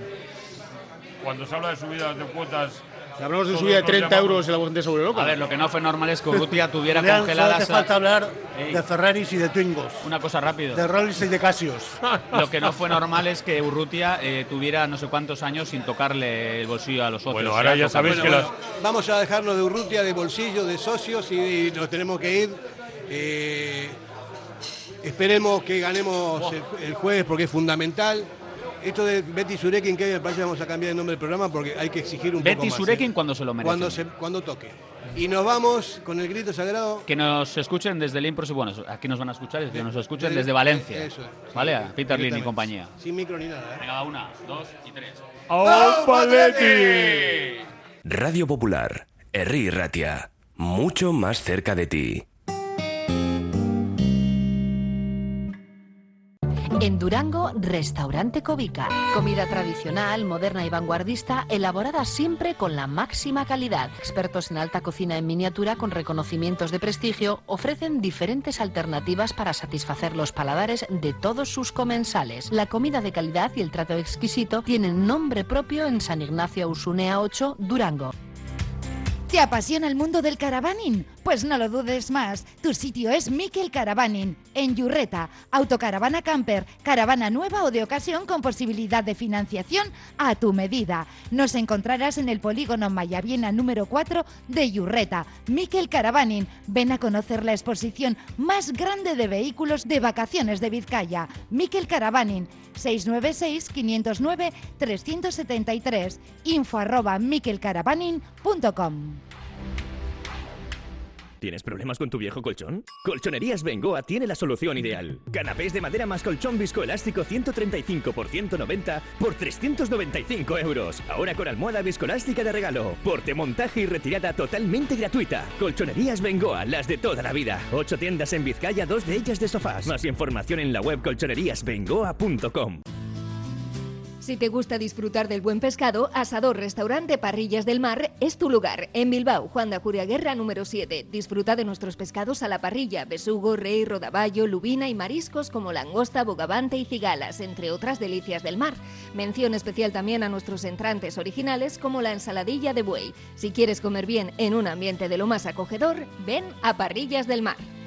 cuando se habla de subidas de cuotas. Si hablamos de todos subida de nos treinta llamamos- euros en la gente sobre loca. A ver, lo que no fue normal es que Urrutia tuviera Julián, solo congeladas te falta hablar Ey. de Ferraris y de Twingos, una cosa rápido. de Rolls y de Casios. Lo que no fue normal es que Urrutia eh, tuviera no sé cuántos años sin tocarle el bolsillo a los socios. Bueno, ahora ya toca- sabéis Bueno, que bueno, vamos a dejarnos de Urrutia, de bolsillo, de socios y nos tenemos que ir. Eh, esperemos que ganemos el, el jueves porque es fundamental. Esto de Betty Surekin, que me parece que vamos a cambiar el nombre del programa porque hay que exigir un Betty poco más. Surekin ¿eh? cuando se lo merece. Cuando, se, cuando toque. Y nos vamos con el grito sagrado. Que nos escuchen desde el Impro, bueno, aquí nos van a escuchar, es que nos escuchen De- desde Valencia. eso es. ¿Vale? A Peter Lin y Directamente. compañía. Sin micro ni nada. ¿eh? Venga, una, dos y tres. ¡Oh, Paletti! Radio Popular, Herri Ratia, mucho más cerca de ti. En Durango, Restaurante Cobica. Comida tradicional, moderna y vanguardista, elaborada siempre con la máxima calidad. Expertos en alta cocina en miniatura con reconocimientos de prestigio ofrecen diferentes alternativas para satisfacer los paladares de todos sus comensales. La comida de calidad y el trato exquisito tienen nombre propio en San Ignacio Ausunea ocho, Durango. ¿Te apasiona el mundo del caravaning? Pues no lo dudes más. Tu sitio es Miquel Caravaning, en Yurreta. Autocaravana camper, caravana nueva o de ocasión con posibilidad de financiación a tu medida. Nos encontrarás en el polígono Mayaviena número cuatro de Yurreta. Miquel Caravaning. Ven a conocer la exposición más grande de vehículos de vacaciones de Vizcaya. Miquel Caravaning. seis nueve seis, quinientos nueve, trescientos setenta y tres. Info arroba miquelcaravaning punto com. ¿Tienes problemas con tu viejo colchón? Colchonerías Bengoa tiene la solución ideal. Canapés de madera más colchón viscoelástico ciento treinta y cinco por ciento noventa por trescientos noventa y cinco euros. Ahora con almohada viscoelástica de regalo. Porte, montaje y retirada totalmente gratuita. Colchonerías Bengoa, las de toda la vida. Ocho tiendas en Vizcaya, dos de ellas de sofás. Más información en la web colchonerías bengoa punto com. Si te gusta disfrutar del buen pescado, Asador Restaurante Parrillas del Mar es tu lugar. En Bilbao, Juan de Ajuriaguerra número siete. Disfruta de nuestros pescados a la parrilla, besugo, rey, rodaballo, lubina y mariscos como langosta, bogavante y cigalas, entre otras delicias del mar. Mención especial también a nuestros entrantes originales como la ensaladilla de buey. Si quieres comer bien en un ambiente de lo más acogedor, ven a Parrillas del Mar.